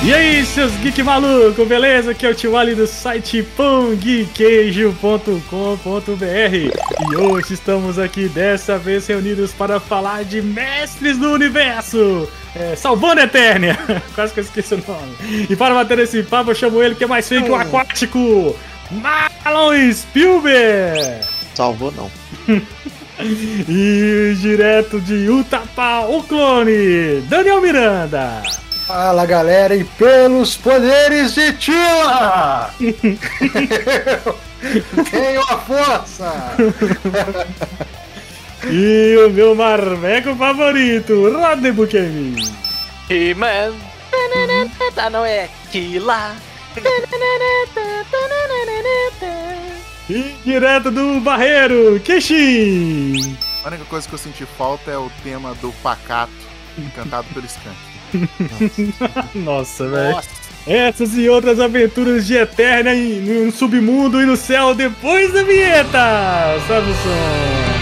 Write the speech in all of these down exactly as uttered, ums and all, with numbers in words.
E aí, seus geek maluco, beleza? Aqui é o Tio Ali do site pão geekqueijo ponto com ponto b r e hoje estamos aqui dessa vez reunidos para falar de Mestres do Universo, é, salvando a Eternia, quase que eu esqueci o nome. E para bater esse papo eu chamo ele que é mais feio que o aquático, Marlon Spielberg. Salvou não. E direto de Utapá, o clone, Daniel Miranda. Fala galera, e pelos poderes de Tila! Tenho a força! E o meu marmeco favorito, Rodney Bukemi. He-Man, não é Tila. E direto do Barreiro, Kishin. A única coisa que eu senti falta é o tema do Pacato, cantado pelo Skank. Nossa, velho. Essas e outras aventuras de Eternia no submundo e no céu depois da vinheta. Salve o som.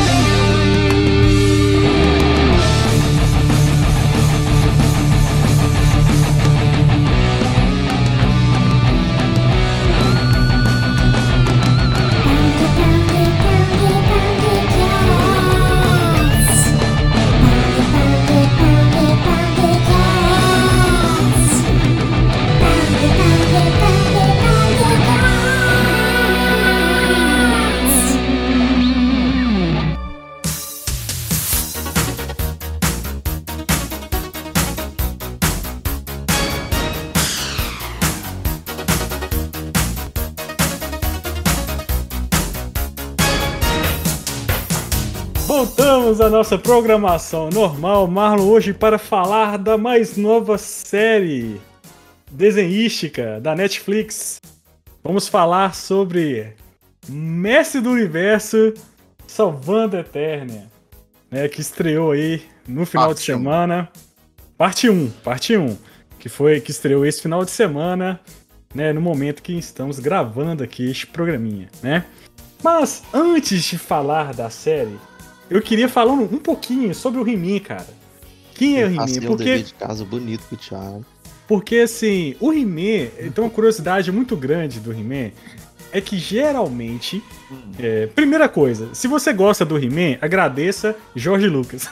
Voltamos à nossa programação normal, Marlon, hoje para falar da mais nova série desenhística da Netflix. Vamos falar sobre Mestre do Universo Salvando a Eternia, né, que estreou aí no final parte de semana. Um. Parte um, parte um, que foi que estreou esse final de semana, né, no momento que estamos gravando aqui este programinha, né? Mas antes de falar da série, eu queria falar um, um pouquinho sobre o He-Man, cara. Quem é o He-Man? Porque... um dever de casa bonito pro Thiago. Porque, assim, o He-Man, tem uma curiosidade muito grande do He-Man, é que geralmente, é, primeira coisa, se você gosta do He-Man, agradeça Jorge Lucas.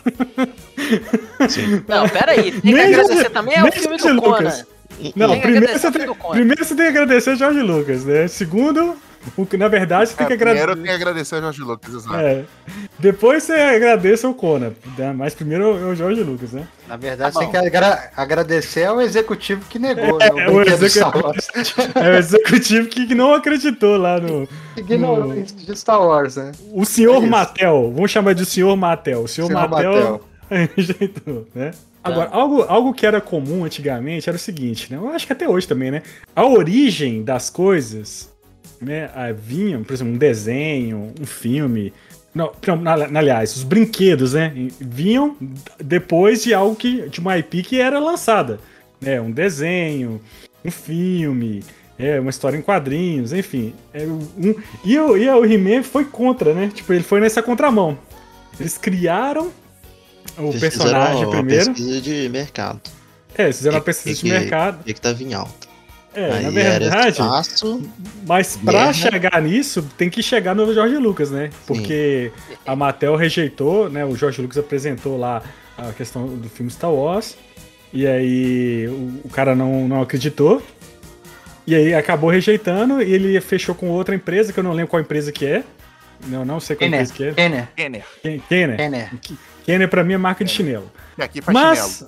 Sim. Não, peraí, tem que agradecer também ao filme do Conan. Não, primeiro você, tem, primeiro você tem que agradecer Jorge Lucas, né? Segundo... O que, na verdade, você tem é, que agradecer. Primeiro eu tenho que agradecer ao Jorge Lucas, exato. É. Depois você agradece ao Conan, mas primeiro é o Jorge Lucas, né? Na verdade, tá você tem que agra- agradecer ao executivo que negou, é, né? O, o, executivo, é o executivo que não acreditou lá no. Ignorou no... de Star Wars, né? O senhor é Mattel, vamos chamar de senhor Mattel. O senhor, senhor Mattel rejeitou, né? Agora, algo, algo que era comum antigamente era o seguinte, né? Eu acho que até hoje também, né? A origem das coisas. Né, vinham, por exemplo, um desenho, um filme. Não, não, aliás, os brinquedos, né? Vinham depois de algo que. De uma I P que era lançada. Né, um desenho, um filme, é, uma história em quadrinhos, enfim. É, um, e, o, e o He-Man foi contra, né? Tipo, ele foi nessa contramão. Eles criaram o eles personagem fizeram primeiro. Uma pesquisa de mercado. É, eles fizeram uma pesquisa que, de mercado. E que tava em alta. É, aí na verdade, espaço, mas pra guerra. chegar nisso, tem que chegar no Jorge Lucas, né? Porque Sim. a Mattel rejeitou, né? O Jorge Lucas apresentou lá a questão do filme Star Wars, e aí o, o cara não, não acreditou, e aí acabou rejeitando, e ele fechou com outra empresa, que eu não lembro qual empresa que é. Não, não sei qual Kenner. empresa que é. Kenner. Kenner. Kenner. Kenner. Kenner pra mim é marca de chinelo. E aqui faz mas...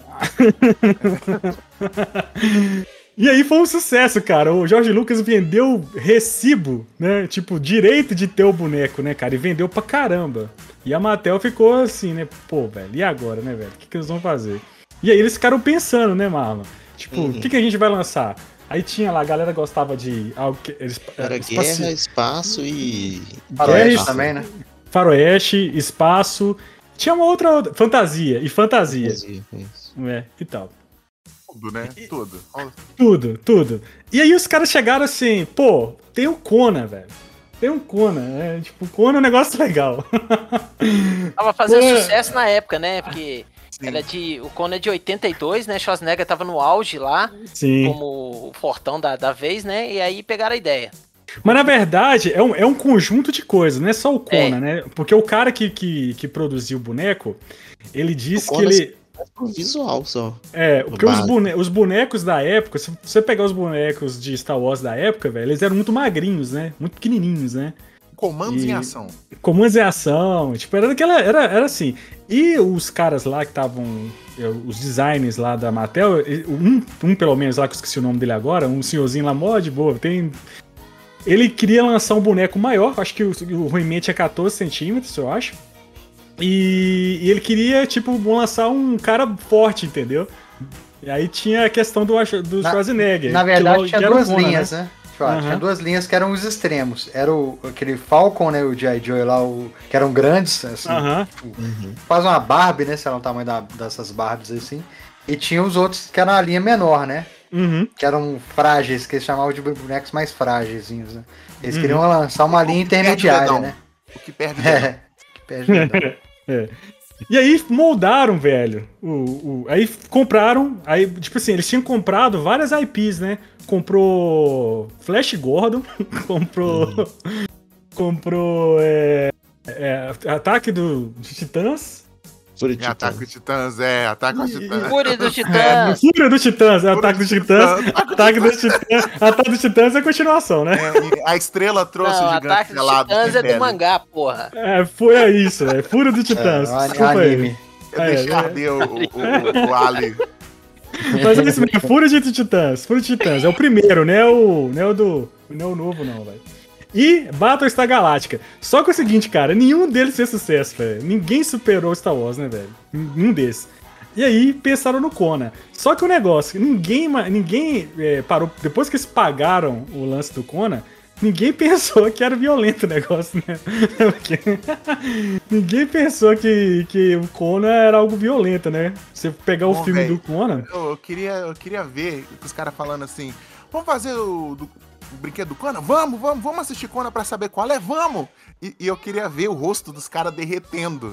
chinelo. E aí foi um sucesso, cara. O Jorge Lucas vendeu recibo, né? Tipo, direito de ter o boneco, né, cara? E vendeu pra caramba. E a Mattel ficou assim, né? Pô, velho, e agora, né, velho? O que, que eles vão fazer? E aí eles ficaram pensando, né, Marlon? Tipo, o uhum. que, que a gente vai lançar? Aí tinha lá, a galera gostava de algo que... Eles, Era espaço... guerra, espaço e... Faroeste também, né? Faroeste, espaço... Tinha uma outra... Fantasia. E fantasia. Fantasia, isso. É, e tal. Tudo, né? Tudo. Tudo, tudo. E aí os caras chegaram assim, pô, tem o Conan, velho. Tem um Conan, né? Tipo, o Conan é um negócio legal. Tava fazendo Pô. sucesso na época, né? Porque Ela é de, o Conan é de oitenta e dois, né? Schwarzenegger tava no auge lá, Sim. como o fortão da, da vez, né? E aí pegaram a ideia. Mas na verdade é um, é um conjunto de coisas, não é só o Conan, É. né? Porque o cara que, que, que produziu o boneco, ele disse O que Conan ele... O visual só. É, porque os, base. bone- os bonecos da época, se você pegar os bonecos de Star Wars da época, velho, eles eram muito magrinhos, né? Muito pequenininhos, né? Comandos E- em ação. Comandos em ação, tipo, era daquela. Era, era assim. E os caras lá que estavam. Os designers lá da Mattel, um, um pelo menos lá, que eu esqueci o nome dele agora, um senhorzinho lá, mó de boa, tem. Ele queria lançar um boneco maior, acho que o, o He-Man tinha catorze centímetros, eu acho. E, e ele queria, tipo, lançar um cara forte, entendeu? E aí tinha a questão do, do Na- Schwarzenegger. Na que verdade, logo- tinha que era o duas Conan, linhas, né? Deixa eu falar, Aham. Tinha duas linhas que eram os extremos. Era o, aquele Falcon, né? O G I. Joe lá, o, que eram grandes, assim. Aham. Uhum. Quase uma Barbie, né? Se era o tamanho da- dessas Barbies assim. E tinha os outros que eram a linha menor, né? Uhum. Que eram frágeis, que eles chamavam de bonecos mais frágeis, né? Eles Uhum. queriam lançar uma linha O que perde o intermediária, dedão. né? O que perde o dedão. É, que perde o dedão. É. E aí moldaram, velho. O, o- aí compraram. Aí, tipo assim, eles tinham comprado várias I Ps, né? Comprou Flash Gordon, comprou. Comprou. É, é, Ataque do, de Titãs. Fúria E de Ataque Titãs. aos Titãs, é, Ataque aos Titãs. Fúria dos Titãs. Fúria dos Titãs, é Fúria Ataque dos dos Titãs. Titãs. Ataque dos Titãs. Ataque dos Titãs é a continuação, né? É, e a estrela trouxe Não, o gigante Ataque dos pelado. Titãs sem é do pele. mangá, porra. É, foi é isso, é Fúria dos Titãs. É, o Desculpa aí. anime. Eu É, deixei é. arder o, o, o, o Ali. Mas é isso mesmo, Fúria de Titãs. Fúria de Titãs. É o primeiro, não é o, não é o do. Não é o novo, não, velho. E Battlestar Galáctica. Só que é o seguinte, cara, nenhum deles fez sucesso, velho. Ninguém superou Star Wars, né, velho? Nenhum desses. E aí pensaram no Conan. Só que o negócio, ninguém, ma- ninguém é, parou. Depois que eles pagaram o lance do Conan, ninguém pensou que era violento o negócio, né? Porque ninguém pensou que, que o Conan era algo violento, né? Você pegar o Bom, filme velho. do Conan. Eu, eu queria, eu queria ver os caras falando assim: vamos fazer o, do- o brinquedo do Conan? Vamos, vamos, vamos assistir Conan pra saber qual é, vamos! E, e eu queria ver o rosto dos caras derretendo.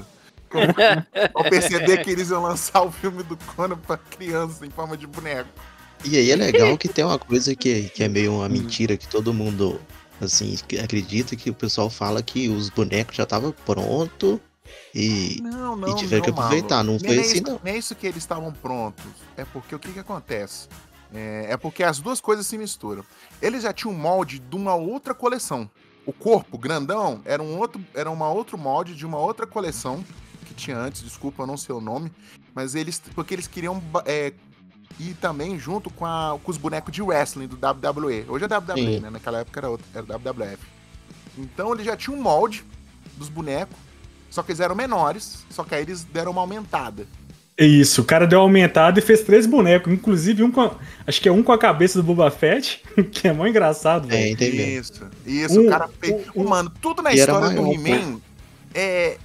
Ao perceber que eles iam lançar o filme do Conan pra criança em forma de boneco. E aí é legal que tem uma coisa que, que é meio uma mentira que todo mundo assim que acredita, que o pessoal fala que os bonecos já estavam prontos e, Não, não, e tiveram que não, aproveitar. Não Marlon. foi Nem é assim, isso- não. Nem é isso que eles estavam prontos. É porque o que que acontece? É, é porque as duas coisas se misturam. Eles já tinham um molde de uma outra coleção. O corpo grandão era um outro, era uma outro molde de uma outra coleção que tinha antes. Desculpa, eu não sei o nome, mas eles, porque eles queriam é, ir também junto com, a- com os bonecos de wrestling do W W E. Hoje é W W E, Sim. né? Naquela época era, outro, era W W F. Então eles já tinham um molde dos bonecos. Só que eles eram menores, só que aí eles deram uma aumentada. Isso, o cara deu uma aumentada e fez três bonecos, inclusive um com a, acho que é um com a cabeça do Boba Fett, que é mó engraçado, É, velho. entendeu? Isso, isso, Um- o cara fez. um- um- Mano, tudo na E era história do maior, He-Man é.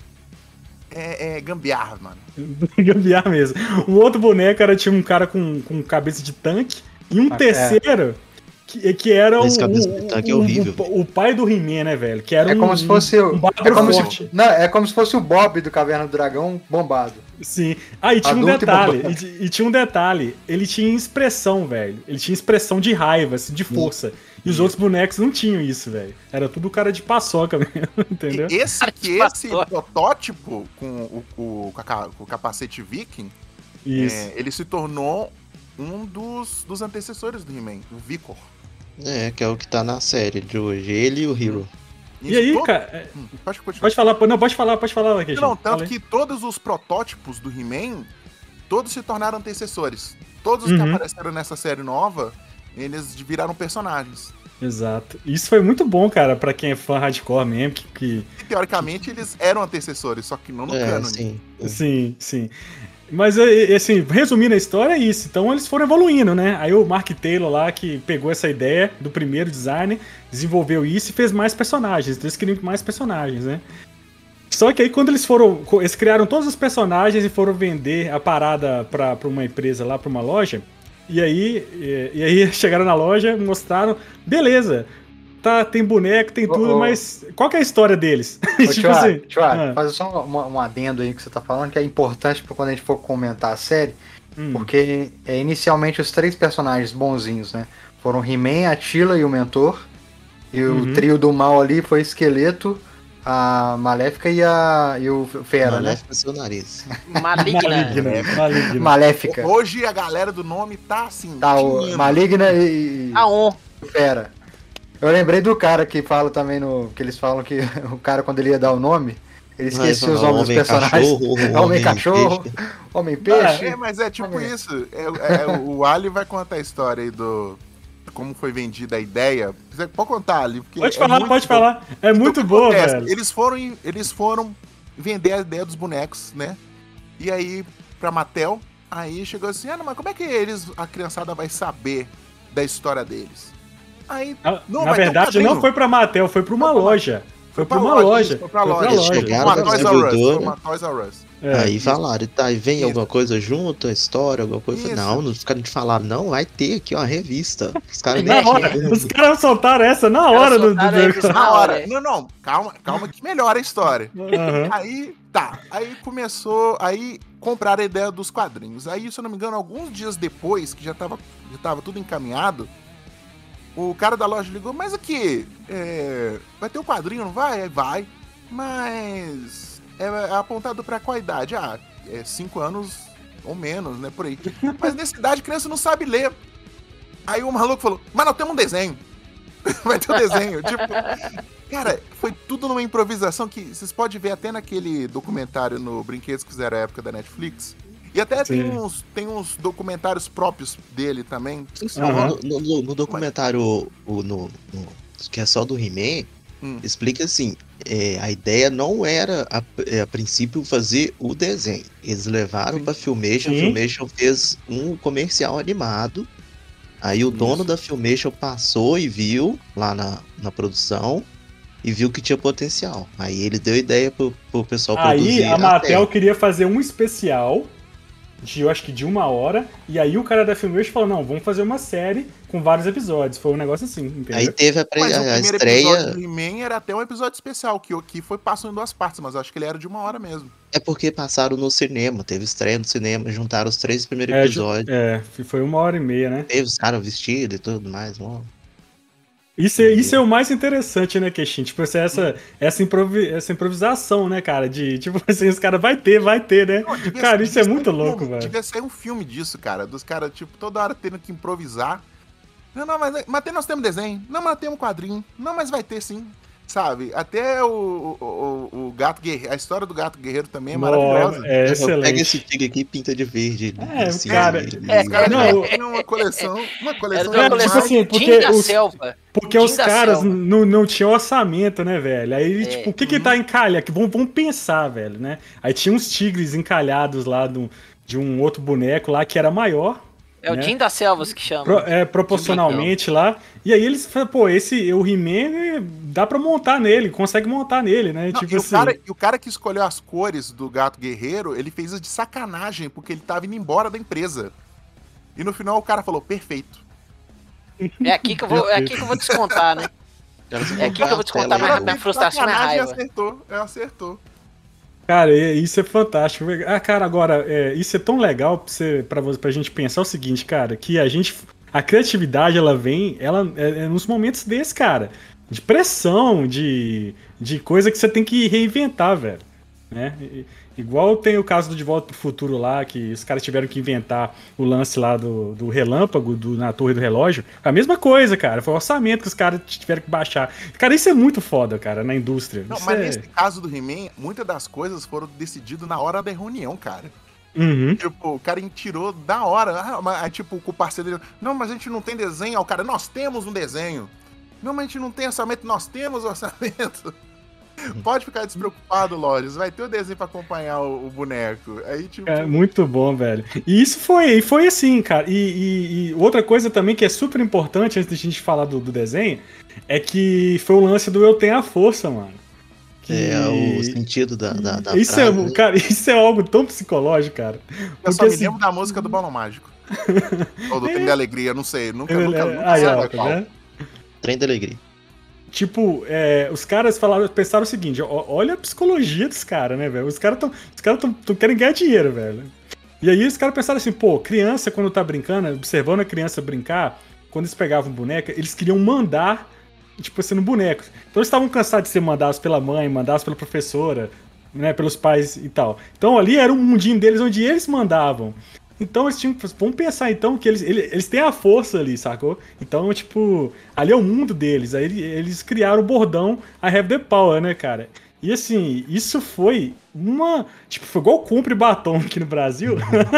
É, é gambiarra, mano. Gambiar mesmo. Um outro boneco era, tinha um cara com, com cabeça de tanque, e um Ah, é. terceiro que, que era o, Esse cabeça de tanque é o- horrível, o, o pai do He-Man, né, velho? Que era É como um, se fosse o. um bárbaro É como forte. se, não, é como se fosse o Bob do Caverna do Dragão bombado. Sim. Ah, e tinha um Adulto e detalhe. bombado. E, e tinha um detalhe. Ele tinha expressão, velho. Ele tinha expressão de raiva, assim, de força. E os outros bonecos não tinham isso, velho. Era tudo cara de paçoca mesmo, entendeu? E esse, Cara, que que esse pastor. protótipo com o, o, com a ca- com o capacete viking, Isso. é, ele se tornou um dos, dos antecessores do He-Man, o Vicor. É, que é o que tá na série de hoje. Ele e o Hero. E aí, todo- cara. é, Hum, pode continuar. Pode falar, não, pode falar, pode falar, Queixinho. Não, tanto Fala aí. que todos os protótipos do He-Man, todos se tornaram antecessores. Todos os que Uhum. apareceram nessa série nova, eles viraram personagens. Exato. Isso foi muito bom, cara, pra quem é fã hardcore mesmo, que... que... E teoricamente eles eram antecessores, só que não no É, cânone. sim. Sim, sim. Mas, é, é, assim, resumindo a história, é isso. Então eles foram evoluindo, né? Aí o Mark Taylor lá, que pegou essa ideia do primeiro design, desenvolveu isso e fez mais personagens. Então eles queriam mais personagens, né? Só que aí quando eles foram... Eles criaram todos os personagens e foram vender a parada pra, pra uma empresa lá, pra uma loja. E aí, e, e aí chegaram na loja, mostraram... Beleza, tá, tem boneco, tem tudo, ô, mas qual que é a história deles? Ô, tipo assim, Tchua, ah. fazer só um, um adendo aí que você tá falando, que é importante pra quando a gente for comentar a série, hum. porque é, inicialmente os três personagens bonzinhos, né? Foram He-Man, Attila e o Mentor. E uhum. o trio do mal ali foi Esqueleto, a Maléfica e, a, e o Fera, Maléfica, né? Maléfica, seu nariz. Maligna. Maligna. Maligna. Maléfica. Hoje a galera do nome tá assim. Tá, o Maligna e. A on. Fera. Eu lembrei do cara que fala também no. Que eles falam que o cara, quando ele ia dar o nome, ele esquecia os nomes dos personagens. Cachorro, homem cachorro, homem peixe. É, mas é tipo homem. isso. É, é, o Ali vai contar a história aí do. Como foi vendida a ideia. Você pode contar ali. Pode é falar, pode bom. falar. É então, muito boa, velho. Eles foram, eles foram vender a ideia dos bonecos, né? E aí, pra Mattel, aí chegou assim, ah, não, mas como é que eles, a criançada vai saber da história deles? Aí, na não, na verdade, um não foi pra Mattel, foi pra uma foi loja. Foi pra uma loja. Foi pra loja. Eles chegaram uma Toys R Us. Uma Toys R Us. É, aí falaram, tá, e vem isso. alguma coisa junto, a história, alguma coisa. Isso. Não, não ficaram de falar, não, vai ter aqui uma revista. Os caras na hora, os caras soltaram essa na hora do, do... Na hora. Não, não, calma, calma que melhora a história. Uhum. Aí, tá, aí começou, aí compraram a ideia dos quadrinhos. Aí, se eu não me engano, alguns dias depois, que já tava, já tava tudo encaminhado, o cara da loja ligou, mas aqui, é, vai ter um quadrinho, não vai? Vai, mas... É apontado pra qual idade? Ah, é cinco anos ou menos, né, por aí. Mas nessa idade a criança não sabe ler. Aí o maluco falou, mas nós temos um desenho. Vai ter um desenho. Tipo, cara, foi tudo numa improvisação que vocês podem ver até naquele documentário no Brinquedos que fizeram a época da Netflix. E até tem uns, tem uns documentários próprios dele também. Uhum. No, no, no documentário o, no, no, que é só do He-Man, hum. explica assim, é, a ideia não era a, é, a princípio fazer o desenho. Eles levaram para Filmation, Sim. Filmation fez um comercial animado. Aí o Isso. dono da Filmation passou e viu lá na, na produção e viu que tinha potencial. Aí ele deu ideia pro, pro pessoal aí, produzir. Aí a Mattel a queria fazer um especial de, eu acho que de uma hora, e aí o cara da Filmation falou, não, vamos fazer uma série com vários episódios. Foi um negócio assim, entendeu? Aí teve a, pre... mas a, o primeiro estreia... episódio do He-Man era até um episódio especial, que aqui foi passando em duas partes, mas eu acho que ele era de uma hora mesmo. É porque passaram no cinema, teve estreia no cinema, juntaram os três primeiros é, episódios. É, foi uma hora e meia, né? Teve os caras vestidos e tudo mais, mano. Isso é, isso é o mais interessante, né, Queixinho? Tipo, essa, essa, improvi essa improvisação, né, cara? De, tipo assim, os caras vai ter, vai ter, né? Não, cara, isso é muito um louco, filme, velho. Devia sair um filme disso, cara. Dos caras, tipo, toda hora tendo que improvisar. Não, não, mas, mas nós temos desenho. Não, mas nós temos quadrinho. Não, mas vai ter sim. Sabe? Até o, o, o, o Gato Guerreiro, a história do Gato Guerreiro também é maravilhosa. É excelente. Pega esse tigre aqui e pinta de verde. É, assim, cara. É, cara, não, é uma coleção. Uma coleção é, de tipo assim, porque da os, selva. Porque os caras não, não tinham orçamento, né, velho? Aí, é. tipo, o que que tá encalhado? Que vamos, vamos pensar, velho, né? Aí tinha uns tigres encalhados lá do, de um outro boneco lá que era maior. É né? o Jim das Selvas que chama. Pro, é, proporcionalmente lá. E aí eles falaram, pô, esse, o He-Man dá pra montar nele, consegue montar nele, né? Não, tipo e, assim. o cara, e o cara que escolheu as cores do Gato Guerreiro, ele fez isso de sacanagem, porque ele tava indo embora da empresa. E no final o cara falou, perfeito. É aqui que eu vou, é aqui que eu vou descontar, né? É aqui que eu vou descontar minha, minha frustração e minha raiva. Acertou, acertou. Cara, isso é fantástico. Ah, cara, agora, é, isso é tão legal pra, você, pra, pra gente pensar o seguinte, cara, que a gente, a criatividade, ela vem, ela é, é nos momentos desses, cara, de pressão, de, de coisa que você tem que reinventar, velho, né? E, igual tem o caso do De Volta pro Futuro lá, que os caras tiveram que inventar o lance lá do, do relâmpago do, na torre do relógio. A mesma coisa, cara. Foi o orçamento que os caras tiveram que baixar. Cara, isso é muito foda, cara, na indústria. Não, isso mas é... nesse caso do He-Man, muitas das coisas foram decididas na hora da reunião, cara. Uhum. Tipo, o cara tirou da hora. Ah, mas, tipo, com o parceiro dele. Não, mas a gente não tem desenho. Aí o cara, nós temos um desenho. Não, mas a gente não tem orçamento. Nós temos orçamento. Pode ficar despreocupado, Loris. Vai ter o desenho pra acompanhar o, o boneco. Aí, tipo... É muito bom, velho. E isso foi, foi assim, cara. E, e, e outra coisa também que é super importante, antes de a gente falar do, do desenho, é que foi o lance do Eu Tenho a Força, mano. Que... É o sentido da, da, da isso frase. É, cara, isso é algo tão psicológico, cara. Eu só me assim... lembro da música do Balão Mágico. Ou do Trem da Alegria, não sei. Nunca, nunca, nunca Aí, sei ó, tá qual. Trem da Alegria. tipo, é, os caras falaram, pensaram o seguinte, ó, olha a psicologia dos caras, né, velho? Os caras tão, os caras tão, tão querem ganhar dinheiro, velho. E aí os caras pensaram assim, pô, criança quando tá brincando, observando a criança brincar, quando eles pegavam boneca, eles queriam mandar, tipo assim, no boneco. Então eles estavam cansados de ser mandados pela mãe, mandados pela professora, né, pelos pais e tal. Então ali era um mundinho deles onde eles mandavam. Então eles tinham que, vamos pensar então que eles, eles, eles têm a força ali, sacou? Então, tipo, ali é o mundo deles. Aí eles criaram o bordão I have the power, né, cara? E assim, isso foi uma... Tipo, foi igual compre batom aqui no Brasil.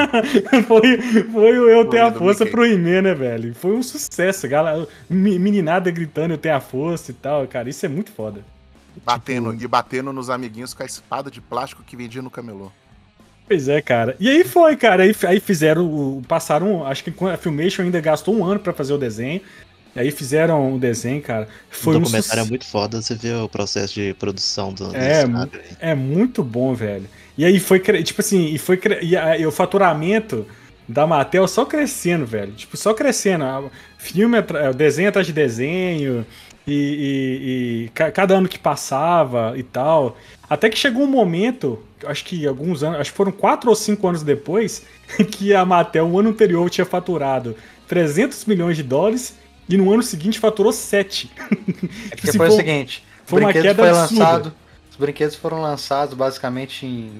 foi, foi o Eu Tenho a Força pro He-Man, né, velho? Foi um sucesso, galera. Meninada gritando Eu Tenho a Força e tal, cara. Isso é muito foda. Batendo, tipo... E batendo nos amiguinhos com a espada de plástico que vendia no camelô. Pois é, cara. E aí foi, cara. Aí, aí fizeram, passaram, acho que a Filmation ainda gastou um ano pra fazer o desenho. E aí fizeram o desenho, cara. Foi o documentário um... é muito foda, você vê o processo de produção do É, é muito bom, velho. E aí foi, tipo assim, e foi e, a, e o faturamento da Mattel só crescendo, velho. Tipo, só crescendo. Filme, desenho atrás de desenho. E, e, e cada ano que passava e tal. Até que chegou um momento, acho que alguns anos, acho que foram quatro ou cinco anos depois, que a Mattel, o ano anterior, tinha faturado trezentos milhões de dólares e no ano seguinte faturou sete. É porque foi o seguinte, foi uma queda foi lançado, os brinquedos foram lançados basicamente em,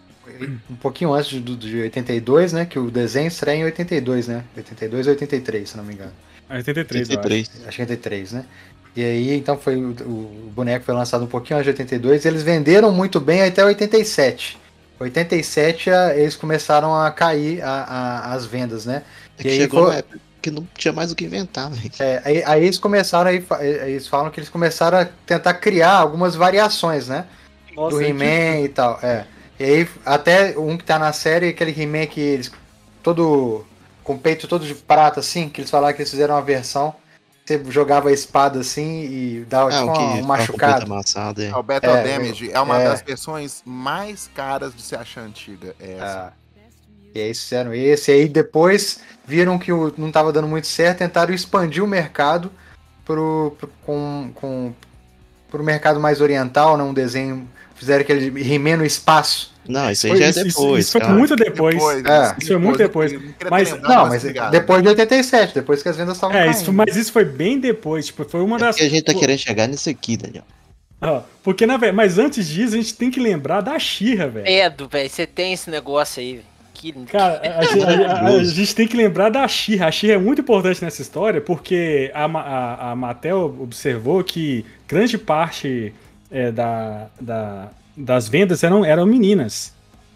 um pouquinho antes de, de oitenta e dois, né? Que o desenho estreia em oitenta e dois, né? oitenta e dois ou oitenta e três, se não me engano. oitenta e três, oitenta e três. Eu acho. Acho que oitenta e três, né? E aí, então, foi o, o boneco foi lançado um pouquinho antes de oitenta e dois, e eles venderam muito bem até oitenta e sete. oitenta e sete, eles começaram a cair a, a, as vendas, né? É e que aí chegou foi... uma época que não tinha mais o que inventar, velho. É, aí, aí eles começaram, aí, eles falam que eles começaram a tentar criar algumas variações, né? Nossa, do He-Man e tal, é. E aí, até um que tá na série, aquele He-Man que eles, todo, com o peito todo de prata, assim, que eles falaram que eles fizeram uma versão. Você jogava a espada assim e dava ah, tipo o um machucado. Amassado, é. É, o Battle é, Damage é uma é. das versões mais caras de se achar antiga. É essa. Ah. E aí fizeram esse, e aí depois viram que o, não estava dando muito certo, tentaram expandir o mercado pro, pro, com, com, pro mercado mais oriental, né? Um desenho, fizeram aquele He-Man no espaço. Não, isso aí foi, já é isso, depois. Isso, isso foi muito depois. É. depois é. Isso foi muito depois. Mas, não, mas depois de oitenta e sete, depois que as vendas estavam é, caindo. Isso, mas isso foi bem depois. Tipo, foi uma é das. Que a gente tá Pô. querendo chegar nisso aqui, Daniel. Ah, porque, na verdade, mas antes disso, a gente tem que lembrar da She-Ra, velho. Edo, velho, você tem esse negócio aí, velho. Que... Cara, a, a, a, a gente tem que lembrar da She-Ra. A She-Ra é muito importante nessa história, porque a, a, a Mattel observou que grande parte é, da, da, das vendas eram, eram meninas.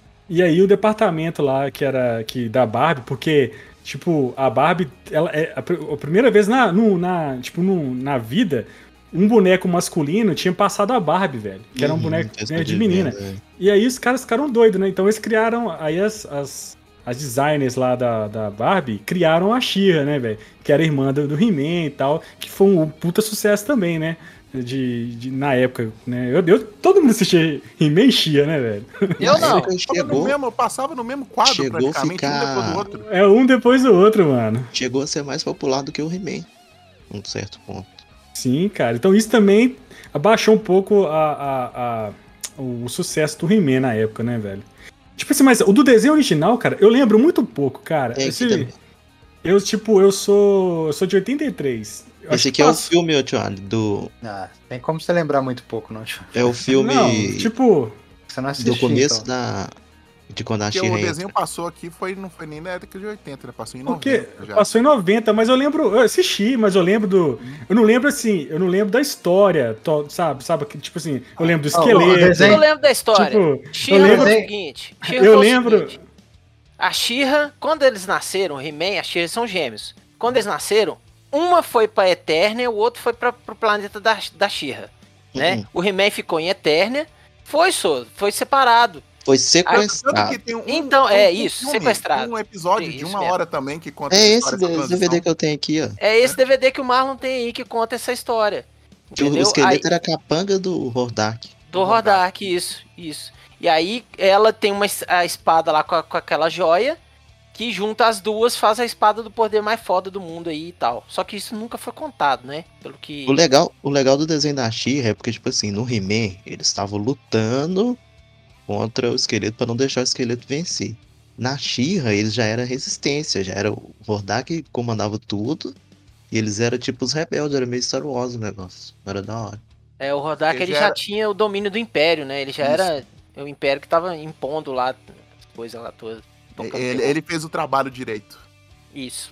E aí o departamento lá, que era que da Barbie, porque, tipo, a Barbie, ela é a, a primeira vez na, no, na, tipo, no, na vida, um boneco masculino tinha passado a Barbie, velho. Que era um boneco uhum, né, de menina. Ver, e aí os caras ficaram doidos, né? Então eles criaram, aí as, as, as designers lá da, da Barbie criaram a She-Ra, né, velho? Que era irmã do, do He-Man e tal, que foi um puta sucesso também, né? De, de, na época, né? Eu, eu, todo mundo assistia He-Man e She-Ra, né, velho? Eu não. Chegou, no mesmo, passava no mesmo quadro, chegou praticamente, ficar... um depois do outro. É um depois do outro, mano. Chegou a ser mais popular do que o He-Man, um certo ponto. Sim, cara. Então isso também abaixou um pouco a, a, a, o sucesso do He-Man na época, né, velho? Tipo assim, mas o do desenho original, cara, eu lembro muito pouco, cara. É, Esse, eu, tipo, eu sou. Eu sou de oitenta e três. Eu Esse aqui é passo... o filme, tio, do. Ah, tem como você lembrar muito pouco, não, tio. É o filme. Não, tipo. Você não assistiu, do começo então. da. De quando a She-Ra. O desenho entra. Passou aqui, foi, não foi nem na década de oitenta, né? Passou em noventa. Já. Passou em noventa, mas eu lembro. Eu assisti, mas eu lembro do. Eu não lembro assim, eu não lembro da história, to, sabe? Sabe? Tipo assim, eu lembro do esqueleto. Eu lembro da história. Tipo, She-Ra eu lembro foi o seguinte. Eu lembro. Seguinte, a She-Ra, quando eles nasceram, o He-Man e a She-Ra são gêmeos. Quando eles nasceram, uma foi pra Eternia, o outro foi pra, pro planeta da, da She-Ra. Né? Uhum. O He-Man ficou em Eternia, foi, so, foi separado. Foi sequestrado. Que tem um, então, um, é um isso, filme, sequestrado. Tem um episódio é de uma mesmo. hora também que conta É esse D V D que eu tenho aqui, ó. É esse é. D V D que o Marlon tem aí que conta essa história. Entendeu? O esqueleto aí, era a capanga do Hordak. Do Hordak, isso, isso. E aí ela tem uma a espada lá com, a, com aquela joia que junta as duas, faz a espada do poder mais foda do mundo aí e tal. Só que isso nunca foi contado, né? Pelo que... O legal, o legal do desenho da She-Ra é porque, tipo assim, no He-Man, eles estavam lutando contra o esqueleto pra não deixar o esqueleto vencer. Na She-Ra, eles já eram resistência, já era o Hordak que comandava tudo, e eles eram tipo os rebeldes, era meio Star Wars o negócio, não era da hora. É, o Hordak ele, ele já, já era... tinha o domínio do Império, né? Ele já Isso. era o Império que tava impondo lá, as coisas lá todas. Ele, ele fez o trabalho direito. Isso.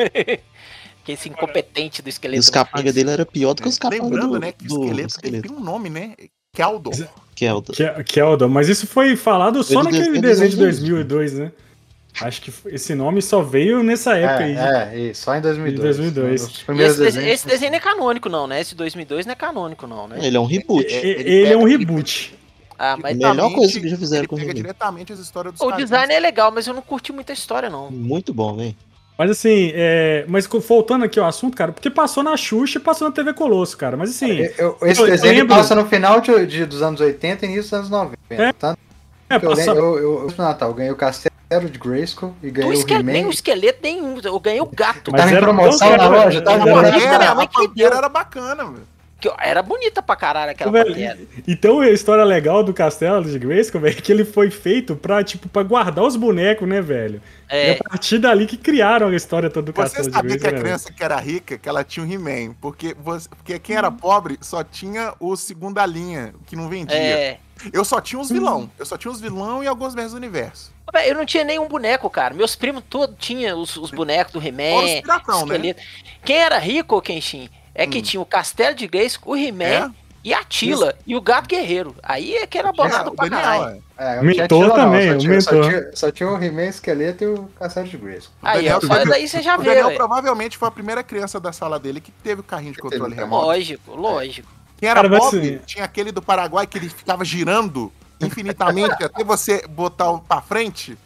Que esse incompetente do esqueleto. Os capangas dele era pior do que os capangas do... Lembrando, né, que o esqueleto, esqueleto tem um nome, né? Keldor. Keldor. Keldor, mas isso foi falado só foi naquele desenho de dois mil e dois, né? Acho que esse nome só veio nessa época é, aí. É, só em dois mil e dois. dois mil e dois. Esse, desenhos... esse desenho não é canônico, não, né? Esse dois mil e dois não é canônico, não, né? Ele é um reboot. Ele, ele, ele é um reboot. Ah, mas a melhor coisa que já fizeram com ele. Pega diretamente as histórias dos O design é legal, mas eu não curti muita história, não. Muito bom, velho. Mas assim, é... mas voltando aqui ao assunto, cara, porque passou na Xuxa e passou na T V Colosso, cara. Mas assim. Eu, eu, esse eu, desenho eu lembro... passa no final de, de, dos anos oitenta e início dos anos noventa. É, tá? é passa... eu, eu, eu, no Natal, eu ganhei o Castelo de Grayskull e ganhei o He-Man. Nem o esqueleto, nenhum. Eu ganhei o gato. Mas tava em promoção na loja, tava na loja. A Pantera era bacana, velho. Era bonita pra caralho aquela Pantera. Então a história legal do Castelo de Grayskull, velho, é que ele foi feito pra, tipo, pra guardar os bonecos, né, velho? É. E a partir dali que criaram a história toda do você Castelo de Grayskull. Você sabia que a criança que era rica, que ela tinha um He-Man, porque, você, porque quem era pobre só tinha o segunda linha, que não vendia. É. Eu só tinha os vilão. Eu só tinha os vilão e alguns mesmos universos. Eu não tinha nenhum boneco, cara. Meus primos todos tinham os, os bonecos do He-Man. Né? Quem era rico, Kenshin, é que hum. tinha o Castelo de Grayskull, o He-Man é? e a Tila Isso. e o Gato Guerreiro. Aí é que era bonado pra caralho. É, o Mentor também, não, só, o tinha, Mentor. Só, tinha, só tinha o He-Man, Esqueleto e o Castelo de Grayskull. Aí, ó, só daí você já o vê, Daniel véio. provavelmente foi a primeira criança da sala dele que teve o carrinho de controle remoto. Lógico, lógico. Quem era Cara, pobre, assim... tinha aquele do Paraguai que ele ficava girando infinitamente até você botar o pra frente.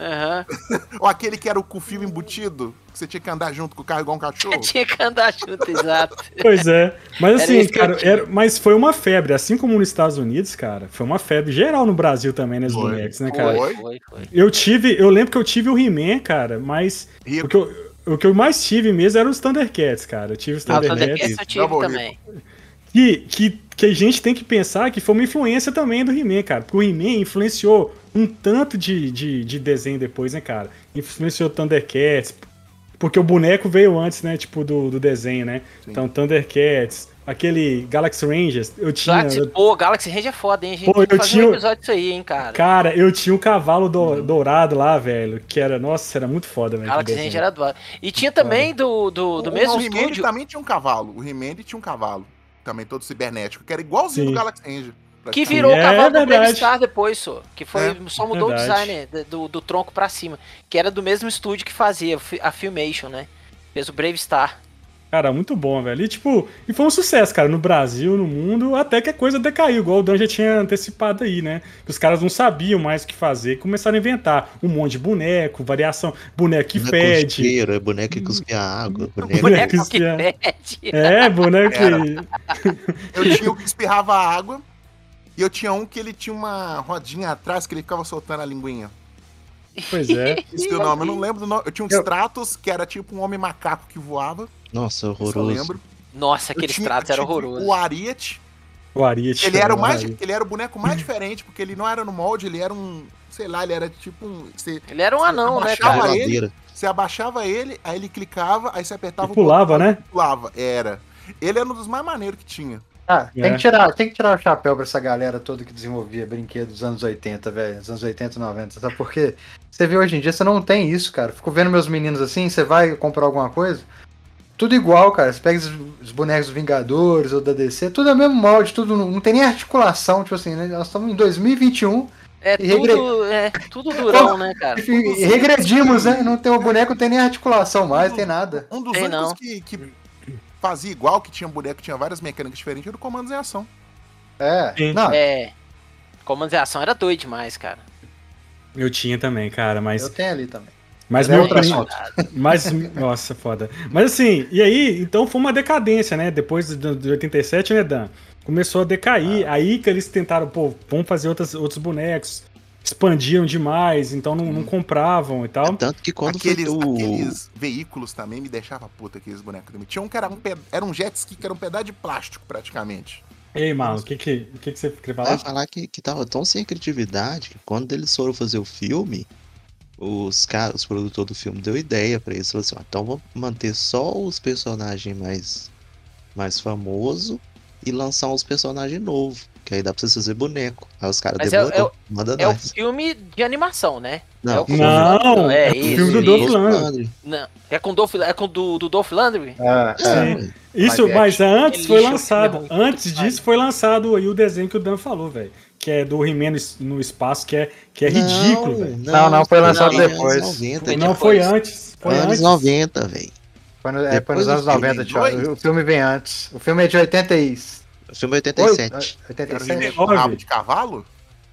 Uhum. Ou aquele que era o com fio embutido, que você tinha que andar junto com o carro igual um cachorro. Tinha que andar junto, exato. Pois é. Mas assim, cara, era, mas foi uma febre, assim como nos Estados Unidos, cara, foi uma febre geral no Brasil também, né, os bonecos, né, cara? Foi, foi, foi. Eu tive, eu lembro que eu tive o He-Man, cara, mas o que, eu, o que eu mais tive mesmo era os Thundercats, cara. Eu tive os Thundercats. Ah, os Thundercats eu tive Double também. Que, que, que a gente tem que pensar que foi uma influência também do He-Man, cara. Porque o He-Man influenciou um tanto de, de, de desenho depois, né, cara? Influenciou Thundercats, porque o boneco veio antes, né, tipo, do, do desenho, né? Sim. Então, Thundercats, aquele Galaxy Rangers, eu tinha... Galaxy, eu... Pô, Galaxy Ranger é foda, hein, gente? Pô, eu tinha... um episódio disso aí, hein, cara? Cara, eu tinha um cavalo do, dourado lá, velho, que era... Nossa, era muito foda, velho. Galaxy Ranger era dourado. E tinha também do, do, do o, mesmo o estúdio... O também tinha um cavalo. O He-Man tinha um cavalo. Também todo cibernético, que era igualzinho Sim. do Galaxy Ranger. Que virou o é, cavalo é do Brave Star depois, só. Que foi, é, só mudou verdade. o design do, do tronco pra cima. Que era do mesmo estúdio que fazia a Filmation, né? Fez o Brave Star. Cara, muito bom, velho. E tipo, e foi um sucesso, cara, no Brasil, no mundo, até que a coisa decaiu, igual o Dan já tinha antecipado aí, né? Que os caras não sabiam mais o que fazer, começaram a inventar um monte de boneco, variação, boneco que boneco fede. Cheiro, boneco que cuspia água. Boneco, boneco que, que fede. É, boneco que... Eu tinha o que espirrava água, e eu tinha um que ele tinha uma rodinha atrás que ele ficava soltando a linguinha. Pois é. Esse é o nome, eu não lembro do nome. Eu tinha um Stratos, que era tipo um homem macaco que voava. Nossa, horroroso. Eu lembro. Nossa, aquele Stratos era horroroso. O Ariete. O Ariete. Ele era o mais, ele era o boneco mais diferente, porque ele não era no molde, ele era um, sei lá, ele era tipo um... Você, ele era um anão, né, cara? Ele, você abaixava ele, aí ele clicava, aí você apertava o pulava, né? Pulava, era. Ele era um dos mais maneiros que tinha. Ah, tem, é. que tirar, tem que tirar o chapéu pra essa galera toda que desenvolvia brinquedos dos anos oitenta, velho. Dos anos oitenta e noventa, sabe por quê? Você vê hoje em dia, você não tem isso, cara. Fico vendo meus meninos assim, você vai comprar alguma coisa, tudo igual, cara. Você pega os bonecos dos Vingadores ou da D C, tudo é o mesmo molde, tudo não, não tem nem articulação, tipo assim, né? Nós estamos em dois mil e vinte e um. É, tudo, regre... é tudo durão, né, cara? E regredimos, né? Não tem, o boneco não tem nem articulação mais, um, tem nada. Um dos tem únicos não. que... que... fazia igual, que tinha boneco, que tinha várias mecânicas diferentes, era o Comandos em Ação. É, não. É. Comandos em Ação era doido demais, cara. Eu tinha também, cara, mas... Eu tenho ali também. Mas, mas meu primo... mas, nossa, foda. Mas assim, e aí, então foi uma decadência, né? Depois de oitenta e sete, né, Dan? Começou a decair. Ah. Aí que eles tentaram, pô, vamos fazer outras, outros bonecos. expandiam demais, então não, não compravam e tal. É tanto que quando aqueles, foi o... aqueles veículos também me deixavam puta, aqueles bonecos também. Tinha um que era um, ped... era um jet ski que era um pedaço de plástico, praticamente. Ei, mano, o que que, que que você queria falar? Vai falar que, que tava tão sem criatividade que quando eles foram fazer o filme, os caras, os produtores do filme deu ideia pra eles. Falaram assim, ó, então vamos manter só os personagens mais, mais famosos e lançar uns personagens novos. Que aí dá pra você fazer boneco. Aí os caras demorou, é, é, manda é o nós. filme de animação, né? Não, é o não, é, é o isso, filme do isso. Dolph Lundgren. Não, é com, Dolph, é com do, do Dolph Lundgren? Ah, Sim. Isso, Live mas antes É foi lixo, lançado. filme é ruim, Antes puta que disso foi lançado aí o desenho que o Dan falou, velho. Que é do He-Man no, no espaço, que é, que é ridículo, velho. Não, não, foi lançado foi nos depois. anos noventa, Foi Não, gente. foi depois. antes. Foi anos antes. noventa, velho. Foi, no, é, foi Depois nos do anos filme, noventa, Thiago. dois? O filme vem antes. O filme é de oitenta e... O filme é oitenta e sete. Era o oitenta e sete? He-Man com rabo de cavalo?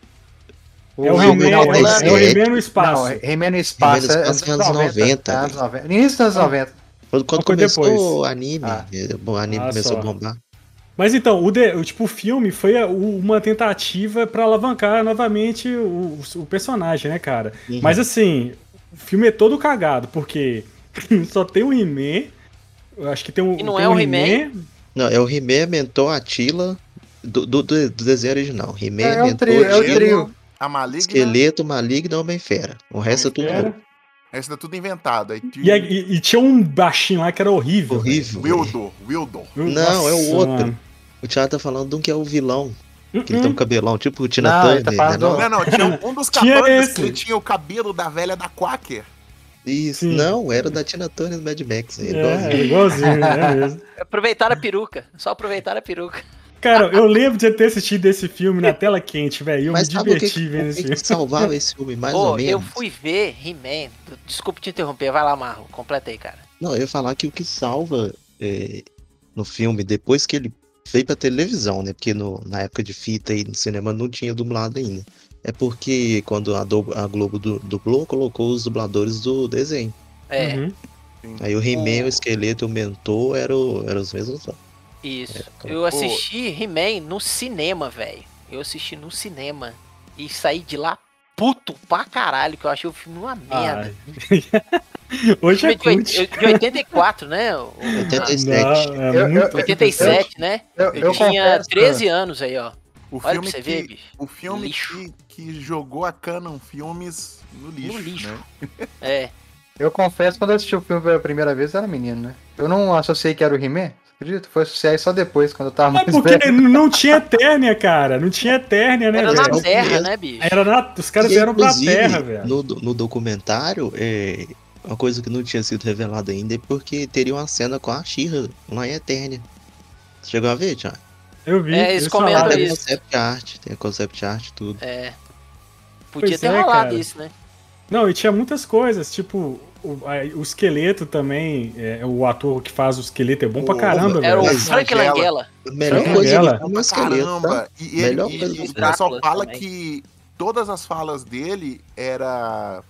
É o filme He-Man, é é, o- noventa e é o sete. He-Man no espaço. Não, He-Man no espaço. He-Man no espaço é anos noventa, É anos noventa. No início dos anos noventa. Quando, quando Uma coisa começou depois. o anime, Ah. é, o anime Ah, começou só. a bombar. Mas então, o, de- o, tipo, o filme foi a- o- uma tentativa pra alavancar novamente o, o personagem, né, cara? Uhum. Mas assim, o filme é todo cagado, porque só tem o He-Man. Eu acho que tem um. E não tem é um o He-Man? Não, é o He-Man, Mentor, Atila, do, do, do, do desenho original. He-Man, É, é o Mentor, trio, é o Atila, trio. A Maligna. Esqueleto, Maligno e Homem-Fera. O resto é tudo Era. novo. Essa tá tudo inventado. Aí, E, aí- e- e tinha um baixinho lá que era horrível. Horrível. velho. Wildo, Wildo. velho. Não, é o Nossa, outro. mano. O Thiago tá falando de um que é o vilão. Que ele Uh-uh. tem um cabelão, tipo o Tina Não, ele Turner, tá né? falando Não? Não, não, tinha um dos Tinha capangas esse. que ele tinha o cabelo da velha da Quaker. Isso, Sim. não, era o da Tina Turner do Mad Max. Ele É, igualzinho. é igualzinho, é mesmo. Aproveitaram a peruca. Só aproveitaram a peruca. Cara, eu lembro de ter assistido esse filme na tela quente, velho. Eu Mas me sabe o que, diverti vendo o esse que, filme. que salvava esse filme, mais Pô, ou menos? eu fui ver He-Man. Desculpa te interromper, vai lá, Marro. Completa aí, cara. Não, eu ia falar que o que salva é, no filme, depois que ele veio pra televisão, né? Porque no, na época de fita e no cinema não tinha dublado ainda. É porque quando a, do, a Globo du, dublou, colocou os dubladores do desenho. É, Uhum. Aí o He-Man, O- o Esqueleto e o Mentor eram, eram os mesmos. isso. É, Eu assisti He-Man no cinema, velho. Eu assisti no cinema. E saí de lá puto pra caralho, que eu achei o filme uma merda. Ai. Hoje é Filme de, cult. oit- de oitenta e quatro, né? O- oitenta e sete. Não, é Eu- muito... eu- oitenta e sete, né? Eu, Eu, eu tinha confesso, treze anos aí, ó. O Olha filme, pra você ver, que, bicho. o filme Lixo. que, que jogou a Canon Filmes no lixo. No lixo. Né? É. Eu confesso, quando eu assisti o filme pela primeira vez, eu era menino, né? Eu não associei que era o He-Man, você acredita? Foi associar só depois, quando eu tava É mais porque velho. não tinha Eternia, cara. Não tinha Eternia, né, Era na velho? terra, mesmo. né, bicho? Era na... Os caras E, vieram pra inclusive, terra, velho. No, no documentário, é, uma coisa que não tinha sido revelada ainda é porque teria uma cena com a She-Ra lá em Eternia. Você chegou a ver, Thiago? Eu vi. É, eles eles comentam falaram. Tem isso. concept art, tem concept art e tudo. É. Podia Pois ter é, rolado cara. isso, né? Não, e tinha muitas coisas, tipo, o, a- o esqueleto também, é, o ator que faz o esqueleto é bom pra O- caramba, Era o velho. Mas Frank Langella. Langella. A melhor Frank coisa Langella. do filme é o esqueleto, tá? Caramba! E, ele, Melhor e- coisa e do o filme. pessoal Drácula fala também. que todas as falas dele era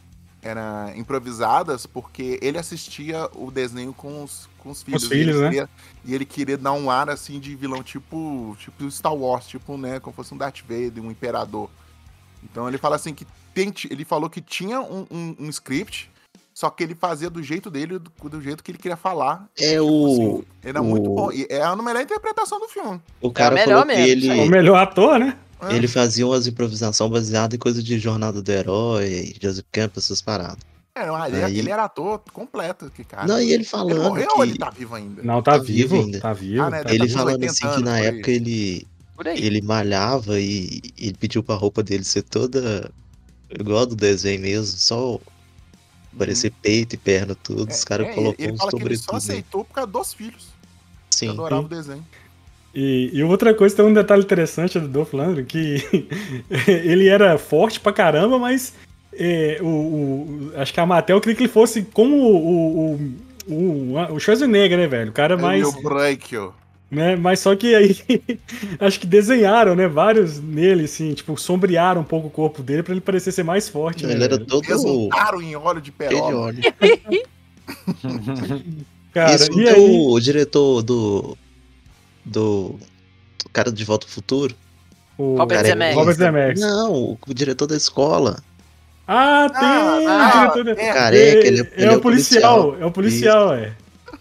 era improvisadas porque ele assistia o desenho com os, com os filhos. filhos, e ele né? queria, e ele queria dar um ar assim de vilão tipo, tipo Star Wars, tipo, né, como fosse um Darth Vader, um imperador. Então ele fala assim que tem, ele falou que tinha um, um, um script, só que ele fazia do jeito dele, do, do jeito que ele queria falar. É Tipo o, assim, era o- muito bom. E é a melhor interpretação do filme. o cara melhor falou que mesmo, ele, isso O melhor ator, né? É. ele fazia umas improvisações baseadas em coisa de Jornada do Herói, Joseph Campbell, essas paradas. É, não, ele, Aí- ele era ator completo, que cara. Não, e ele Ele falando morreu que... ou ele tá vivo ainda? Não, tá, Tá vivo, vivo ainda. tá vivo. Ah, né, tá tá Ele com falando oitenta assim que anos, na por aí. época ele, Por aí. ele malhava e ele pediu pra roupa dele ser toda igual a do desenho mesmo, só parecer peito e perna, tudo. Os caras É, colocou ele uns fala que ele só sobretudo. nele. aceitou por causa dos filhos. Que Sim. adorava Sim. o desenho. E, e outra coisa, tem um detalhe interessante do Dolph Lundgren, que ele era forte pra caramba, mas é, o, o- acho que a Mattel queria que ele fosse como o, o, o, o Schwarzenegger, né, velho? O cara mais... Meu Braichio. Né, mas só que aí, acho que desenharam, né, vários nele, assim, tipo, sombrearam um pouco o corpo dele pra ele parecer ser mais forte, né, Ele era velho? todo Resultaram em óleo de cheio de peroba. óleo. Cara, Isso e é aí... o, o diretor do. Do. O cara de Volta ao Futuro. O Robert Zemeckis. Robert Zemeckis. Não, o diretor da escola. Ah, tem! Ah, o diretor da... é. Careca, ele, é, ele é o policial, é o policial, é.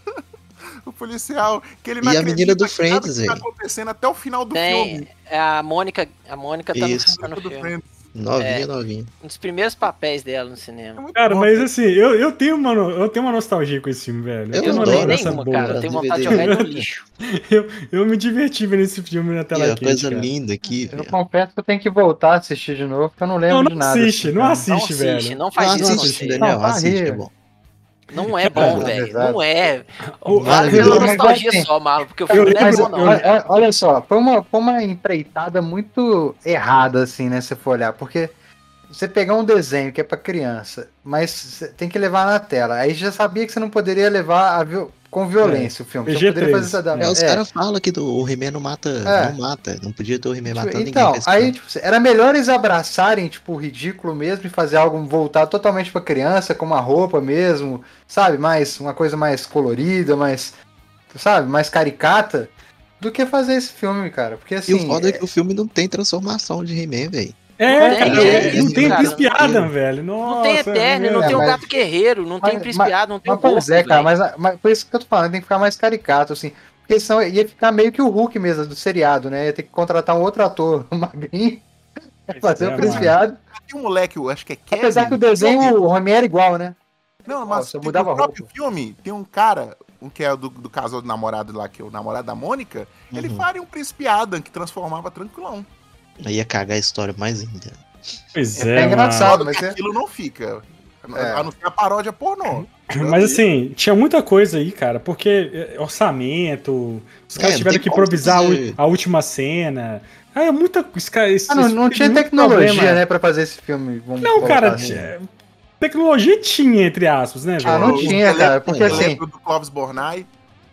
O policial, que ele E não a acredita menina do que Friends, nada que tá velho. acontecendo até o final do Tem filme. é a Mônica, a Mônica tá no, Isso. tá no Do filme. Friends. Novinha, É. novinha. Um dos primeiros papéis dela no É cinema. muito Cara, bom, mas velho. assim, eu, eu, tenho uma, no- eu tenho uma nostalgia com esse filme, velho. Eu tenho uma adoro, lembrança Nenhuma, boa. cara. Eu tenho vontade de D V D. jogar ele no lixo. Eu, eu me diverti vendo esse filme na E tela a quente, coisa cara. linda aqui, Eu velho. confesso que eu tenho que voltar a assistir de novo, porque eu não lembro Não, não de nada. assiste, assim, não cara. assiste, Não assiste, velho. não faz Não isso com assiste, você. Daniel, Não, tá assiste, é horrível. bom. Não é bom, É, velho. verdade. Não é. O- Vale eu pela lembro- nostalgia mas, assim, só, Malo, porque o eu filme não é Mas lembro- bom, não. olha, olha só, foi uma, foi uma empreitada muito errada, assim, né? Se for olhar, porque você pegar um desenho que é pra criança, mas você tem que levar na tela. Aí já sabia que você não poderia levar a viol- com violência o filme. Você P G não poderia fazer essa É, os é. caras falam que do- o He-Man não mata, É. não mata. Não podia ter o He-Man Tipo, matando então, ninguém. com esse aí filme. tipo, era melhor eles abraçarem tipo, o ridículo mesmo e fazer algo voltar totalmente pra criança, com uma roupa mesmo, sabe? Mais, uma coisa mais colorida, mais, sabe? Mais caricata, do que fazer esse filme, cara. Porque E assim. o foda é é- que o filme não tem transformação de He-Man, velho. É, Não cara, tem, é não isso, tem cara, Príncipe não tem. Adam, velho. Nossa, Não tem Eterno, não é, tem o mas- Gato Guerreiro, não tem mas- Príncipe Adam, não tem o Mas pois Gordo, é, cara, velho. mas, mas por isso que eu tô falando, tem que ficar mais caricato, assim. Porque senão ia ficar meio que o Hulk mesmo, do seriado, né? Ia ter que contratar um outro ator, um magrinho, pra fazer é, o Príncipe Adam. Tem um moleque, eu acho que é Kevin. Apesar que o desenho, o Homem era igual, né? Não, mas Nossa, tem- mudava no a próprio roupa. filme, tem um cara, um que é do, do casal do namorado lá, que é o namorado da Mônica, ele Uhum. faria um príncipe Adam que transformava tranquilão. Aí ia cagar a história mais ainda. Pois É é, engraçado. Só mas que é- aquilo não fica. É. A não ser a paródia pornô. Mas assim, tinha muita coisa aí, cara, porque é, orçamento, os caras É, tiveram tem que como improvisar a fazer. u- a última cena. Ah, é muita. Esse, cara, esse, Ah, não, esse não filme tinha tem muito tecnologia, problema. né, pra fazer esse filme. Vamos Não, colocar cara, assim. tinha- tecnologia tinha, entre aspas, né, velho? Ah, não O tinha, esqueleto- cara, porque o assim- esqueleto do Clóvis Bornai.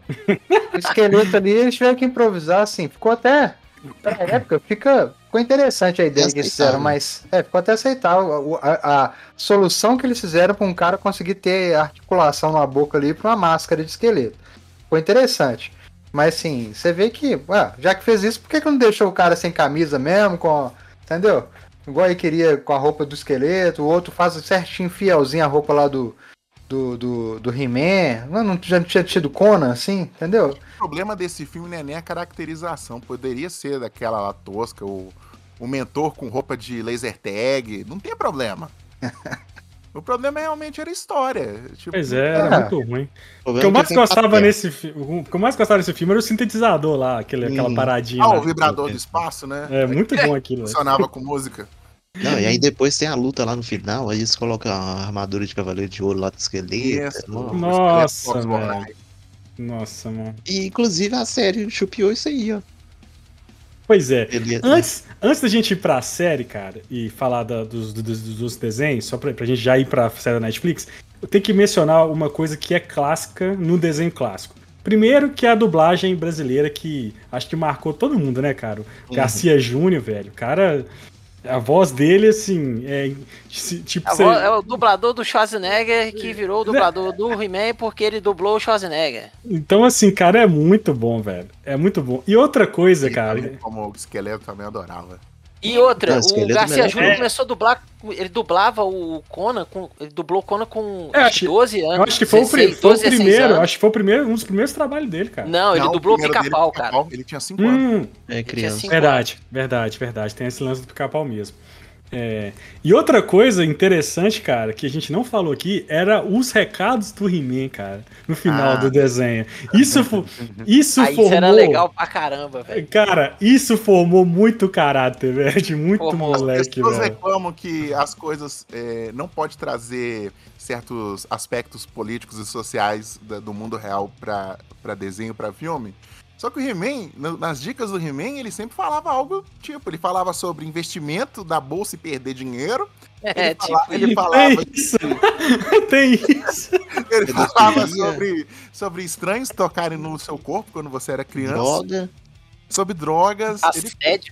O esqueleto ali, eles tiveram que improvisar, assim, ficou até. Pra época, fica, ficou interessante a ideia que eles fizeram, aceitável. mas é, ficou até aceitável. A, a- a solução que eles fizeram para um cara conseguir ter articulação na boca ali para uma máscara de esqueleto. Ficou interessante. Mas assim, você vê que, ué, já que fez isso, por que, que não deixou o cara sem camisa mesmo? Com, entendeu? Igual ele queria com a roupa do esqueleto, o outro faz certinho, fielzinho a roupa lá do, do, do, do He-Man. Não, não, já não tinha tido Conan, assim, entendeu? O problema desse filme não é nem a caracterização. Poderia ser daquela lá tosca, o, o mentor com roupa de laser tag. Não tem problema. O problema realmente era a história. Tipo, Pois é, era É. muito ruim. O O que eu mais tem gostava papel. nesse filme. O que eu mais gostava desse filme era o sintetizador lá, aquele, aquela Hum. paradinha. Ah, lá. o vibrador do espaço, né? É muito bom aquilo. velho. Funcionava com música. Não, e aí depois tem a luta lá no final, aí eles colocam a armadura de cavaleiro de ouro lá do esqueleto. Isso. Nossa. O Nossa, esqueleto do Clóvis Bornai. velho. Nossa, mano. E inclusive a série chupiou isso aí, ó. Pois é. Ele- Antes, antes da gente ir pra série, cara, e falar da- dos, dos, dos desenhos, só pra, pra gente já ir pra série da Netflix, eu tenho que mencionar uma coisa que é clássica no desenho clássico. Primeiro, que é a dublagem brasileira, que acho que marcou todo mundo, né, cara? O Garcia Júnior, velho. O cara. A voz dele, assim, é. se- Tipo, A você- vo- É o dublador do Schwarzenegger que virou o dublador do He-Man porque ele dublou o Schwarzenegger. Então, assim, cara, é muito bom, velho. É muito bom. E outra coisa, Ele cara. também, como o esqueleto também adorava. E outra, Não, o esqueleto Garcia melhor. Júnior É. começou a dublar, ele dublava o Conan, com, ele dublou o Conan com É, acho acho- que doze anos. Eu acho que foi, o, pri- dezesseis, foi o doze, dezesseis primeiro, anos. acho que foi o primeiro, um dos primeiros trabalhos dele, cara. Não, ele Não, dublou o primeiro dele, Pica-Pau, cara. Ele tinha cinco anos. Hum, É criança. cinco verdade, verdade, verdade. Tem esse lance do pica-pau mesmo. É, e outra coisa interessante, cara, que a gente não falou aqui, era os recados do He-Man, cara, no final Ah. do desenho. Isso, fo- isso Aí formou... isso era legal pra caramba, velho. Cara, isso formou muito caráter, velho, de muito Formou. As moleque, pessoas velho. reclamam que as coisas é, não pode trazer certos aspectos políticos e sociais da- do mundo real pra pra desenho, pra filme. Só que o He-Man, no- nas dicas do He-Man, ele sempre falava algo tipo, ele falava sobre investimento da bolsa e perder dinheiro. É, Ele tipo, falava, ele falava, Tem isso, tem isso. ele falava Pedofilia. sobre, sobre estranhos tocarem no seu corpo quando você era criança, Droga. sobre drogas. Ele, assédio, né?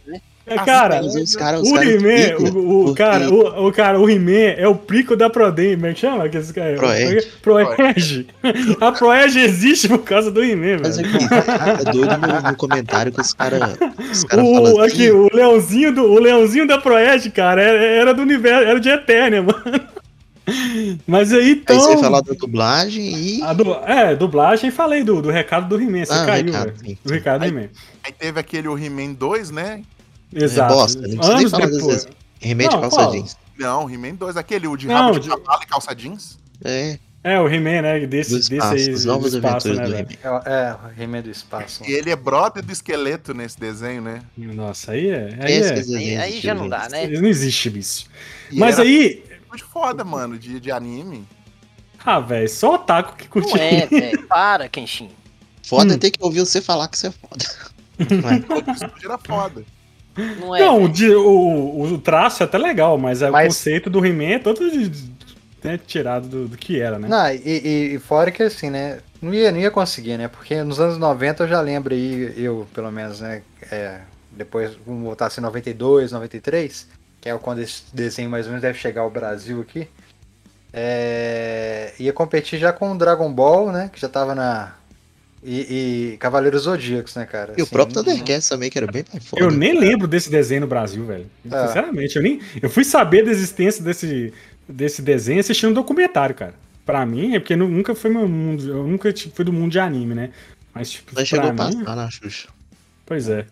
É, cara, os cara, os o cara He-Man, o, o, cara, o, o cara, o He-Man é o prico da Prodem, como é que chama? Que esse cara, Proed. Proed. A Proed existe por causa do He-Man, Mas velho. aqui, é doido no, no comentário que os caras os cara o, falam assim... Aqui, o leãozinho, do, o leãozinho da Proed, cara, era, era do universo, era de Eternia, mano. Mas aí, então... Aí você falar da dublagem e... A du... É, dublagem, falei do, do recado do He-Man, você ah, caiu, recado, velho. sim, Do sim. recado Aí, do He-Man. aí teve aquele o He-Man dois, né? Exato. É bosta, não precisa nem falar depois. He-Man de calça qual? jeans. Não, He-Man dois, aquele o de Não, rabo de de... cavalo e calça jeans. É, É, o He-Man, né? Desse, do desse espaço, aí. as novas do espaço, aventuras né, do velho? He-Man. É, o He-Man do espaço. E ele é brother do esqueleto nesse desenho, né? Nossa, aí é. Aí, Esse é... que desenho Aí, aí existe, já não gente. dá, né? Não existe isso. E Mas era aí. muito foda, mano, de, de anime. Ah, velho, só o otaku que curte. Não é, velho. Para, Kenshin. Foda Hum. é ter que ouvir você falar que você é foda. Não é? O discurso era foda. Não é. Não, o, velho. de- o, o traço é até legal, mas, é Mas- o conceito do He-Man é todo de- né, tirado do, do que era, né? Não, e, e- e fora que assim, né? Não ia, não ia conseguir, né? Porque nos anos noventa eu já lembro aí, eu pelo menos, né? É, depois vamos voltar assim, noventa e dois, noventa e três, que é quando esse desenho mais ou menos deve chegar ao Brasil aqui. É, ia competir já com o Dragon Ball, né? Que já tava na. E, e Cavaleiros Zodíacos, né, cara? E o Assim, próprio Thundercats também, que era bem mais foda. Eu nem lembro desse desenho no Brasil, velho. É. Sinceramente, eu nem. Eu fui saber da existência desse, desse desenho assistindo um documentário, cara. Pra mim, é porque nu- nunca foi meu mundo. Eu nunca tipo, fui do mundo de anime, né? Mas, tipo, Mas chegou pra a mim. passar na Xuxa. Pois é.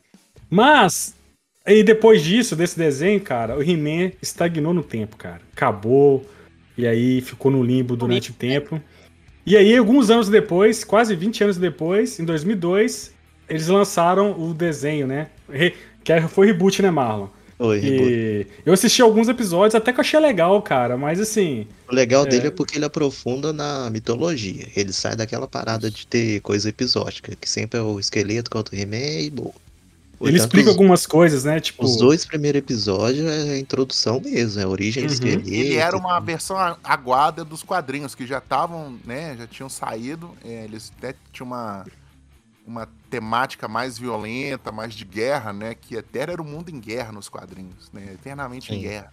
Mas, aí depois disso, desse desenho, cara, o He-Man estagnou no tempo, cara. Acabou. E aí ficou no limbo durante o tempo. E aí, alguns anos depois, quase vinte anos depois, em dois mil e dois, eles lançaram o desenho, né? Re- Que foi reboot, né, Marlon? Oi, reboot. E eu assisti alguns episódios, até que eu achei legal, cara. Mas assim, O legal É. dele é porque ele aprofunda na mitologia. Ele sai daquela parada de ter coisa episódica, que sempre é o esqueleto contra o He-Man e boa. ele Portanto, explica os, algumas coisas, né? Tipo, os dois primeiros episódios é a introdução mesmo, é a origem Uhum. do esqueleto. Ele era uma versão a- aguada dos quadrinhos, que já estavam, né, já tinham saído. É, eles até tinham uma, uma temática mais violenta, mais de guerra, né? Que até era o mundo em guerra nos quadrinhos, né? Eternamente em Sim. guerra.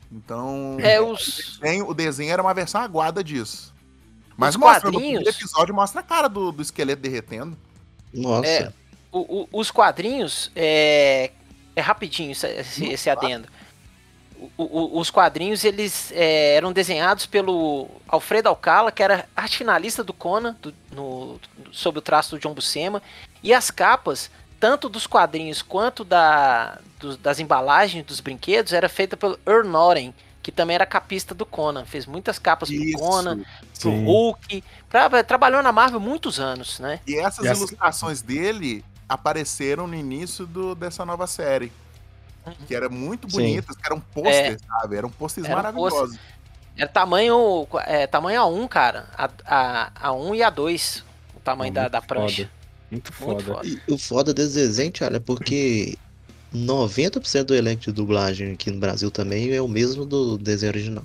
Então, É, o, os, desenho, o desenho era uma versão aguada disso. Mas Os mostra, no quadrinhos- primeiro episódio mostra a cara do, do esqueleto derretendo. Nossa, É. o- o- os quadrinhos, é, é rapidinho esse, esse, esse adendo. O- o- os quadrinhos, eles é, eram desenhados pelo Alfredo Alcala, que era arte finalista do Conan, do, no, sob o traço do John Buscema. E as capas, tanto dos quadrinhos quanto da, dos- das embalagens dos brinquedos, era feita pelo Earl Norton, que também era capista do Conan. Fez muitas capas pro Isso. Conan, pro Sim. Hulk. Pra, trabalhou na Marvel muitos anos, né? E essas E essa- ilustrações dele apareceram no início do, dessa nova série. Que eram muito Sim. bonitas, que eram posters, sabe? Eram posters Era um maravilhosos. Era tamanho, é, tamanho A um, cara. A, a, a um e A dois. O tamanho da, muito da prancha. foda. Muito Muito foda. foda. e o foda desse desenho, cara, é porque noventa por cento do elenco de dublagem aqui no Brasil também é o mesmo do desenho original.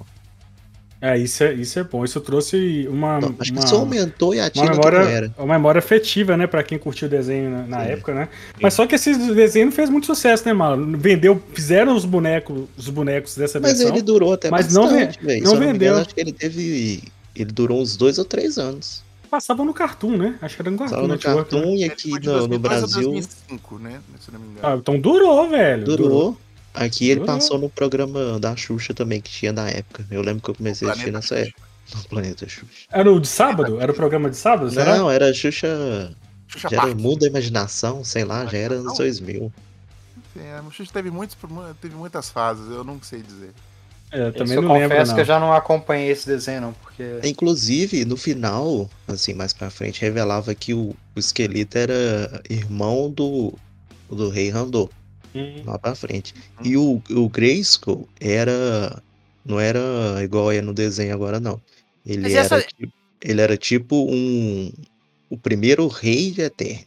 É, isso é, isso é bom. Isso trouxe uma. Não, acho uma... que só aumentou e Uma ativa que não memória, era. uma memória afetiva, né, pra quem curtiu o desenho na, na Sim. época, né? Mas só que esse desenho não fez muito sucesso, né, mano? Vendeu, fizeram os bonecos, os bonecos dessa Mas versão. ele durou até mas não bastante, ve- velho. não Se eu me vendeu. engano, acho que ele teve... Ele durou uns dois ou três anos. Passava no Cartoon, né? Acho que era no Cartoon Só no Network, né? Cartoon e Ele aqui foi de no, dois no mil e dois a Brasil dois mil e cinco, né? Se não me engano. Ah, então durou, velho. durou. Aqui ele Durou. passou no programa da Xuxa também, que tinha na época. Eu lembro que eu comecei a assistir Planeta nessa Xuxa. época. No Planeta Xuxa. Era o de sábado? Era o programa de sábado? Será? Não, era Xuxa... Xuxa Já era Park. o Mundo da Imaginação, sei lá, já era anos dois mil. É, o Xuxa teve, muitos, teve muitas fases, eu não sei dizer. É, eu Isso também eu não confesso lembro, não. que eu já não acompanhei esse desenho, não, porque. Inclusive, no final, assim, mais pra frente, revelava que o, o esqueleto era irmão do, do Rei Randô, Hum. lá pra frente. E o, o Grayskull era... Não era igual é no desenho agora, não. Ele Mas era, essa- tipo, ele era tipo um... O primeiro rei de Eternia.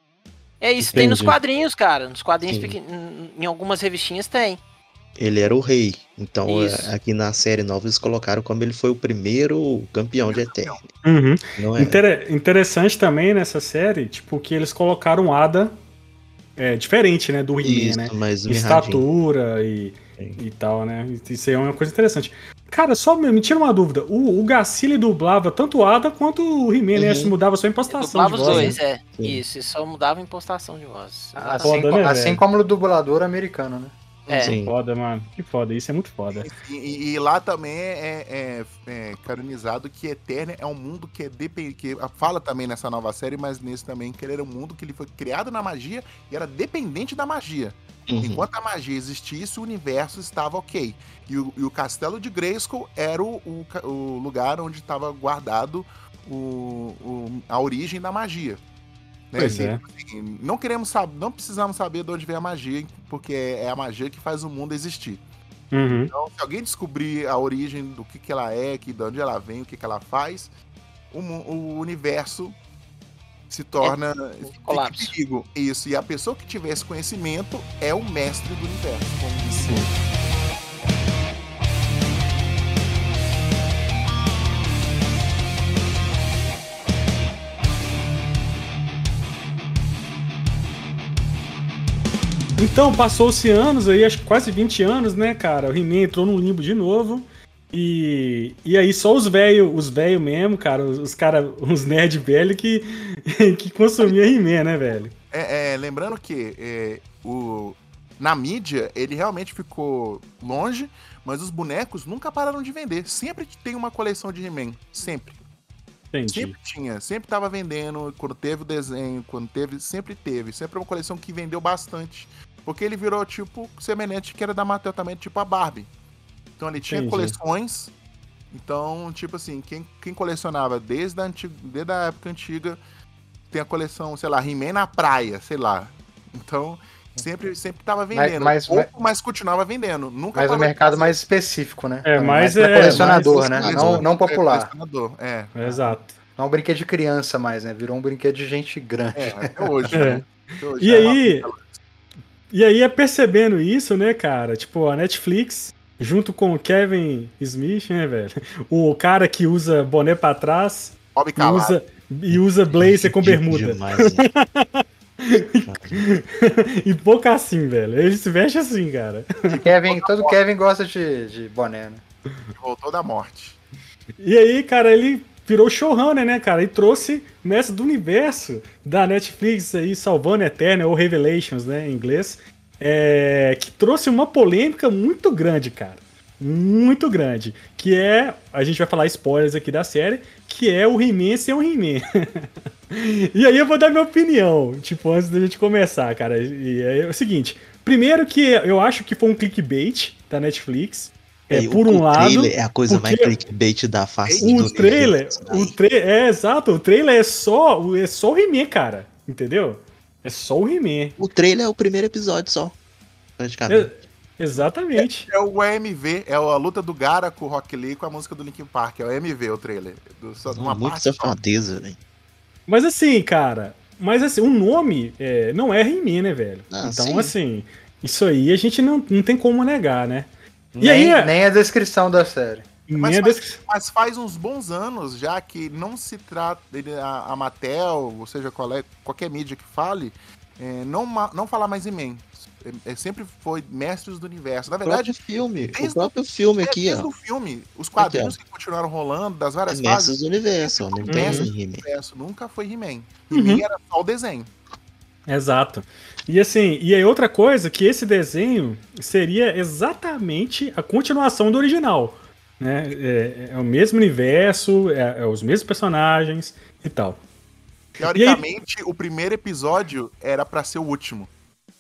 É isso, tem nos Entendi. quadrinhos, cara. Nos quadrinhos, Sim. pequen... em algumas revistinhas tem. Ele era o rei. Então, Isso. é, aqui na série nova, eles colocaram como ele foi o primeiro campeão de Eternia. Uhum. Não é? Inter- Interessante também nessa série, tipo, que eles colocaram Ada é, diferente, né, do He-Man, né? Mais estatura e, e tal, né? Isso aí é uma coisa interessante. Cara, só me tira uma dúvida. O, o Gacile dublava tanto o Ada quanto o He-Man, uhum. né? Se mudava só a impostação dublava de voz. Dublava os dois, né? é. Sim. Isso, só mudava a impostação de voz. Assim, Foda, né, assim como o dublador americano, né? É. Sim. Foda, mano. Que foda. Isso é muito foda. E, e, e lá também é, é, é canonizado que Eternia é um mundo que é dependente. Que fala também nessa nova série, mas nesse também, que ele era um mundo que ele foi criado na magia e era dependente da magia. Uhum. Enquanto a magia existisse, o universo estava ok. E o, e o castelo de Grayskull era o, o, o lugar onde estava guardado o, o, a origem da magia. Né? Pois assim, é. assim, não queremos saber, não precisamos saber de onde vem a magia, porque é, é a magia que faz o mundo existir. Uhum. Então, se alguém descobrir a origem do que, que ela é, que, de onde ela vem, o que, que ela faz, o, o universo se torna é, perigo. Isso, e a pessoa que tiver esse conhecimento é o mestre do universo, como diz. Então, passou-se anos aí, acho que quase vinte anos, né, cara? O He-Man entrou no limbo de novo. E, e aí só os velhos os velho mesmo, cara, os, os cara, os nerd velho que, que consumia He-Man, né, velho? É, é, lembrando que é, o, na mídia ele realmente ficou longe, mas os bonecos nunca pararam de vender. Sempre tem uma coleção de He-Man, sempre. Entendi. Sempre tinha, sempre tava vendendo, quando teve o desenho, quando teve, sempre teve. Sempre uma coleção que vendeu bastante. Porque ele virou, tipo, semelhante que era da Mattel também, tipo a Barbie. Então ele tinha Entendi. coleções. Então, tipo assim, quem, quem colecionava desde a, antiga, desde a época antiga, tem a coleção, sei lá, He-Man na praia, sei lá. Então, sempre, sempre tava vendendo. Mas, mas, pouco, mas continuava vendendo. Nunca mas o mercado mais específico, né? É, mais, mais é, colecionador, mais né? Não, não popular. É, colecionador, é. é. Exato. Não é um brinquedo de criança mais, né? Virou um brinquedo de gente grande. É, até hoje, é. né? Até hoje e é aí... E aí é percebendo isso, né, cara? Tipo, a Netflix, junto com o Kevin Smith, né, velho? O cara que usa boné pra trás Bob e usa, e usa blazer com bermuda. Demais, né? E pouco assim, velho. Ele se veste assim, cara. Kevin, todo Kevin gosta de, de boné, né? Voltou da morte. E aí, cara, ele virou showrunner, né, cara? E trouxe Mestre do Universo da Netflix aí, salvando Eternia, ou Revelations, né, em inglês. É, que trouxe uma polêmica muito grande, cara. Muito grande. Que é, a gente vai falar spoilers aqui da série, que é o He-Man ser um He-Man. E aí eu vou dar minha opinião, tipo, antes da gente começar, cara. E é o seguinte, primeiro que eu acho que foi um clickbait da Netflix. É, e por o, um o lado. trailer é a coisa mais clickbait da face o do trailer, o trailer, é exato, o trailer é só, é só o He-Man, cara, entendeu? É só o He-Man. O trailer é o primeiro episódio só, praticamente. É, exatamente. É, é o E M V, é a luta do Gara com o Rock Lee com a música do Linkin Park, é o E M V o trailer. Do, só de uma muito parte safadeza, velho. Mas assim, cara, mas assim, o nome é, não é He-Man, né, velho? Ah, então, sim. assim, isso aí a gente não, não tem como negar, né? E nem, aí, nem a descrição da série. Mas, a faz, descri... mas faz uns bons anos já que não se trata dele, a, a Mattel, ou seja, qual é, qualquer mídia que fale, é, não, não falar mais em Man. É, é, sempre foi Mestres do Universo. Na verdade, o próprio filme, desde, o próprio filme é, aqui, desde ó. o filme, os quadrinhos aqui, que continuaram rolando, das várias é fases. Mestres do Universo, ó, não tem Mestres do He-Man. Universo, nunca foi He-Man. Uhum. He-Man era só o desenho. Exato. E assim, e aí outra coisa, que esse desenho seria exatamente a continuação do original, né? É, é o mesmo universo, é, é os mesmos personagens e tal. Teoricamente, e aí... o primeiro episódio era pra ser o último.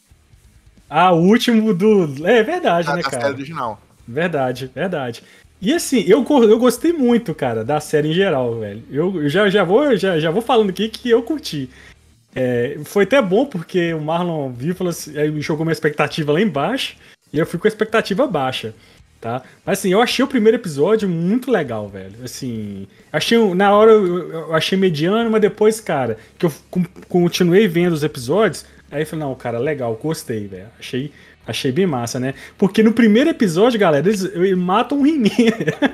Ah, o último do... É verdade, da, né, da cara? série original. Verdade, verdade. E assim, eu, eu gostei muito, cara, da série em geral, velho. Eu, eu já, já, vou, já, já vou falando aqui que eu curti. É, foi até bom porque o Marlon viu e falou assim, aí jogou minha expectativa lá embaixo e eu fui com a expectativa baixa, tá? Mas assim, eu achei o primeiro episódio muito legal, velho. Assim, achei, na hora eu, eu achei mediano, mas depois, cara, que eu continuei vendo os episódios, aí eu falei, não, cara, legal, gostei, velho. Achei, achei bem massa, né? Porque no primeiro episódio, galera, eles, eles matam o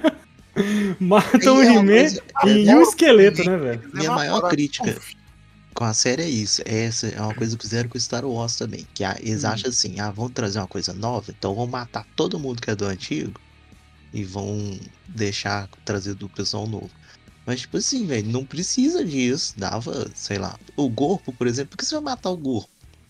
He-Man. Matam o He-Man e um esqueleto, né, velho? Minha maior crítica. com a série é isso. Essa é uma coisa que fizeram com Star Wars também. Que ah, eles hum. acham assim, ah, vamos trazer uma coisa nova, então vão matar todo mundo que é do antigo e vão deixar trazer do pessoal novo. Mas, tipo assim, velho, não precisa disso. Dava, sei lá, o Gorpo, por exemplo, por que você vai matar o Gorpo?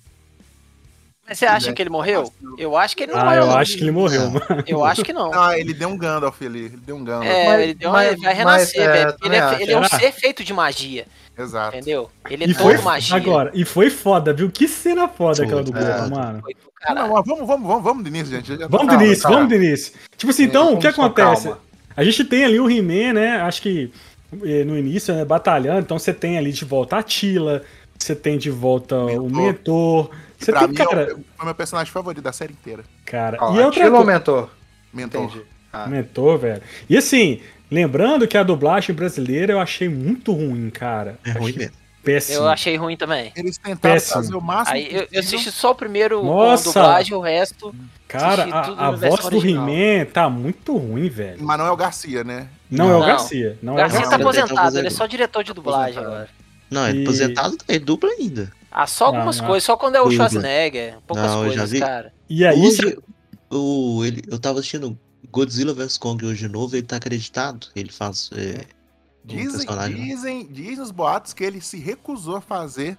Mas você acha que ele morreu? Eu acho que ele não ah, morreu. Ah, eu não. acho que ele morreu, mano. Eu acho que não. Ah, ele deu um Gandalf ali. Ele deu um Gandalf. É, mas, ele, deu uma, mas, ele vai renascer, mas, velho. É, ele é, ele é um ah. ser feito de magia. Exato. Entendeu? Ele é e todo foi, magia. Agora, e foi foda, viu? Que cena foda Foi, aquela do é. Gorpo, mano. Foi do Não, não, vamos, vamos, vamos, vamos do início, gente. Já Vamos tá... do início, calma. vamos do início. Tipo assim, então, Vamos o que com acontece? calma. A gente tem ali o He-Man, né? Acho que no início, né? Batalhando. Então você tem ali de volta a Tila, você tem de volta Mentor. o Mentor. Você pra tem, mim, cara. é o, foi meu personagem favorito da série inteira. Cara, Ó, e é outra Tila ou coisa. Mentor? Mentor. Entendi. Ah. Mentor, velho. E assim, lembrando que a dublagem brasileira eu achei muito ruim, cara. É ruim Achei mesmo. Eu Péssimo. achei ruim também. Eles tentaram Péssimo. fazer o máximo Aí eu, eu possível. assisti só o primeiro Nossa. com dublagem, o resto. Cara, assisti tudo a, a na voz versão do original. He-Man tá muito ruim, velho. Mas não é o Garcia, né? Não, é o Não. Garcia. Não O é o Garcia Garcia. tá Garcia. aposentado, ele é Tá só diretor de dublagem aposentado. agora. Não, ele E- aposentado, ele dupla ainda. Ah, só algumas Não, não. coisas, só quando é o Dubla. Schwarzenegger, poucas Não, eu já coisas, vi. cara. E aí, Hoje, o, ele, eu tava assistindo Godzilla versus. Kong hoje de novo, ele tá acreditado. Ele faz é, um Dizem, personagem. dizem, dizem os boatos que ele se recusou a fazer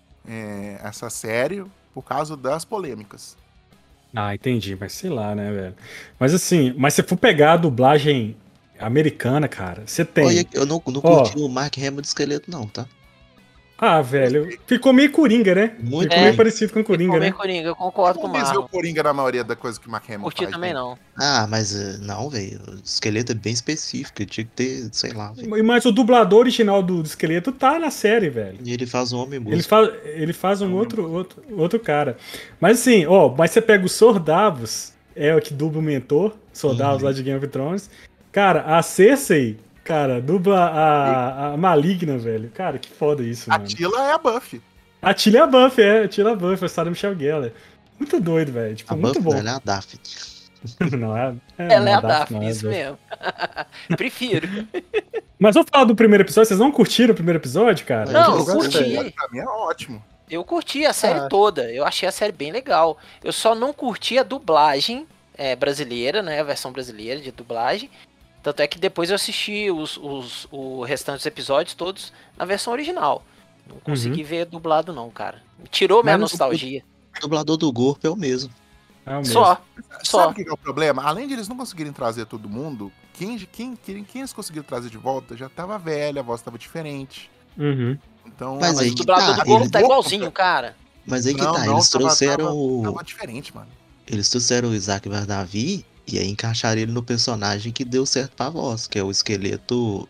é, essa série por causa das polêmicas. Ah, entendi, mas sei lá, né, velho. Mas assim, mas se for pegar a dublagem americana, cara, você tem. Olha, eu não, não Ó. curti o Mark Hamill de esqueleto, não, tá? Ah, velho, ficou meio Coringa, né? Muito ficou É. meio parecido com o Coringa, Coringa, né? Coringa, eu concordo com o Não quis ver o Marlon. Coringa na maioria da coisa que o Mark Hamill Curti faz, também né? não. Ah, mas eh, não, velho. O esqueleto é bem específico. Ele tinha que ter, sei lá, velho. Mas o dublador original do, do esqueleto tá na série, velho. E ele faz um homem Ele, músico. fa ele faz um outro, outro, outro cara. Mas assim, ó, mas você pega o Sordavos, é o que dubla o Mentor, Sordavos Uhum. lá de Game of Thrones. Cara, a Cersei, cara, dubla a, a Maligna, velho. Cara, que foda isso, A mano. Tila é a Buffy. A Tilly é a Buffy, é, a Tilly é a Buffy, a Sarah Michelle Gellar. Muito doido, velho. Tipo, A muito Buffy, bom. ela é a Daphne. Não, é, Ela é a não, Daphne, não, é isso Buffy. mesmo. Prefiro. Mas vamos falar do primeiro episódio. Vocês não curtiram o primeiro episódio, cara? Não, eu eu gostei. curti. Pra mim é ótimo. Eu curti a série Ah. toda. Eu achei a série bem legal. Eu só não curti a dublagem é, brasileira, né? A versão brasileira de dublagem. Tanto é que depois eu assisti os, os, o restante dos episódios todos na versão original. Não consegui ver dublado não, cara. Tirou minha Mas nostalgia. O dublador do Gorpo é o mesmo. É o mesmo. Só. Só. Sabe o que que é o problema? Além de eles não conseguirem trazer todo mundo, quem, quem, quem, quem eles conseguiram trazer de volta já tava velha, a voz tava diferente. Uhum. Então, Mas Mas aí o que dublador tá, do Gorpo ele- tá igualzinho, cara. Mas aí que Não, tá, não, eles tava- trouxeram tava- o. tava diferente, mano. Eles trouxeram o Isaac Vardavi e aí encaixaram ele no personagem que deu certo pra voz, que é o esqueleto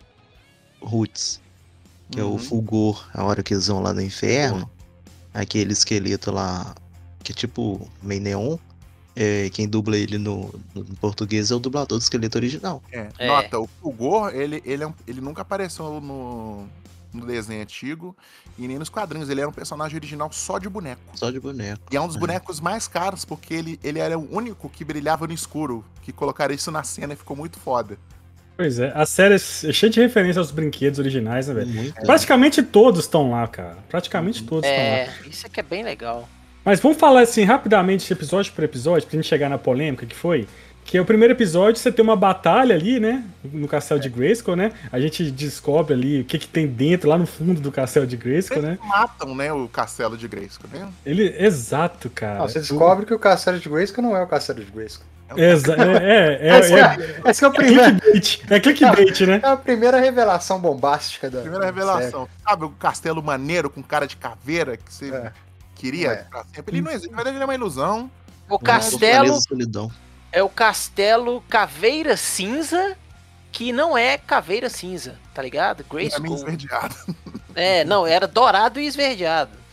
Roots. Que é Uhum. o Fulgor, a hora que eles vão lá no inferno. Aquele esqueleto lá, que é tipo meio neon. É, quem dubla ele no, no português é o dublador do esqueleto original. É. É. Nota, o Fulgor, ele, ele, é um- ele nunca apareceu no, no desenho antigo e nem nos quadrinhos. Ele era um personagem original só de boneco. Só de boneco. E é um dos É. bonecos mais caros, porque ele, ele era o único que brilhava no escuro. Que colocaram isso na cena e ficou muito foda. Pois é, a série é cheia de referência aos brinquedos originais, né, velho? Muito. Praticamente todos estão lá, cara. Praticamente todos estão lá. É, isso aqui é bem legal. Mas vamos falar assim rapidamente, episódio por episódio, pra gente chegar na polêmica que foi. Que é o primeiro episódio, você tem uma batalha ali, né? No castelo de Grayskull, né? A gente descobre ali o que, que tem dentro, lá no fundo do castelo de Grayskull, né? Eles matam, né, o castelo de Grayskull, né? Ele. Exato, cara. Ah, você descobre que o Castelo de Grayskull não é o Castelo de Grayskull. Exa é, é, é, Esse é, é, esse é o é primeiro, clickbait, é clickbait, né? é a primeira revelação bombástica da Primeira revelação. Sabe o castelo maneiro com cara de caveira que você É. queria É. pra sempre? Ele não existe, na verdade ele é uma ilusão. O Fortaleza castelo da Solidão. é o castelo Caveira Cinza, que não é Caveira Cinza, tá ligado? Ele é meio Grayskull. esverdeado. É, não, era dourado e esverdeado.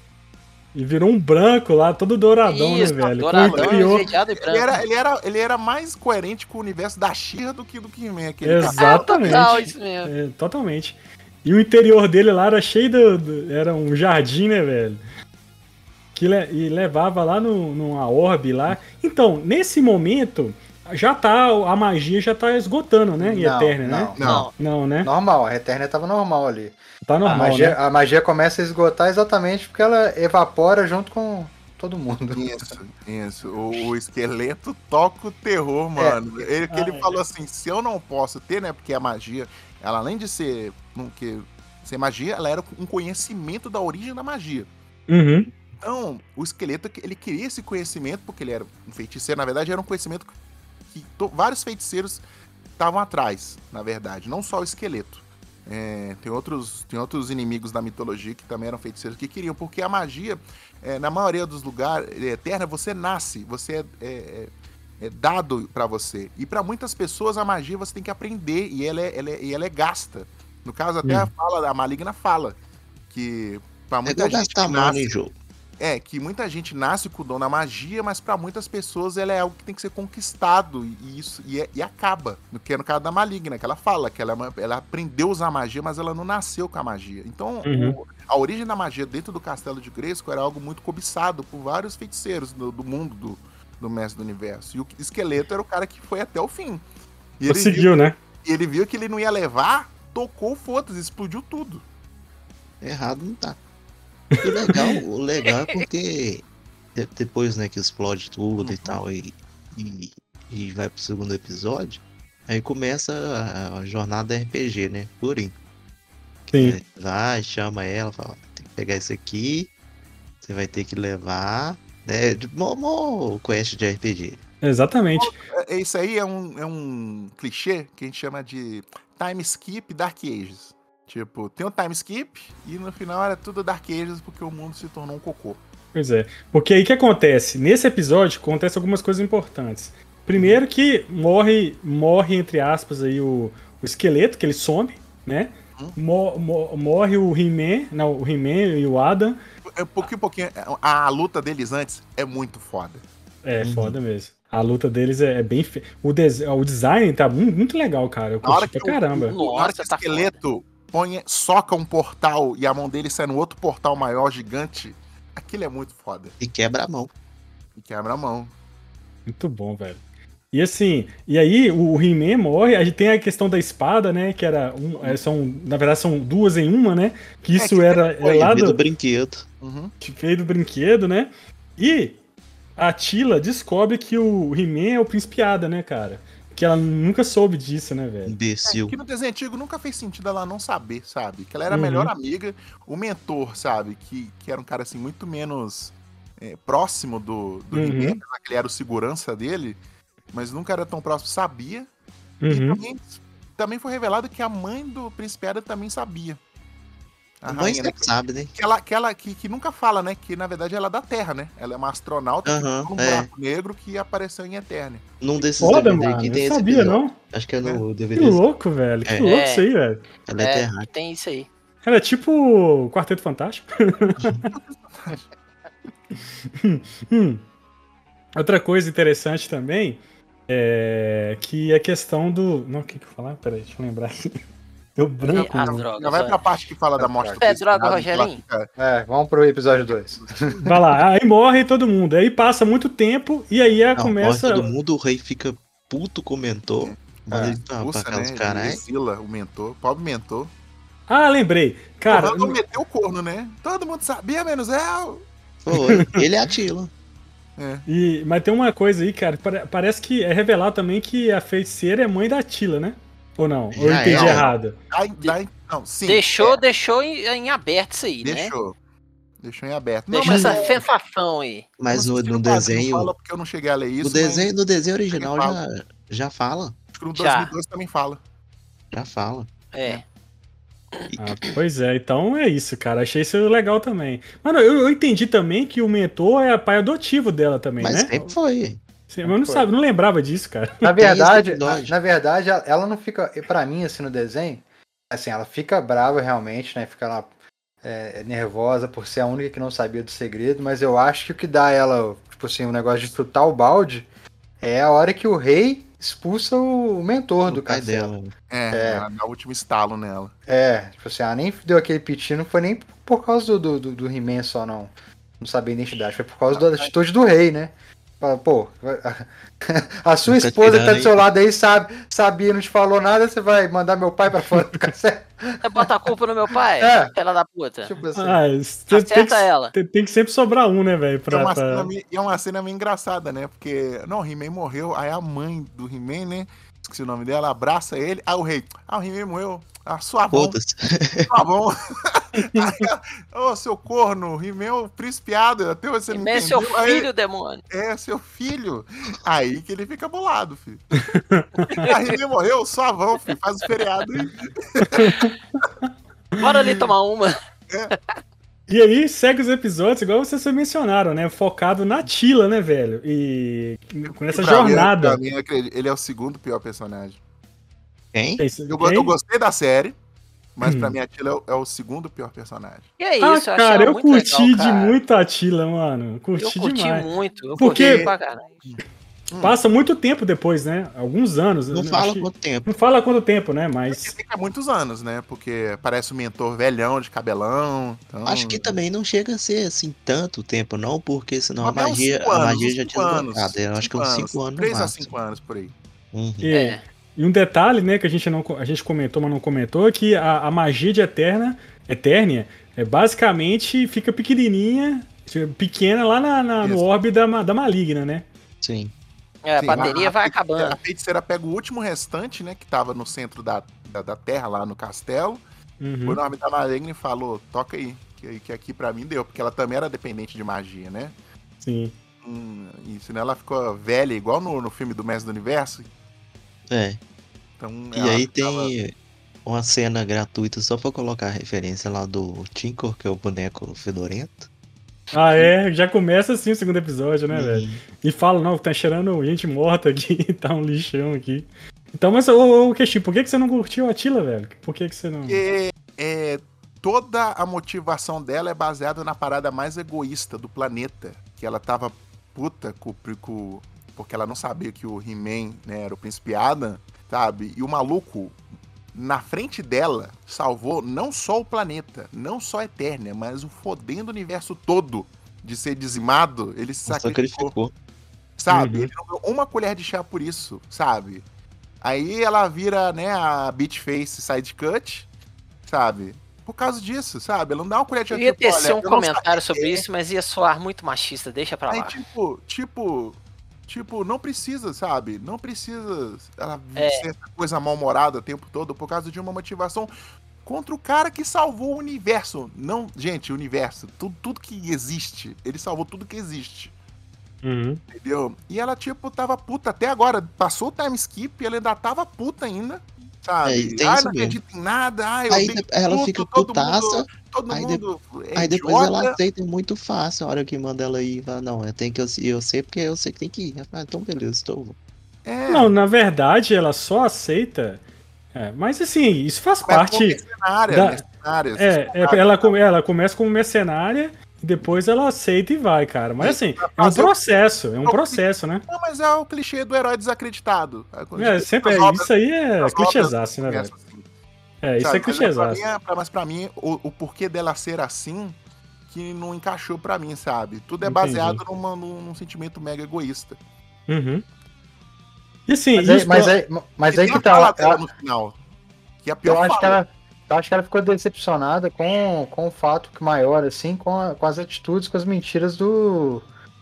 E virou um branco lá, todo douradão, Isso, né, velho? douradão, Criou- esverdeado e branco. Ele era, ele, era, ele era mais coerente com o universo da She-Ra do que do que He-Man, aquele Exato. castelo. Ah, total, Exatamente. isso mesmo. É, totalmente. E o interior dele lá era cheio do. do- era um jardim, né, velho? Que le- e levava lá no, numa orbe lá. Então, nesse momento, já tá, a magia já tá esgotando, né? Em Não, Eternia, não, né? Não. Não, né? Normal, a Eternia tava normal ali. Tá normal, a, magia, né? a magia começa a esgotar exatamente porque ela evapora junto com todo mundo. Isso, isso. O, o esqueleto toca o terror, mano. É. Ele, que ele ah, falou assim, se eu não posso ter, né? Porque a magia, ela além de ser, que, ser magia, ela era um conhecimento da origem da magia. Uhum. Então, o esqueleto, ele queria esse conhecimento, porque ele era um feiticeiro, na verdade, era um conhecimento que to, vários feiticeiros estavam atrás, na verdade, não só o esqueleto. É, tem, outros, tem outros inimigos da mitologia que também eram feiticeiros que queriam, porque a magia, é, na maioria dos lugares, é, Eternia, você nasce, você é, é, é dado pra você. E pra muitas pessoas, a magia você tem que aprender, e ela é, ela é, e ela é gasta. No caso, até a, fala, a Maligna fala que pra muita é gente que nasce... em jogo. É, que muita gente nasce com o dom da magia, mas pra muitas pessoas ela é algo que tem que ser conquistado, e isso e, é, e acaba. No que é no caso da Maligna, que ela fala que ela, ela aprendeu a usar magia, mas ela não nasceu com a magia. Então, uhum. o, a origem da magia dentro do Castelo de Grayskull era algo muito cobiçado por vários feiticeiros do, do mundo do, do Mestre do Universo. E o Esqueleto era o cara que foi até o fim. E conseguiu, ele viu, né? E ele viu que ele não ia levar, tocou foda-se, explodiu tudo. Errado não tá. O legal, o legal é porque depois, né, que explode tudo uhum. e tal, e, e, e vai pro segundo episódio, aí começa a, a jornada R P G, né, Purim. Sim. É, vai, chama ela, fala, tem que pegar isso aqui, você vai ter que levar, né, mó, mó quest de R P G. Exatamente. Isso aí é um, é um clichê que a gente chama de time skip Dark Ages. Tipo, tem um time skip e no final era tudo Dark Ages porque o mundo se tornou um cocô. Pois é. Porque aí o que acontece? Nesse episódio acontece algumas coisas importantes. Primeiro que morre, morre entre aspas, aí o, o esqueleto, que ele some, né? Hum. Mor, mor, morre o He-Man, não, o He-Man e o Adam. É pouquinho, pouquinho. A, a luta deles antes é muito foda. É, uhum. foda mesmo. A luta deles é, é bem fe... o, des... o design tá muito, muito legal, cara. Eu curti pra caramba. O, o, o esqueleto põe, soca um portal e a mão dele sai no outro portal maior, gigante. Aquilo é muito foda. E quebra a mão. E quebra a mão. Muito bom, velho. E assim, e aí o He-Man morre, a gente tem a questão da espada, né, que era, um, é, são, na verdade são duas em uma, né, que isso é, que era, é lá do... do brinquedo. Uhum. Que veio do brinquedo, né, e a Tila descobre que o He-Man é o Príncipe Ada, né, cara. Que ela nunca soube disso, né, velho? Imbecil. É, que no desenho antigo nunca fez sentido ela não saber, sabe? Que ela era a uhum. melhor amiga, o mentor, sabe? Que, que era um cara, assim, muito menos é, próximo do, do uhum. He-Man, que ele era o segurança dele, mas nunca era tão próximo, sabia. Uhum. E também, também foi revelado que a mãe do Príncipe Ada também sabia. A, a mãe rainha, sempre né? sabe, né? Que ela, que, ela que, que nunca fala, né? Que na verdade ela é da Terra, né? Ela é uma astronauta uhum, que um é. buraco negro que apareceu em Eternia. Num desses Foda, D V D mano, aqui tem eu esse sabia, episódio. não? Acho que é no é. D V D. Que louco, velho. Que é. louco é. isso aí, velho. Ela é, é terra. Tem isso aí. Ela é tipo o Quarteto Fantástico. hum. Outra coisa interessante também é que a questão do... Não, o que que eu falar? Peraí, deixa eu lembrar. Deu branco. As drogas, já vai pra parte que fala é, da morte. É droga, Rogerinho? É, vamos pro episódio dois. Vai lá, aí morre todo mundo. Aí passa muito tempo e aí a Não, começa... Morre todo mundo, o rei fica puto com o mentor. Manda É, ele pra, Usa, pra casa né? dos caras. Exila o mentor, pobre mentor. Ah, lembrei. Cara... O meteu o corno, né? Todo mundo sabia, menos eu. Foi, ele é Atila. É. E, mas tem uma coisa aí, cara, parece que é revelado também que a feiticeira é mãe da Atila, né? Ou não? Ou eu entendi é, errado? Dá, dá, não, sim, deixou é. deixou em, em aberto isso aí, deixou. né? Deixou. Deixou em aberto. Deixou essa é... sensação aí. Mas no, no desenho... Fala porque eu não cheguei a ler isso. No desenho, no desenho original já, já fala. Acho que no dois mil e dois também fala. Já fala. É. Ah, pois é, então é isso, cara. Achei isso legal também. Mano, eu, eu entendi também que o mentor é pai adotivo dela também, mas né? Mas sempre foi. Sim, mas não foi. sabe, não lembrava disso, cara. Na verdade, na, na verdade, ela não fica, pra mim, assim, no desenho, assim, ela fica brava realmente, né? Fica lá é, nervosa por ser a única que não sabia do segredo, mas eu acho que o que dá ela, tipo assim, o um negócio de chutar o balde é a hora que o rei expulsa o mentor o do pai castelo. dela. É, é, ela dá o último estalo nela. É, tipo assim, ela nem deu aquele piti, não foi nem por causa do, do, do He-Man só, não. Não sabia a identidade, foi por causa ah, da atitude do rei, né? Pô, a sua Fica esposa que tá do seu lado aí, sabe, sabia, não te falou nada, você vai mandar meu pai pra fora do castelo? Você bota a culpa no meu pai? É. Ela da puta. Tipo assim. Ah, tem, tem, que, ela. Tem, tem que sempre sobrar um, né, velho? Pra... É, uma pra... meio, é uma cena meio engraçada, né? Porque, não, o He-Man morreu, aí a mãe do He-Man, né? Esqueci o nome dela, abraça ele. Ah, o rei. Ah, o He-Man morreu. Ah, suavão. Suavão. Ô, oh, seu corno, He-Man o príncipe-piada, até você não entendeu. É seu filho, aí, demônio. É, seu filho. Aí que ele fica bolado, filho. A He-Man morreu, suavão, filho. Faz o feriado aí. Bora ali tomar uma. É. E aí, segue os episódios, igual vocês mencionaram, né? Focado na Tila, né, velho? E com essa pra jornada. Mim, pra mim, ele é o segundo pior personagem. Quem? Eu, Quem? eu gostei da série, mas hum. pra mim a Tila é o, é o segundo pior personagem. E é isso, ah, cara, eu curti legal, cara. de muito a Tila, mano. Curti, eu curti demais. muito. Eu Porque curti pra caralho. Passa muito tempo depois, né? Alguns anos. Não fala que... quanto tempo. Não fala quanto tempo, né? Mas. Fica muitos anos, né? Porque parece um mentor velhão, de cabelão. Então... Acho que também não chega a ser assim tanto tempo, não, porque senão a magia, anos, a magia já tinha esgotado. Eu acho que uns cinco anos. três a cinco anos por aí. Uhum. E, é. e um detalhe, né, que a gente, não, a gente comentou, mas não comentou, é que a, a magia de Eterna, Eternia é basicamente fica pequenininha, pequena lá na, na, no orbe da, da maligna, né? Sim. É, a Sim, bateria a, vai a acabando. A feiticeira pega o último restante, né, que tava no centro da, da, da terra, lá no castelo. Uhum. O nome da Maligna falou, toca aí, que, que aqui pra mim deu, porque ela também era dependente de magia, né? Sim. Hum, e senão ela ficou velha, igual no, no filme do Mestre do Universo. É. Então, e aí tem uma cena gratuita só pra colocar a referência lá do Tinkor, que é o boneco fedorento. Ah, é? Já começa assim o segundo episódio, né, uhum. velho? E fala, não, tá cheirando gente morta aqui, tá um lixão aqui. Então, mas, ô, ô Queixinho, por que, que você não curtiu a Tila, velho? Por que, que você não... Porque é, toda a motivação dela é baseada na parada mais egoísta do planeta. Que ela tava puta com, com, porque ela não sabia que o He-Man, né, era o Príncipe Adam, sabe? E o maluco, na frente dela, salvou não só o planeta, não só a Eternia, mas o fodendo universo todo de ser dizimado. Ele se sacrificou. sacrificou. Sabe? Uhum. Ele não deu uma colher de chá por isso, sabe? Aí ela vira, né, a Bitchface Side Cut, sabe? Por causa disso, sabe? Ela não dá uma colher de chá. Eu ia tecer um comentário sobre isso, mas ia soar muito machista, deixa pra lá. Aí, tipo, tipo... Tipo, não precisa, sabe? Não precisa ela é. ser essa coisa mal-humorada o tempo todo por causa de uma motivação contra o cara que salvou o universo. Não, gente, o universo, tudo, tudo que existe, ele salvou tudo que existe. Uhum. Entendeu? E ela, tipo, tava puta até agora. Passou o time skip e ela ainda tava puta ainda. Sabe? É, ah, não acredito em nada. Ah, eu aí ela puto, fica todo putaça. Mundo, todo aí mundo de... é aí depois ela aceita muito fácil. A hora que manda ela ir, fala, não, eu tenho que eu, eu sei porque eu sei que tem que ir. Ah, então beleza, estou. É. Não, na verdade, ela só aceita. É, mas assim, isso faz Mas parte. Mercenária, da... mercenária, é, é, ela, ela começa como mercenária. E depois ela aceita e vai, cara. Mas assim, é um processo, é um processo, né? Não, mas é o clichê do herói desacreditado. É, sempre é, isso aí é clichêzaço, né, velho? Assim, é, isso sabe? é clichêzaço. Mas pra mim, mas pra mim o, o porquê dela ser assim, que não encaixou pra mim, sabe? Tudo é baseado numa, num, num sentimento mega egoísta. Uhum. E assim, mas, isso, aí, mas, aí, mas aí que tá... Ela, no final, que é a pior eu acho fala. que ela... Eu acho que ela ficou decepcionada com, com o fato que maior, assim, com, a, com as atitudes, com as mentiras do...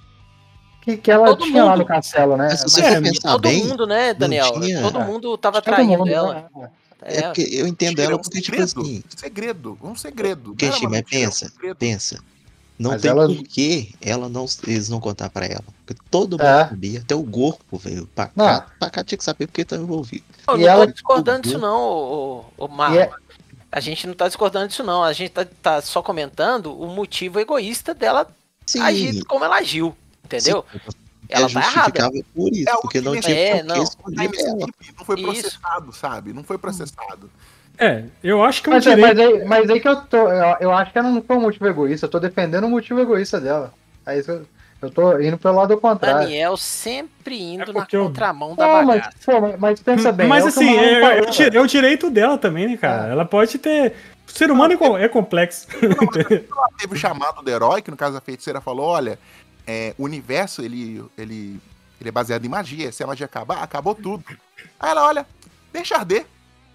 Que, que ela todo tinha mundo. lá no castelo, né? Mas se você for pensar todo bem, mundo, né, Daniel? tinha... Todo mundo tava todo traindo mundo, ela. Né? É, é porque eu entendo ela um porque, segredo, tipo assim... Segredo, um segredo. Porque, mas mentira, pensa, um pensa. Não mas tem ela... porquê ela não, eles não contar pra ela. Porque todo mundo é. sabia, até o Gorpo, velho. Pra cá, pra cá tinha que saber porque tá envolvido. Eu e não ela... tô discordando disso não, o, o, o Marlon. É... A gente não tá discordando disso não, a gente tá, tá só comentando o motivo egoísta dela Sim. agir como ela agiu, entendeu? Sim. Ela tá errada. Por isso, é porque não tinha é, não. ela. Não foi processado, isso. sabe? Não foi processado. É, eu acho que é um mas, direito... mas, aí, mas aí que eu tô, eu, eu acho que ela não foi um motivo egoísta, eu tô defendendo o motivo egoísta dela. Aí eu, eu tô indo pelo lado contrário. Daniel sempre indo é na eu... contramão da não, bagaça. Mas, pô, mas pensa bem. Mas é assim, é, é, é, é o direito dela também, né, cara? É. Ela pode ter... O ser humano não, é complexo. Não, ela teve o chamado do herói, que no caso a feiticeira falou, olha, é, o universo, ele, ele, ele é baseado em magia. Se a magia acabar, acabou tudo. Aí ela olha, deixa arder.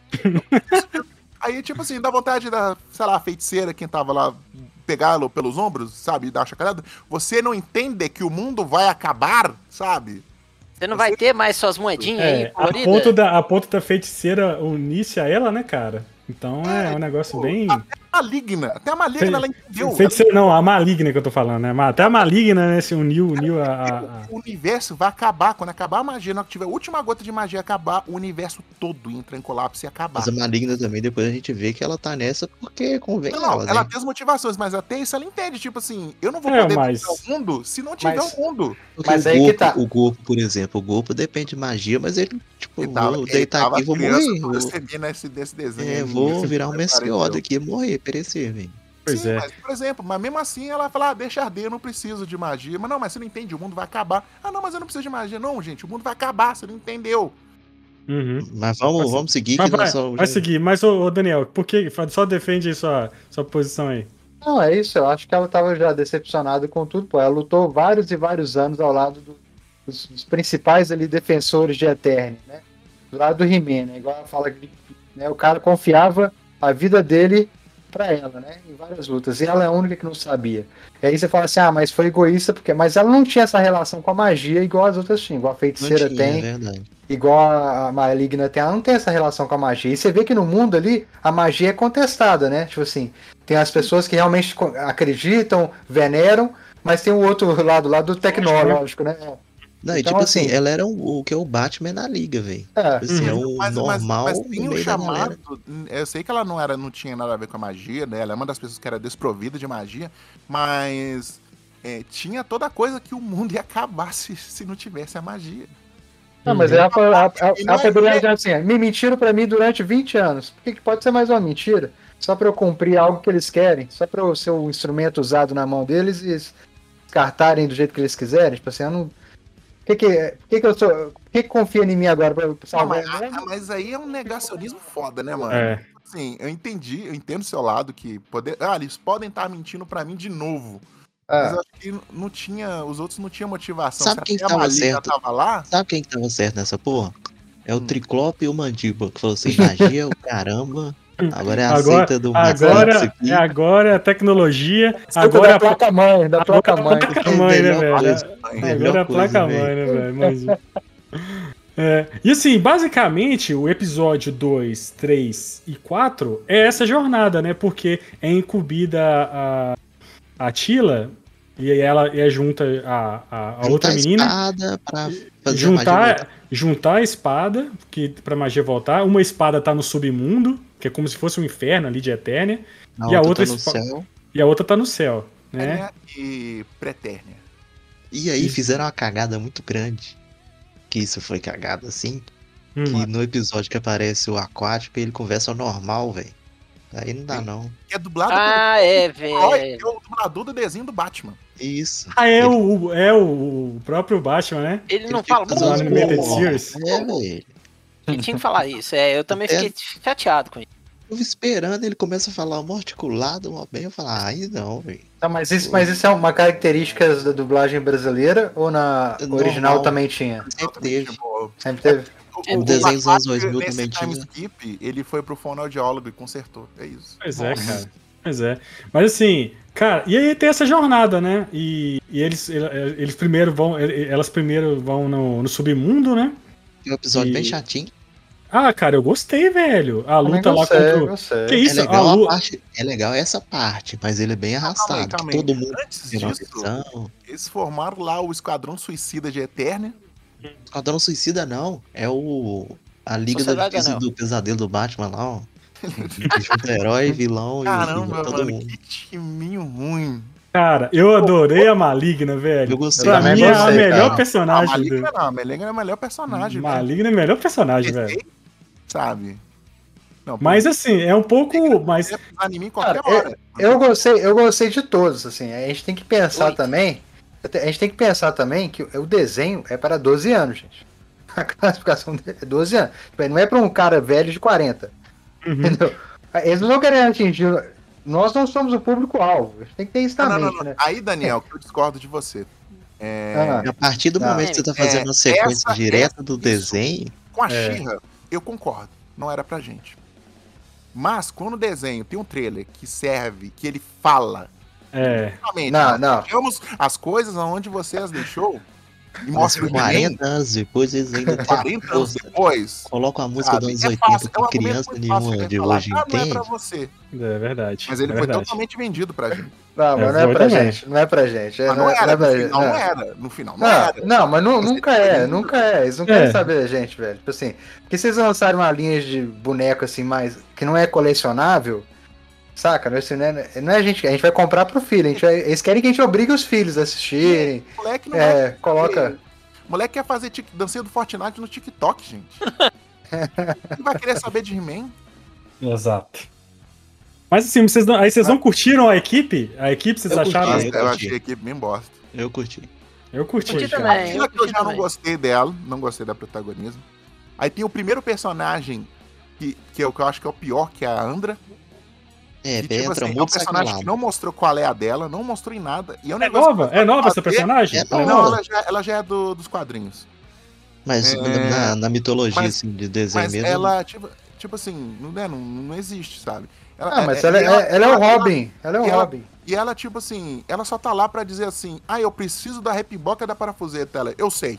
Aí, tipo assim, dá vontade da, sei lá, a feiticeira, quem tava lá, pegá-lo pelos ombros, sabe, e dar uma chacoalhada. Você não entende que o mundo vai acabar, sabe? Você não vai ter mais suas moedinhas É, aí, a coloridas? ponto, da, a ponto da feiticeira unir-se a ela, né, cara? Então é, é um negócio pô, bem... Até a maligna, até a maligna Fe... ela entendeu. Feiticeira não, a maligna que eu tô falando, né? Até a maligna, né, se uniu, uniu a... a... O universo vai acabar, quando acabar a magia, na hora que tiver a última gota de magia acabar, o universo todo entra em colapso e acabar. Mas a maligna também, depois a gente vê que ela tá nessa porque convém Não, ela, ela né? tem as motivações, mas até isso ela entende, tipo assim, eu não vou É, poder mas- mudar o mundo se não tiver mas- o mundo. Porque Mas o aí que Goku, tá. o Goku, por exemplo, o Goku depende de magia, mas ele, tipo, Ele tava, vou ele deitar tava aqui e vou criança, morrer. toda Vou, semia nesse, desse desenho. é, aí, vou nesse virar um apareceu. Mesquioda aqui e morrer, perecer, velho. Pois Sim, é. mas, por exemplo, mas mesmo assim ela fala, ah, deixa arder, eu não preciso de magia. Mas não, mas você não entende, o mundo vai acabar. Ah, não, mas eu não preciso de magia. Não, gente, o mundo vai acabar, você não entendeu. Uhum. Mas vamos, Mas- vamos seguir Mas que vai, nós somos... vai seguir, mas ô, ô, Daniel, por que... Só defende aí sua, sua posição aí. Não, é isso, eu acho que ela tava já decepcionada com tudo, pô. Ela lutou vários e vários anos ao lado do- dos, dos principais ali defensores de Eternia, né? Do lado do He-Man, né? Igual ela fala que né, o cara confiava a vida dele pra ela, né? Em várias lutas. E ela é a única que não sabia. E aí você fala assim, ah, mas foi egoísta, porque... Mas ela não tinha essa relação com a magia igual as outras tinham, igual a Não feiticeira tinha, tem. é verdade. Igual a maligna tem, ela não tem essa relação com a magia. E você vê que no mundo ali, a magia é contestada, né? Tipo assim, tem as pessoas que realmente co- acreditam, veneram, mas tem o outro lado lá do tecnológico, né? Não, e Então, tipo assim, assim- ela era o, o que é o Batman na liga, velho. É. Tipo assim, é Uhum. o Mas, mas, normal mas no tem o meio da galera. chamado. Eu sei que ela não, era, não tinha nada a ver com a magia, né? Ela é uma das pessoas que era desprovida de magia, mas é, tinha toda a coisa que o mundo ia acabar se, se não tivesse a magia. Não, mas Uhum. ela, ela, ela, ela, E não é- poderia dizer assim, me mentiram pra mim durante vinte anos. Por que, que pode ser mais uma mentira? Só pra eu cumprir algo que eles querem? Só pra eu ser o instrumento usado na mão deles e eles descartarem do jeito que eles quiserem? Tipo assim, eu não... Por que, que, por que, que eu sou. Por que, que confia em mim agora pra Não, salvar mas, o mundo? ah, mas aí é um negacionismo foda, né, mano? É. Assim, eu entendi, eu entendo o seu lado que poder, ah, eles podem estar mentindo pra mim de novo. Ah. Mas eu acho que não tinha, os outros não tinham motivação. Sabe Se quem até a tava Maligna certo? tava lá, Sabe quem que tava certo nessa porra? É o Hum. Triclope e o Mandíbula, que falou assim, magia, o caramba. Agora é a Agora, seita do Matrix agora, aqui. é agora a tecnologia, Agora agora da a placa-mãe, da agora a placa-mãe. placa-mãe, né, Melhor velho? coisa, Agora melhor é a coisa, placa-mãe, velho. né, velho? Imagina. É, e assim, basicamente, o episódio dois, três e quatro é essa jornada, né? Porque é incumbida a, a Tila e aí ela é junta a, a, a Juntar outra a menina. espada pra fazer a magia voltar. Juntar, juntar a espada, que, pra magia voltar. Uma espada tá no submundo, que é como se fosse um inferno ali de Eternia. A e a outra outra tá no espa- céu. E a outra tá no céu, né? né? E Pretérnia. E aí Isso. fizeram uma cagada muito grande. Que isso foi cagada assim. Hum. Que no episódio que aparece o Aquático, ele conversa normal, velho. Aí não dá Sim. não. Que é dublado Ah, é, pelo Roy, velho. que é o dublador do desenho do Batman. Isso. Ah, é, Ele- o, é o, o próprio Batman, né? Ele não Ele fala fica Do fazendo muito. Animated "Oh". Series. É, velho. Ele tinha que falar isso. É, eu também É. fiquei chateado com isso. Eu tava esperando, ele começa a falar um articulado, uma bem, eu falo, ah, aí não, velho. Tá, mas, isso, mas isso é uma característica da dublagem brasileira ou na É original normal. também tinha? Sempre teve. Tipo, Sempre teve. o, O desenho dos anos Aquático, dois mil nesse também time tinha. skip, ele foi pro fonoaudiólogo e consertou. É isso. Pois é, cara. Pois é. Mas assim, cara, e aí tem essa jornada, né? E, e eles, eles primeiro vão. Elas primeiro vão no, no submundo, né? Tem um episódio E- bem chatinho. Ah, cara, eu gostei, velho. A Também luta lá gostei, contra o. gostei. Que É isso? legal, a a lu- parte, é legal essa parte, mas ele é bem arrastado. que calma aí. Todo mundo Antes tem uma disso, visão. eles formaram lá o Esquadrão Suicida de Eternia. Esquadrão Suicida não, é o. A Liga da Sociedade Defesa Anel. do Pesadelo do Batman lá, ó. Que junta herói, vilão e- e, Caramba, todo mano, mundo. que timinho ruim. Cara, eu adorei a Maligna, velho. Eu gostei. Pra também mim é a gostei, melhor cara. A personagem Maligna do. não, a Maligna é a melhor personagem, velho. Maligna é o melhor personagem, velho. Pensei, Sabe? Não, Mas assim, é um pouco. Mas você pisar em mim qualquer Cara, hora. Eu gostei, eu gostei de todos, assim. A gente tem que pensar Oito. também. A gente tem que pensar também que o desenho é para doze anos, gente. A classificação dele é doze anos. Tipo, não é para um cara velho de quarenta. Uhum. Entendeu? Eles não vão querer atingir. Nós não somos o público-alvo. A gente tem que ter isso Não, também, não, não, não. né? Aí, Daniel, que eu discordo de você. É... Ah, a partir do não, momento que você tá fazendo é, uma sequência essa, direta essa, do isso. desenho... Com a É. She-Ra, eu concordo. Não era pra gente. Mas quando o desenho tem um trailer que serve, que ele fala... É. Realmente, Não, nós não. deixamos as coisas aonde você as deixou e mostra o He-Man quarenta anos depois, eles ainda têm quarenta anos depois. colocam a música Sabe? dos anos É oitenta fácil, é um que argumento criança muito fácil nenhuma de de falar. hoje Ah, não é pra entende. você. É verdade. Mas ele é foi verdade. totalmente vendido pra gente. Não, mas É, não é foi pra também. gente. Não é pra gente. É, Mas não é- era, é pra no gente, final não. não era. No final não Não, era. não, mas nu- Você nunca tá é, vendo? nunca é. Eles não É. querem saber da gente, velho. Tipo assim, porque vocês lançarem uma linha de boneco assim, mais que não é colecionável, saca? Não é, assim, não é, não é a gente, a gente vai comprar pro filho. A gente vai- eles querem que a gente obrigue os filhos a assistirem. O moleque não É, vai coloca. O moleque quer fazer tic- dancinha do Fortnite no TikTok, gente. Ele vai querer saber de He-Man? Exato. Mas assim, vocês não, aí vocês não curtiram a equipe? A equipe, vocês Eu acharam? curti. Nossa, eu eu curti. achei a equipe bem bosta. Eu curti. Eu curti. Curti cara. também. Aquilo eu que eu curti já não também. gostei dela, não gostei da protagonismo. Aí tem o primeiro personagem, que, que é o que eu acho que é o pior, que é a Andra. É, Que, tipo entra assim, é um muito personagem que sacolado. não mostrou qual é a dela, não mostrou em nada. E é, um É negócio nova? que É nova essa fazer- personagem? É Ela é Não, nova? ela já, ela já é do- dos quadrinhos. Mas É, na, na mitologia, mas- assim, de desenho Mas mesmo... ela, tipo, tipo assim, não, é, não, não existe, sabe? Ela, Ah, mas ela, e é, ela é o ela- Robin. Ela é o e ela- Robin. E ela, tipo assim, ela só tá lá pra dizer assim, ah, eu preciso da repiboca da parafuseta. Ela, eu sei.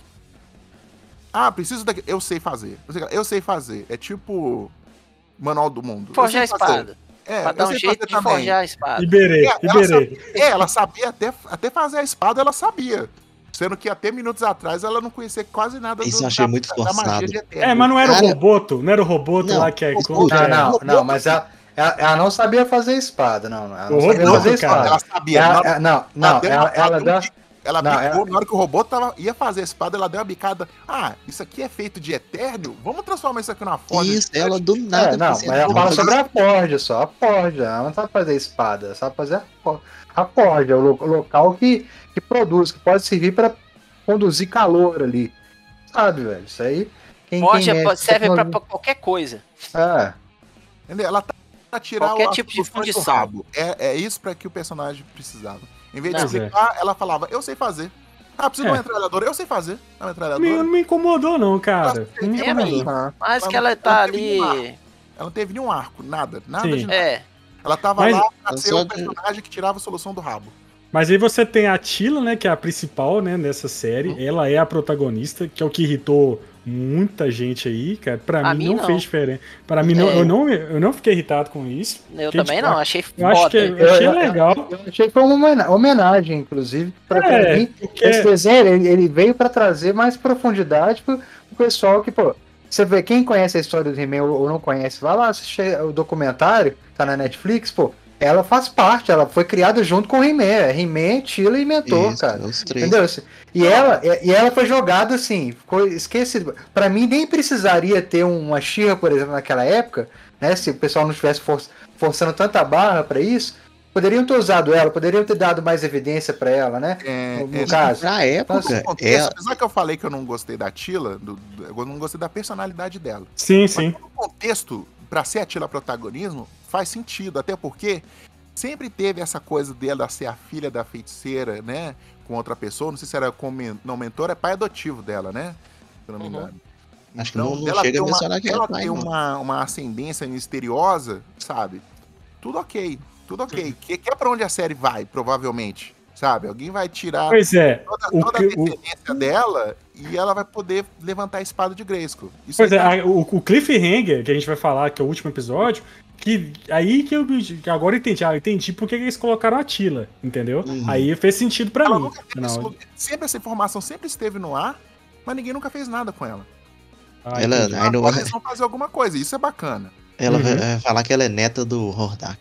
Ah, preciso da... Eu sei fazer. Eu sei fazer. É tipo... Manual do Mundo. Eu Forjar a sei fazer. espada. É, Pra eu dar um sei jeito fazer de também. forjar a espada. Iberê, É, ela Iberê. sabia, é, ela sabia até, até fazer a espada, ela sabia. Sendo que até minutos atrás ela não conhecia quase nada Isso do, eu achei da, muito da forçado. magia de Eterno. É, mas não era o Cara- Roboto? Não era o Roboto Não, lá que é... o como que Não, é? não, Roboto- não, mas ela, ela, ela não sabia fazer espada, não. Ela não O sabia Roboto, fazer cara. espada. Ela sabia. Ela- na- ela- não, não, deu ela, uma- ela deu um deu. bico. Ela Não, bicou, ela- na hora que o robô tava, ia fazer a espada, ela deu uma bicada. Ah, isso aqui é feito de Eterno? Vamos transformar isso aqui numa Ford. Isso, ela do nada... É, não, pensei, mas ela "Vamos fala fazer sobre a Ford só, a Ford, ela não sabe fazer espada, ela sabe fazer a Ford. A Ford é o lo- local que, que produz, que pode servir para conduzir calor ali. Sabe, velho? Isso aí. Quem, Forja quem po- mexe com serve pra, tecnologia- pra qualquer coisa. É. Entendeu? Ela tá pra tirar Qualquer o tipo de as funções do fundição. rabo. É, é isso pra que o personagem precisava. Em vez de Não. explicar, ela falava, eu sei fazer. Ah, preciso de uma É. metralhadora. Eu sei fazer. Uma Me- metralhadora. Não me incomodou não, cara. Não me É, incomodou. Ah, Mas Ela que ela não- tá ela teve nenhum ali. Ela não teve nenhum arco, nada. Nada Sim. de nada. É. Ela tava Mas- lá pra ser Só o de- personagem que tirava a solução do rabo. Mas aí você tem a Tila, né, que é a principal, né, nessa série. Uhum. Ela é a protagonista, que é o que irritou muita gente aí, cara. Pra A mim, mim, não, não. fez diferença. Pra mim, não, É. eu, não, eu não fiquei irritado com isso. Eu Porque, também tipo, não, achei Eu acho que foda. eu achei Eu- eu- legal. Eu achei que foi uma homena- homenagem, inclusive, pra, pra É, mim. porque- Esse desenho, ele, ele veio pra trazer mais profundidade pro, pro pessoal que, pô, você vê, quem conhece a história do He-Man ou, ou não conhece, vai lá assistir o documentário, tá na Netflix, pô, ela faz parte, ela foi criada junto com o He-Man, é He-Man, Tila e Mentor, Isso, cara. os três. Entendeu? E ela, e ela foi jogada assim, ficou esquecida. Pra mim, nem precisaria ter uma She-Ra, por exemplo, naquela época, né? Se o pessoal não estivesse for, forçando tanta barra pra isso, poderiam ter usado ela, poderiam ter dado mais evidência pra ela, né? É, No, no é, caso. Pra época, Então, No contexto, é, apesar que eu falei que eu não gostei da Tila, do, do- eu não gostei da personalidade dela. Sim, sim. Mas no contexto, pra ser a Tila protagonismo, faz sentido, até porque sempre teve essa coisa dela ser a filha da feiticeira, né? Com outra pessoa, não sei se era com men- não mentor, é pai adotivo dela, né? Se eu não me Uhum. engano. acho que não, não dela chega ter a uma- mencionar que é ela pai, tem não. uma, uma ascendência misteriosa, sabe? Tudo ok, tudo ok. Que, que é pra onde a série vai, provavelmente, sabe? Alguém vai tirar Pois é. toda, o toda que- a o- descendência dela e ela vai poder levantar a espada de Grayskull. Isso Pois aí é, tá- a- o, o cliffhanger, que a gente vai falar, que é o último episódio, que aí que eu que agora eu entendi. Ah, eu entendi por que que eles colocaram a Tila, entendeu? Uhum. Aí fez sentido pra ela mim. nunca teve Não, esse lugar- sempre essa informação sempre esteve no ar, mas ninguém nunca fez nada com ela. ah, Ela- entendi. Aí não- Agora eles vão fazer alguma coisa, isso é bacana. Ela vai, Uhum. vai falar que ela é neta do Hordak.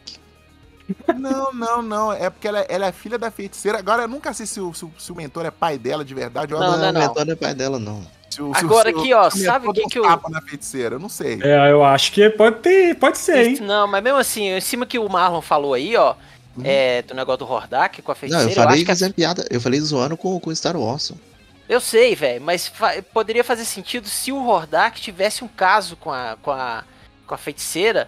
Não, não, não. É porque ela, é- ela é filha da feiticeira. Agora eu nunca sei se o, se o- se o mentor é pai dela de verdade ou Não, ela- não é o não. mentor não é pai dela, não. se o- se o- Agora se o- aqui, ó, se o sabe mentor o que deu que uns eu- tapa na feiticeira, eu não sei. É, eu acho que pode ter, pode ser, hein? Não, mas mesmo assim, em cima que o Marlon falou aí, ó, Uhum. é, do negócio do Hordak com a Não, feiticeira, eu eu, falei acho que a- fazendo piada, eu falei zoando com, com Star Wars. eu sei, velho, mas fa- poderia fazer sentido se o Hordak tivesse um caso com a, com a, com a feiticeira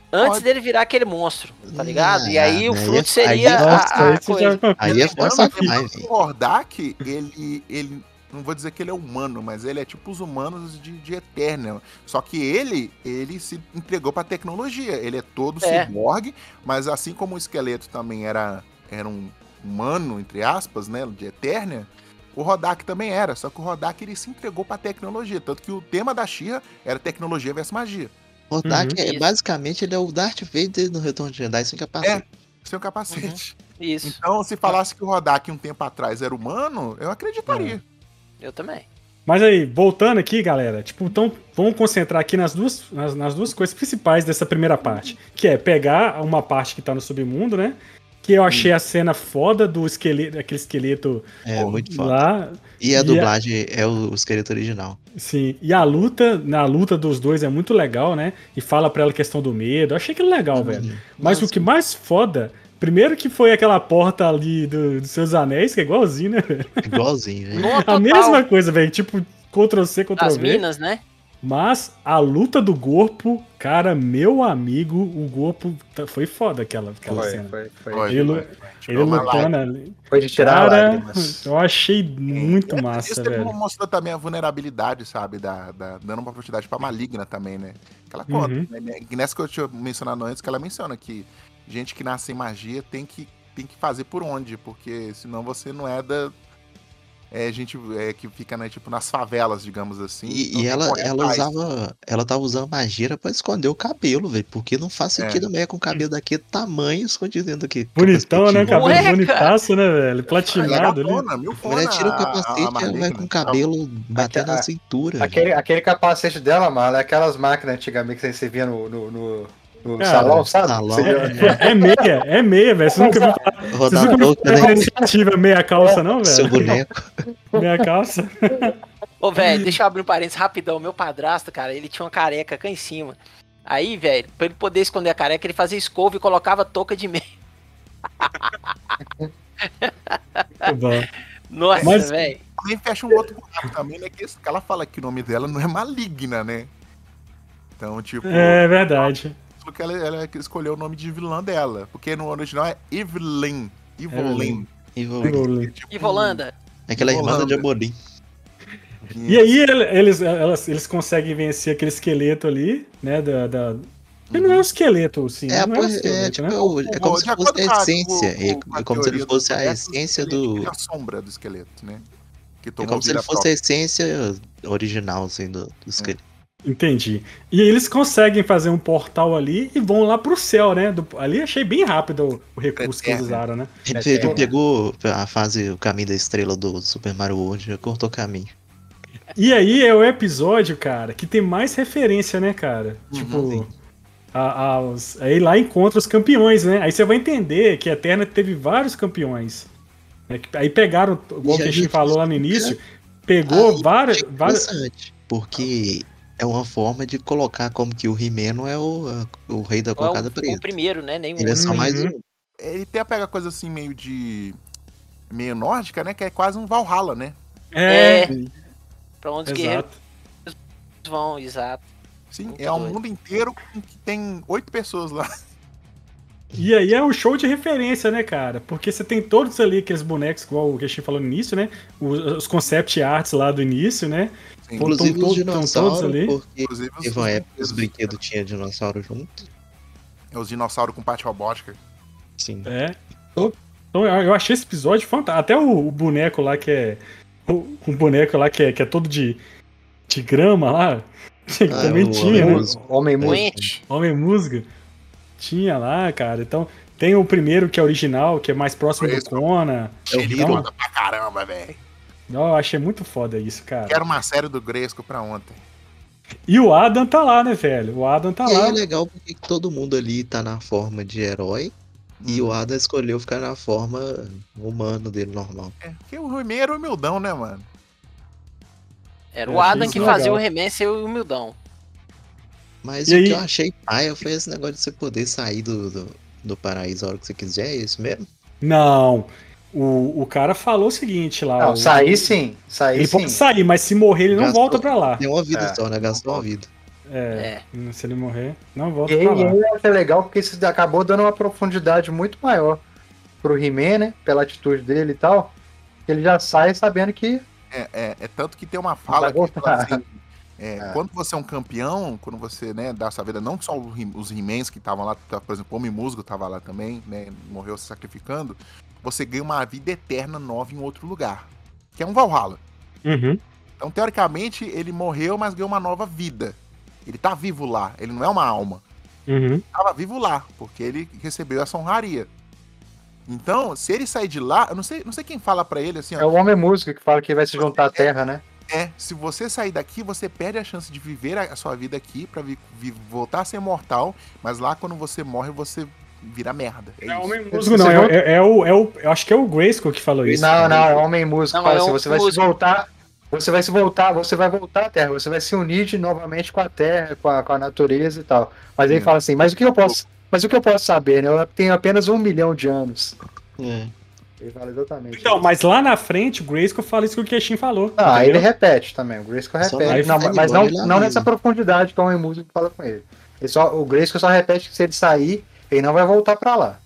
Antes Pode. dele virar aquele monstro, tá ligado? Ah, e aí o aí fruto é- seria aí é- a, Nossa, a isso coisa. já- Aí é força Lembrando que demais, O velho. Hordak, ele, ele. Não vou dizer que ele é humano, mas ele é tipo os humanos de, de Eternia. Só que ele, ele se entregou pra tecnologia. Ele é todo É. ciborgue, mas assim como o esqueleto também era, era um humano, entre aspas, né? De Eternia, o Hordak também era. Só que o Hordak ele se entregou pra tecnologia. Tanto que o tema da She-Ra era tecnologia versus magia. O Hordak, Uhum. é, Isso. basicamente, ele é o Darth Vader no Retorno de Jedi sem capacete. Sem o capacete. Isso, Então, se falasse que o Hordak um tempo atrás era humano, eu acreditaria. eu também. Mas aí, voltando aqui, galera, tipo, então vamos concentrar aqui nas duas, nas, nas duas coisas principais dessa primeira parte. Que é pegar uma parte que tá no submundo, né? Que eu achei a cena foda do esqueleto, aquele esqueleto É, muito foda. lá. E a E a- dublagem é o, o esqueleto original. Sim, e a luta, na luta dos dois é muito legal, né? E fala pra ela a questão do medo. Eu achei aquilo legal, velho. Mas o que mais foda, primeiro que foi aquela porta ali do, dos seus anéis, que é igualzinho, né, velho? Igualzinho, velho. No A total mesma coisa, velho. Tipo, Ctrl C, Ctrl das V. minas, né? Mas a luta do corpo, cara, meu amigo, o corpo tá- foi foda aquela, aquela Foi, cena. foi, foi. Foi, Ele, foi, lu- foi. ele Tirou uma lutando lágrima. ali. Foi de tirar Cara, lágrimas. eu achei muito É, massa, isso ele velho. mostrou também a vulnerabilidade, sabe? Da, da- dando uma oportunidade pra Maligna também, né? Que ela conta, Uhum. né? Nessa que eu tinha mencionado antes, que ela menciona que gente que nasce sem magia tem que, tem que fazer por onde, porque senão você não é da... É gente é, que fica, né, tipo, nas favelas, digamos assim. E, então e tem que ela, correr ela atrás. usava. Ela tava usando magia pra esconder o cabelo, velho. Porque não faz É. sentido mesmo com o cabelo daquele tamanho escondido dentro aqui. Bonitão, né? Perspectiva. Cabelo Ué, bonitaço, né, velho? Ela é Platinado ali. gatona, mil A fona, mulher tira o a- a- a capacete e ela vai Maligna. com o cabelo batendo a- na cintura. Aquele, aquele capacete dela, mano, é aquelas máquinas antigamente que você via no, no, no, no Cara, salão, sabe? salão. Você via- É, é meia, é meia, velho. Você nunca viu falar. Vocês Rodar a nunca viu boca, falar né? iniciativa meia calça, não, Seu velho? boneco. Meia calça. Ô, velho, deixa eu abrir um parênteses rapidão. Meu padrasto, cara, ele tinha uma careca cá em cima. Aí, velho, pra ele poder esconder a careca, ele fazia escova e colocava touca de meia. Muito bom. Nossa, Mas- velho. Também fecha um outro buraco também, né? Que esse- que ela fala que o nome dela não é Maligna, né? Então, tipo... É verdade. Porque ela, ela escolheu o nome de vilã dela. Porque no original é Evelyn. Evelyn. E vou- Tipo, E Volanda? Aquela irmã da Holanda. Diabolim. E aí ele- eles, elas, eles conseguem vencer aquele esqueleto ali, né? Da, da... Ele não é um esqueleto, assim. É, a não é um porra- é, esqueleto, tipo, né? é, o- é como de se acordo fosse com a a- essência. com- É, com a é como se ele teoria fosse do a esqueleto, essência ele do. fica a sombra do esqueleto, né? Que É tomou como se ele vida fosse a própria. essência original, assim, do, do esqueleto. Entendi. E aí eles conseguem fazer um portal ali e vão lá pro céu, né? Do- ali achei bem rápido o, o recurso que eles Eterno. usaram, né? Ele, É, ele tem- pegou a fase, o caminho da estrela do Super Mario World e já cortou caminho. E aí é o episódio, cara, que tem mais referência, né, cara? Uhum, Tipo, sim. a- a- os- aí lá encontra os campeões, né? Aí você vai entender que a Eterna teve vários campeões. né? Que- Aí pegaram, igual E que a aí, gente falou lá no início, pegou Aí, várias, achei várias. interessante, porque é uma forma de colocar como que o He-Man não é o, a- o rei da É cocada o, o preta. primeiro, né? Nem o Ele é só Uhum. mais um. Ele tem a pega coisa assim meio de... Meio nórdica, né? Que é quase um Valhalla, né? É, É, pra onde os guerreiros exato. vão, exato. Sim, Muito é um doido. mundo inteiro com que tem oito pessoas lá. E aí é um show de referência, né, cara? Porque você tem todos ali aqueles bonecos, igual o que a gente falou no início, né? Os, os concept arts lá do início, né? Sim. Pô, Inclusive tão os todos- tão todos dinossauros, ali. porque Inclusive os, teve uma época que os brinquedos. brinquedos tinham dinossauro junto. É os dinossauros com parte robótica. Sim. É. Então eu eu achei esse episódio fantástico. Até o, o boneco lá que é. O, o boneco lá que é, que é todo de, de grama lá. Ah, também o tinha, Homem né? Musgo. Homem músico. Doente. Homem Musga. Tinha lá, cara. Então, tem o primeiro que é original, que é mais próximo do Esse. Kona. É o Ele Hiro. foda pra caramba, velho. Eu achei muito foda isso, cara. Quero uma série do Gresco pra ontem. E o Adam tá lá, né, velho? O Adam tá E aí lá. é legal porque todo mundo ali tá na forma de herói. E o Adam escolheu ficar na forma humana dele, normal. É, porque o He-Man era humildão, né, mano? Era Eu o achei Adam isso que legal. fazia o He-Man ser o humildão. Mas E o aí- que eu achei paia foi esse negócio de você poder sair do, do, do paraíso a hora que você quiser, é isso mesmo? Não. O, o cara falou o seguinte lá. Não, o- sair sim. Sair Ele sim. pode sair, mas se morrer, ele não Gastou- volta pra lá. Tem uma vida É, só, né? Gastou uma concordo. vida. É, é. Se ele morrer, não volta e pra aí, lá. E aí é legal porque isso acabou dando uma profundidade muito maior pro He-Man, né? Pela atitude dele e tal. Ele já sai sabendo que... É, é, é tanto que tem uma fala que fala assim, é, é. quando você é um campeão, quando você, né, dá sua vida, não só os He-Mans que estavam lá, por exemplo, o Homem Musgo estava lá também, né, morreu se sacrificando, você ganha uma vida eterna nova em outro lugar, que é um Valhalla. Uhum. Então, teoricamente, ele morreu, mas ganhou uma nova vida. Ele tá vivo lá, ele não é uma alma. Uhum. Ele tava vivo lá, porque ele recebeu essa honraria. Então, se ele sair de lá, eu não sei, não sei quem fala pra ele assim, ó, é o Homem Música que fala que vai se juntar à Terra, né? É, se você sair daqui, você perde a chance de viver a sua vida aqui pra vi, vi, voltar a ser mortal, mas lá quando você morre, você vira merda. É, é isso. Homem Músico, não, é, é, é, o, é o. Eu acho que é o Grayskull que falou isso. Não, cara. não, é o Homem Músico. Não, Fala é assim, um você vai músico. se voltar. Você vai se voltar, você vai voltar à Terra, você vai se unir de, novamente com a Terra, com a, com a natureza e tal. Mas ele É. fala assim, mas o que eu posso. Mas o que eu posso saber, né? Eu tenho apenas um milhão de anos. É. Ele fala exatamente. Então, isso. mas lá na frente, o Grayskull fala isso que o Keshin falou. Ah, entendeu? ele repete também. O Grayskull Só repete. vai Não, ficar mas igual não, ele lá não mesmo. nessa profundidade que o Homem Músico fala com ele. ele só, o Grayskull só repete que se ele sair, ele não vai voltar pra lá.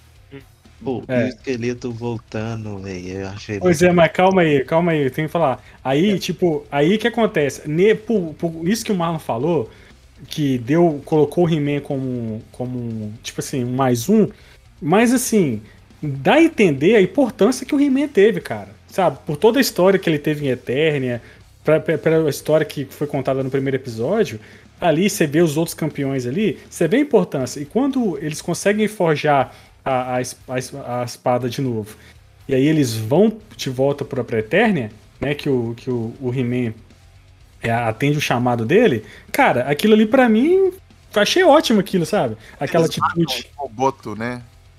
Pô, É. e o esqueleto voltando, velho. Eu achei. Pois é, mas calma aí, calma aí, eu tenho que falar. Aí, tipo, aí que acontece? Ne, por, por isso que o Marlon falou, que deu, colocou o He-Man como, como, tipo assim, um mais um, mas assim, dá a entender a importância que o He-Man teve, cara. Sabe? Por toda a história que ele teve em Eternia, pra, pra, pela história que foi contada no primeiro episódio, ali você vê os outros campeões ali, você vê a importância. E quando eles conseguem forjar a, a, a, a espada de novo, e aí eles vão de volta para a Eternia, né, que o, que o, o He-Man é, atende o chamado dele, cara, aquilo ali pra mim, achei ótimo aquilo, sabe? Aquela Eles atitude. matam o Roboto, né?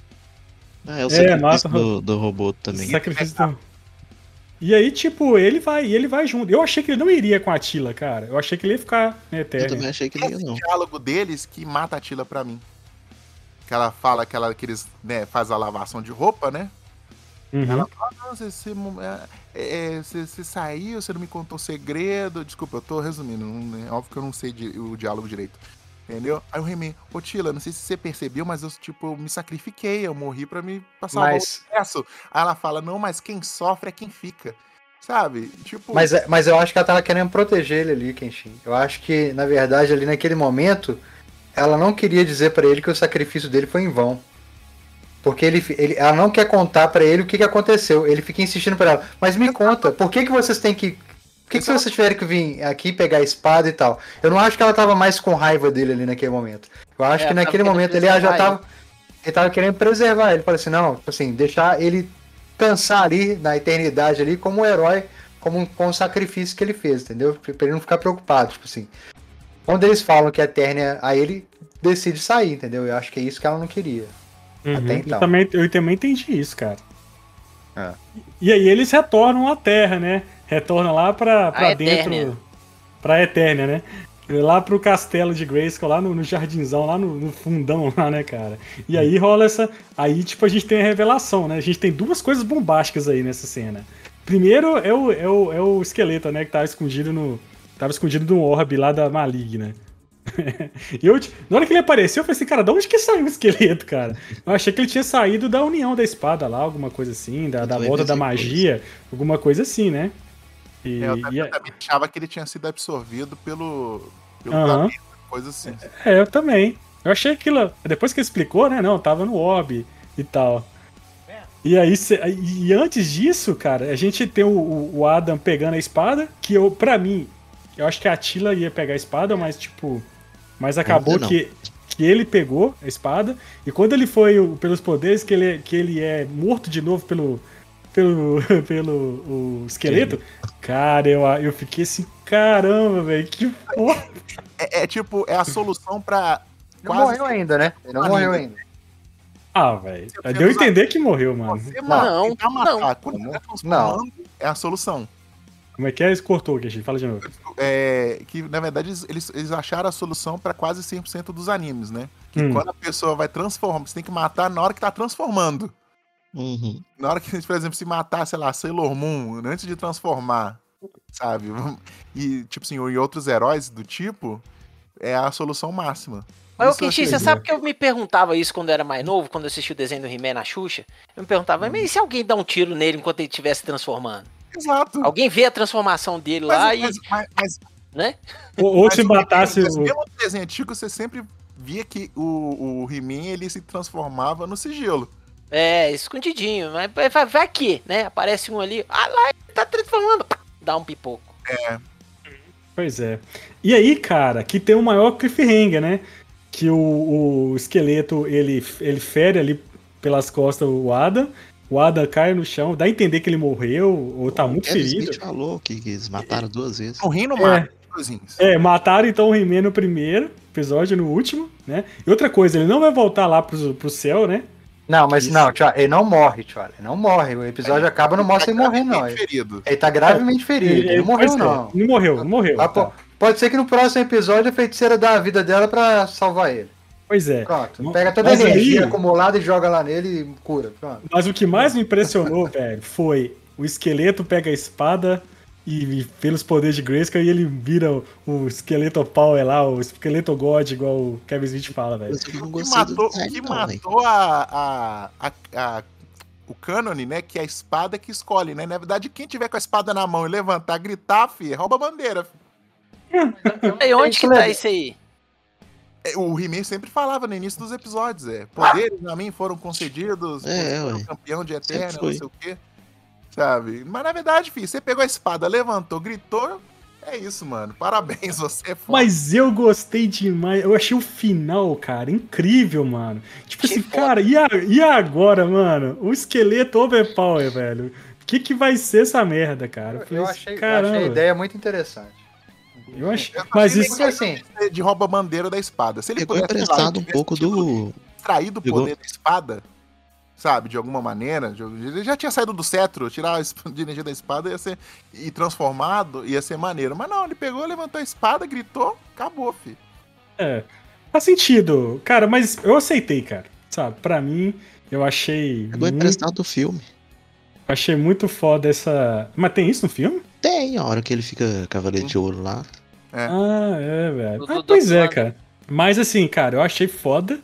Ah, é o É, sacrifício mata- do, do robô também. Sacrifício do... E aí, tipo, ele vai, ele vai junto. Eu achei que ele não iria com a Tila, cara. Eu achei que ele ia ficar na Eu Eternia. também achei que não ia, Esse não. diálogo deles que mata a Tila pra mim. Que ela fala que, ela, que eles né, faz a lavação de roupa, né? Uhum. Ela fala, não, você, você, é, é, você, você saiu, você não me contou segredo. Desculpa, eu tô resumindo. Não, é óbvio que eu não sei di- o diálogo direito. Entendeu? Aí o He-Man, ô Tila, não sei se você percebeu, mas eu, tipo, eu me sacrifiquei, eu morri pra me pra salvar Mas- o universo. Aí ela fala, não, mas quem sofre é quem fica. Sabe? Tipo, Mas, é- mas eu acho que ela tava querendo proteger ele ali, Kenshin. Eu acho que, na verdade, ali naquele momento, ela não queria dizer pra ele que o sacrifício dele foi em vão. Porque ele, ele, ela não quer contar pra ele o que, que aconteceu. Ele fica insistindo pra ela. Mas me conta, por que, que vocês têm que. Por que, que vocês tiveram que vir aqui pegar a espada e tal? Eu não acho que ela tava mais com raiva dele ali naquele momento. Eu acho É, que ela naquele tava momento querendo ele já preservar tava. Ele tava querendo preservar ele. Falou assim, não, tipo assim, deixar ele cansar ali na eternidade ali como um herói, como um, com o sacrifício que ele fez, entendeu? Pra ele não ficar preocupado, tipo assim. Quando eles falam que a Eternia, aí ele decide sair, entendeu? Eu acho que é isso que ela não queria. Uhum. Até então. Eu, também, eu também entendi isso, cara. É. E aí eles retornam à Terra, né? Retornam lá pra, pra A Eternia. dentro. Pra Eternia, né? Lá pro castelo de Grayskull, lá no, no jardinzão, lá no, no fundão, lá, né, cara? E aí rola essa. Aí, tipo, a gente tem a revelação, né? A gente tem duas coisas bombásticas aí nessa cena. Primeiro é o, é o, é o esqueleto, né? Que tava escondido no. Tava escondido no orbe lá da Maligna. E eu, na hora que ele apareceu, eu falei assim, cara, de onde que saiu o esqueleto, cara? Eu achei que ele tinha saído da união da espada lá, alguma coisa assim, da, Eu da também volta da pensei magia, alguma coisa assim, né? E, eu, também, e- eu também achava que ele tinha sido absorvido pelo, pelo Aham. planeta, coisa assim. é, eu também. Eu achei aquilo. Depois que ele explicou, né? Não, tava no orbe e tal. E aí, cê- e antes disso, cara, a gente tem o, o Adam pegando a espada, que eu, pra mim, eu acho que a Tila ia pegar a espada, mas tipo. Mas acabou Ainda não. que, que ele pegou a espada, e quando ele foi o- pelos poderes, que ele, que ele é morto de novo pelo. Pelo, pelo o esqueleto, cara, eu, eu fiquei assim, caramba, velho, que porra. É, é tipo, é a solução pra. Não quase morreu ainda, né? Ele não Ainda. morreu ainda. Ah, velho, deu a entender que morreu, mano. Você Não, mata, tentar matar, não. quando ele tá transformando, é a solução. Como é que é? Isso cortou aqui, gente, fala de novo. É, que na verdade eles, eles acharam a solução pra quase cem por cento dos animes, né? Que Hum. quando a pessoa vai transformar, você tem que matar na hora que tá transformando. Uhum. Na hora que, por exemplo, se matar, sei lá, Sailor Moon, antes de transformar, sabe? E, tipo assim, em outros heróis do tipo, é a solução máxima. Mas, ô, Kenshi, você sabe que eu me perguntava isso quando eu era mais novo, quando eu assisti o desenho do He-Man na Xuxa? Eu me perguntava, mas e se alguém dá um tiro nele enquanto ele estivesse transformando? Exato. Alguém vê a transformação dele mas, lá mas, e... Mas, mas, né? Ou, ou se matasse... Mas mesmo no desenho antigo, você sempre via que o, o He-Man, ele se transformava no sigilo. É, escondidinho. Mas vai, vai aqui, né? Aparece um ali, ah lá, ele tá transformando. Dá um pipoco. É. Pois é. E aí, cara, que tem o maior cliffhanger, né? Que o, o esqueleto, ele, ele fere ali pelas costas o Adam, o Adam cai no chão, dá a entender que ele morreu, ou tá o muito Kevin ferido. Smith falou que eles mataram duas vezes. O Rino É. mata. É, mataram então o He-Man no primeiro episódio, no último, né? E outra coisa, ele não vai voltar lá pro, pro céu, né? Não, mas Isso. não, tio, ele não morre, tio, ele não morre. O episódio Ele- acaba, não ele mostra tá ele morrer, não. Ele, ferido. ele tá gravemente ferido, ele não morreu, pois é, não. Não morreu, não morreu. Ah, tá. pô, pode ser que no próximo episódio a feiticeira dá a vida dela pra salvar ele. Pois é. Pronto, pega toda a Mas energia aí- acumulada e joga lá nele e cura. Pronto. Mas o que mais me impressionou, velho, foi o esqueleto pega a espada e, e pelos poderes de Grayskull e ele vira o, o esqueleto power lá, o esqueleto god, igual o Kevin Smith fala, velho. Eu só não O que gostei do matou, o design, que não, velho. matou a, a, a, a- o cânone, né? Que é a espada que escolhe, né? Na verdade, quem tiver com a espada na mão e levantar, gritar, fi, rouba a bandeira. Fi. E onde que tá isso aí? É, o He-Man sempre falava no início dos episódios, é. Poderes a mim foram concedidos, É, por ser ué. campeão de Sempre Eterna, não foi. sei o quê. Sabe? Mas na verdade, fi, você pegou a espada, levantou, gritou. É isso, mano. Parabéns, você é foda. Mas eu gostei demais. Eu achei o final, cara, incrível, mano. Tipo Achei assim, foda. cara, e, a- e agora, mano? O esqueleto overpower, velho. O que que vai ser essa merda, cara? Eu, falei eu assim, achei, eu caramba. achei a ideia muito interessante. Eu achei. Eu Mas achei isso. Porque assim, de rouba a bandeira da espada. Se ele Pegou pudesse emprestado um tivesse pouco tido- do. extraído o Pegou. poder da espada, sabe, de alguma maneira, de- ele já tinha saído do cetro, tirar a esp- de energia da espada ia ser, e transformado, ia ser maneiro. Mas não, ele pegou, levantou a espada, gritou, acabou, fi. É. Faz sentido. Cara, mas eu aceitei, cara. Sabe? Pra mim, eu achei. Pegou Muito, emprestado do filme. achei muito foda essa. Mas tem isso no filme? Tem, a hora que ele fica cavaleiro de ouro lá. É. Ah, é, velho. Do- Ah, do pois é, Document. cara. Mas assim, cara, eu achei foda.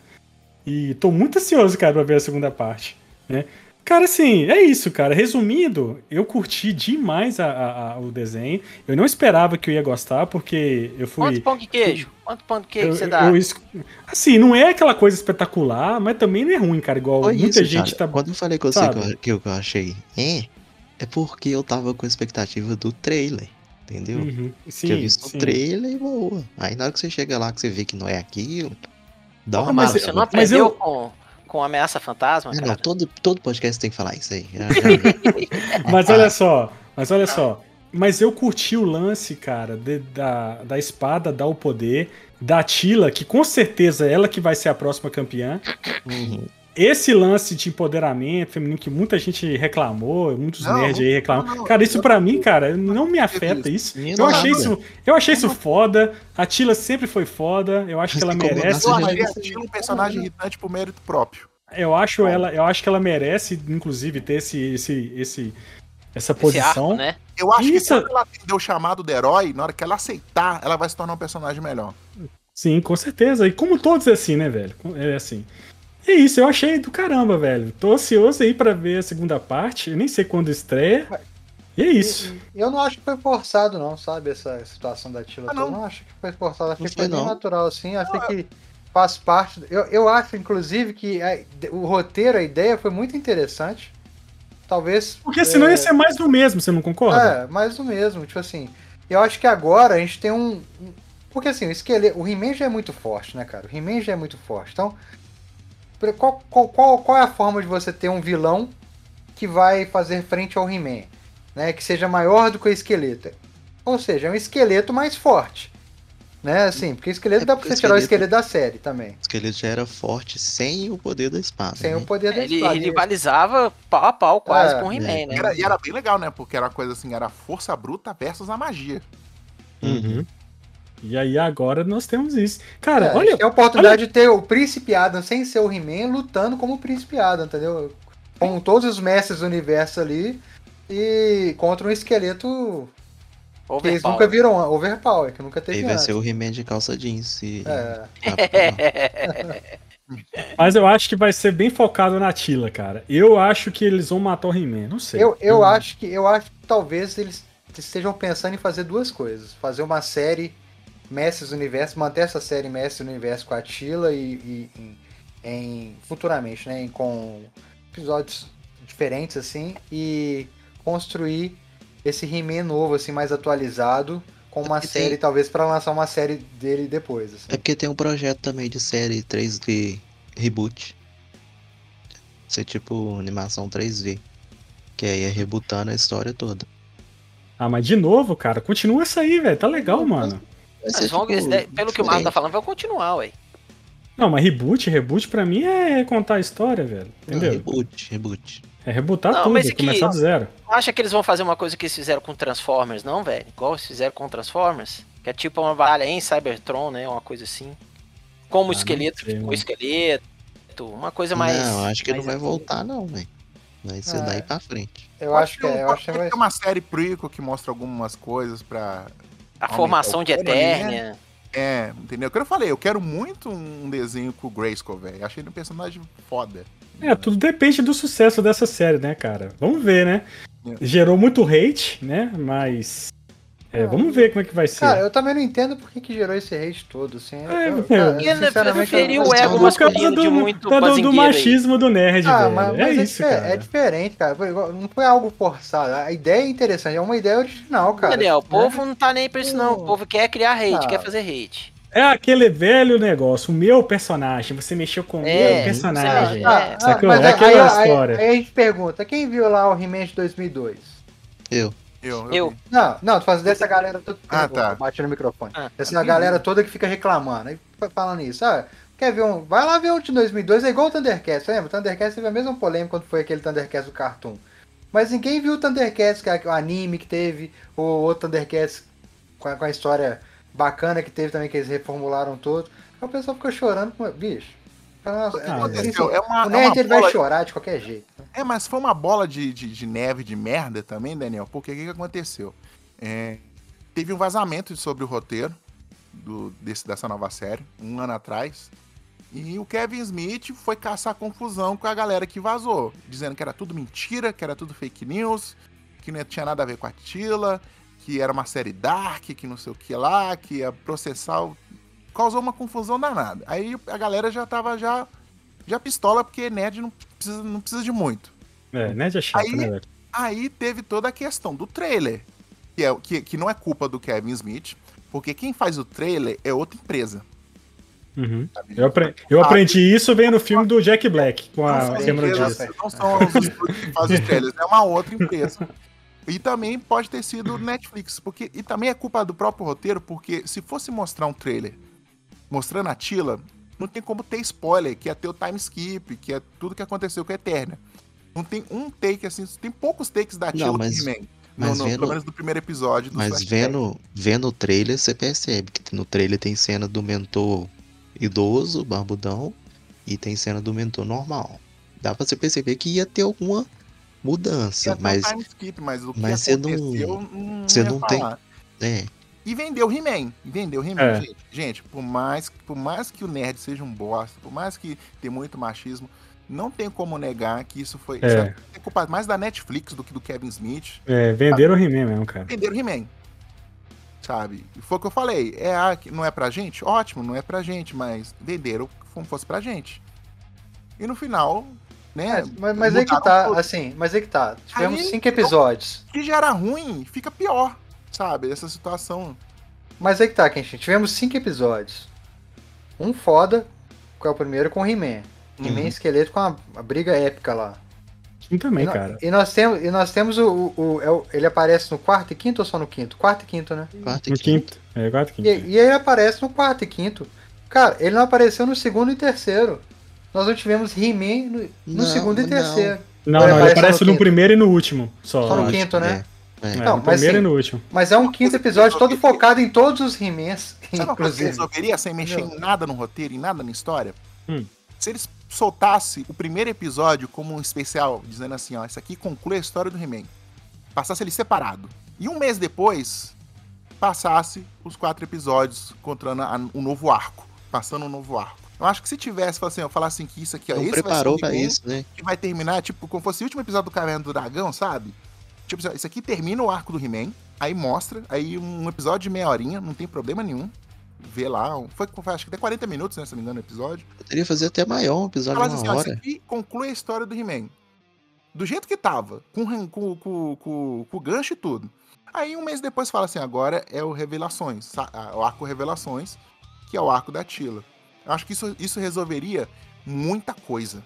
E tô muito ansioso, cara, pra ver a segunda parte, né? Cara, assim, é isso, cara. Resumindo, eu curti demais a, a- a- o desenho. Eu não esperava que eu ia gostar, porque eu fui. Quanto pão de queijo? Quanto pão de queijo eu- você eu- dá? eu es- assim, não é aquela coisa espetacular, mas também não é ruim, cara. Igual Foi muita isso, gente cara. tá. Quando eu falei com você sabe? que eu, que eu- que eu achei, é, é porque eu tava com a expectativa do trailer, entendeu? Uhum. Sim, Tinha visto sim. o trailer e boa. Aí na hora que você chega lá, que você vê que não é aquilo, dá uma Ah, mas mala. Você não Mas aprendeu eu- com, com Ameaça Fantasma, É, cara? não, todo, todo podcast tem que falar isso aí. Já- já- Mas olha só, mas olha só. Mas eu curti o lance, cara, de- da, da espada dar o poder, da Tila, que com certeza é ela que vai ser a próxima campeã. Uhum. Esse lance de empoderamento feminino que muita gente reclamou, muitos Não, nerds aí reclamam. não, não, Cara, isso eu- pra mim, cara, não me afeta isso. Menino, Eu achei nada. isso, eu achei isso foda. A Tila sempre foi foda. Eu acho que ela Mas tem como merece. não Eu Você já achei a Tila um personagem irritante por mérito próprio. Eu acho ela, eu acho que ela merece, inclusive, ter esse, esse, esse, essa Esse posição. arco, né? Eu acho Isso- que quando ela atender o chamado do herói, na hora que ela aceitar, ela vai se tornar um personagem melhor. Sim, com certeza. E como todos é assim, né, velho? É assim. E é isso, eu achei do caramba, velho. Tô ansioso aí pra ver a segunda parte. Eu nem sei quando estreia. E é isso. E- e eu não acho que foi forçado, não, sabe? Essa situação da Tila. Ah, não. Eu não acho que foi forçado. Achei Não que foi foi, bem não. natural, assim. Achei que faz parte. Eu, eu acho, inclusive, que a- o roteiro, a ideia foi muito interessante. Talvez. Porque senão é, ia ser mais do mesmo, você não concorda? É, mais do mesmo. Tipo assim. Eu acho que agora a gente tem um. um- Porque assim, o esqueleto. O He-Man já é muito forte, né, cara? O He-Man já é muito forte. Então. Qual, qual, qual, qual é a forma de você ter um vilão que vai fazer frente ao He-Man? Né, que seja maior do que o esqueleto. Ou seja, é um esqueleto mais forte. Né, assim, porque o esqueleto É dá pra porque você tirar o esqueleto- esqueleto da série também. O esqueleto já era forte sem o poder da espada. Sem né? o poder da Ele, espada. ele rivalizava pau a pau quase É, com o He-Man, é. né? E era, e era bem legal, né? Porque era uma coisa assim, era a força bruta versus a magia. Uhum. E aí agora nós temos isso. Cara, É, a olha. gente tem a oportunidade de ter o Príncipe Adam sem ser o He-Man lutando como o Príncipe Adam, entendeu? Com todos os mestres do universo ali e contra um esqueleto Eles nunca viram Overpower, que nunca teve. Aí vai ser o He-Man de calça jeans. E... É. Mas eu acho que vai ser bem focado na Tila, cara. Eu acho que eles vão matar o He-Man, não sei. Eu, eu, hum. acho que, eu acho que talvez eles estejam pensando em fazer duas coisas. Fazer uma série Mestres do Universo, manter essa série Mestres do Universo com a Tila e, e em, em, futuramente, né? Com episódios diferentes, assim, e construir esse He-Man novo, assim, mais atualizado, com uma é série, tem... talvez, para lançar uma série dele depois. Assim. É porque tem um projeto também de série três D reboot. Ser tipo animação três D. Que aí é rebutando a história toda. Ah, mas de novo, cara, continua isso aí, velho. Tá legal, mano. Mas vão, tipo, pelo diferente. Que o Marco tá falando, vai continuar, ué. Não, mas reboot, reboot pra mim é contar a história, velho. Entendeu? Não, reboot, reboot. É rebootar não, tudo, mas é começar do zero. Acha que eles vão fazer uma coisa que eles fizeram com Transformers, não, velho? Igual eles fizeram com Transformers? Que é tipo uma batalha em Cybertron, né? Uma coisa assim. Como o ah, esqueleto, sei, o esqueleto. Uma coisa mais... Não, acho que mais não vai voltar, não, velho. Vai ser é. daí pra frente. Eu acho que é. Eu acho que vai... uma série prequel que mostra algumas coisas pra... A formação de Eternia. Né? É, entendeu? O que eu falei, eu quero muito um desenho com o Grayskull, velho. Achei ele um personagem foda. É, tudo depende do sucesso dessa série, né, cara? Vamos ver, né? É. Gerou muito hate, né? Mas... É, vamos ver como é que vai ser. Cara, eu também não entendo por que, que gerou esse hate todo, assim. É, eu, cara, sinceramente, preferiu o ego masculino de muito do, do machismo aí. Do nerd, ah, velho. Mas, é mas isso, é, cara. É diferente, cara. Não foi algo forçado. A ideia é interessante, é uma ideia original, cara. Daniel, o povo não tá nem pra isso, não. O povo quer criar hate, ah. quer fazer hate. É aquele velho negócio, o meu personagem, você mexeu com o é, meu personagem. Ah, ah, sacou? Mas é aquela aí, história. Aí, aí a gente pergunta, quem viu lá o He-Man de dois mil e dois? Eu. Eu, eu. eu. Não, não, tô fazendo dessa galera toda. Ah, tá. Bate no microfone. Ah, Essa tá. galera toda que fica reclamando. Aí falando isso, ah, quer ver um. Vai lá ver um de dois mil e dois, é igual o Thundercats, lembra? O Thundercats teve a mesma polêmica quando foi aquele Thundercats do Cartoon. Mas ninguém viu o Thundercats, que é o anime que teve, o outro Thundercats com a, com a história bacana que teve também, que eles reformularam todo. Aí o pessoal ficou chorando com. Bicho. Nossa, ah, é, assim, é uma, o nerd é uma ele bola... vai chorar de qualquer jeito. É, mas foi uma bola de, de, de neve, de merda também, Daniel, porque o que, que aconteceu? É, teve um vazamento sobre o roteiro do, desse, dessa nova série, um ano atrás, e o Kevin Smith foi caçar confusão com a galera que vazou, dizendo que era tudo mentira, que era tudo fake news, que não tinha nada a ver com a Tila, que era uma série dark, que não sei o que lá, que ia processar o... Causou uma confusão danada. Aí a galera já tava já, já pistola, porque nerd não precisa, não precisa de muito. É, nerd é chato, aí, né, velho? Aí teve toda a questão do trailer, que, é, que, que não é culpa do Kevin Smith, porque quem faz o trailer é outra empresa. Uhum. Eu, apre... Eu aprendi isso vendo o filme do Jack Black, com a Cameron Diaz. Não são os estúdios que fazem os trailers, é uma outra empresa. E também pode ter sido Netflix, porque, e também é culpa do próprio roteiro, porque se fosse mostrar um trailer mostrando a Tila, não tem como ter spoiler, que ia ter o time skip, que é tudo que aconteceu com a Eternia. Não tem um take, assim, tem poucos takes da Tila do He-Man. Mas no, no, vendo, pelo menos do primeiro episódio. Do mas vendo, vendo o trailer, você percebe que no trailer tem cena do mentor idoso, barbudão, e tem cena do mentor normal. Dá pra você perceber que ia ter alguma mudança, ia mas... Time skip, mas o que mas aconteceu, você não, não você não tem... É. E vendeu He-Man, vendeu He-Man, é. gente. Gente, por mais, por mais que o nerd seja um bosta, por mais que tenha muito machismo, não tem como negar que isso foi... É, é culpa mais da Netflix do que do Kevin Smith. É, venderam o He-Man mesmo, cara. Venderam He-Man. Sabe? E foi o que eu falei. É, ah, não é pra gente? Ótimo, não é pra gente, mas venderam como fosse pra gente. E no final... Né, é, mas mas é que tá, todo. assim, mas é que tá. Tivemos Aí, cinco episódios. Que já era ruim, fica pior. Sabe, essa situação. Mas é que tá, Kenshin. Tivemos cinco episódios. Um foda, que é o primeiro, com o He-Man. Uhum. He-Man esqueleto com a, a briga épica lá. Sim, também, e no, cara. E nós temos, e nós temos o, o, o. Ele aparece no quarto e quinto ou só no quinto? Quarto e quinto, né? Quarto e no quinto. quinto. É, quarto e quinto. E, e ele aparece no quarto e quinto. Cara, ele não apareceu no segundo e terceiro. Nós não tivemos He-Man no, no não, segundo e terceiro. Não, não, ele, ele aparece no, no primeiro e no último. Só, só no quinto, né? É. É, não, no mas, primeiro sim, e no último. Mas é um quinto episódio todo focado em todos os He-Mans, inclusive. Você resolveria sem mexer Entendeu? em nada no roteiro, em nada na história? Hum. Se eles soltassem o primeiro episódio como um especial, dizendo assim, ó, isso aqui conclui a história do He-Man. Passasse ele separado. E um mês depois, passasse os quatro episódios encontrando um novo arco, passando um novo arco. Eu acho que se tivesse, assim, eu falasse assim, que isso aqui, ó, não esse preparou vai ser o pra isso, né? Que vai terminar, tipo, como fosse o último episódio do Caverna do Dragão, sabe? Tipo, isso aqui termina o arco do He-Man, aí mostra, aí um episódio de meia horinha, não tem problema nenhum. Vê lá, foi, foi acho que até quarenta minutos, né, se não me engano, o episódio. Poderia fazer até maior um episódio de uma assim, hora. Ó, isso aqui conclui a história do He-Man. Do jeito que tava, com, com, com, com, com o gancho e tudo. Aí um mês depois fala assim, agora é o Revelações, o arco Revelações, que é o arco da Tila. Eu acho que isso, isso resolveria muita coisa.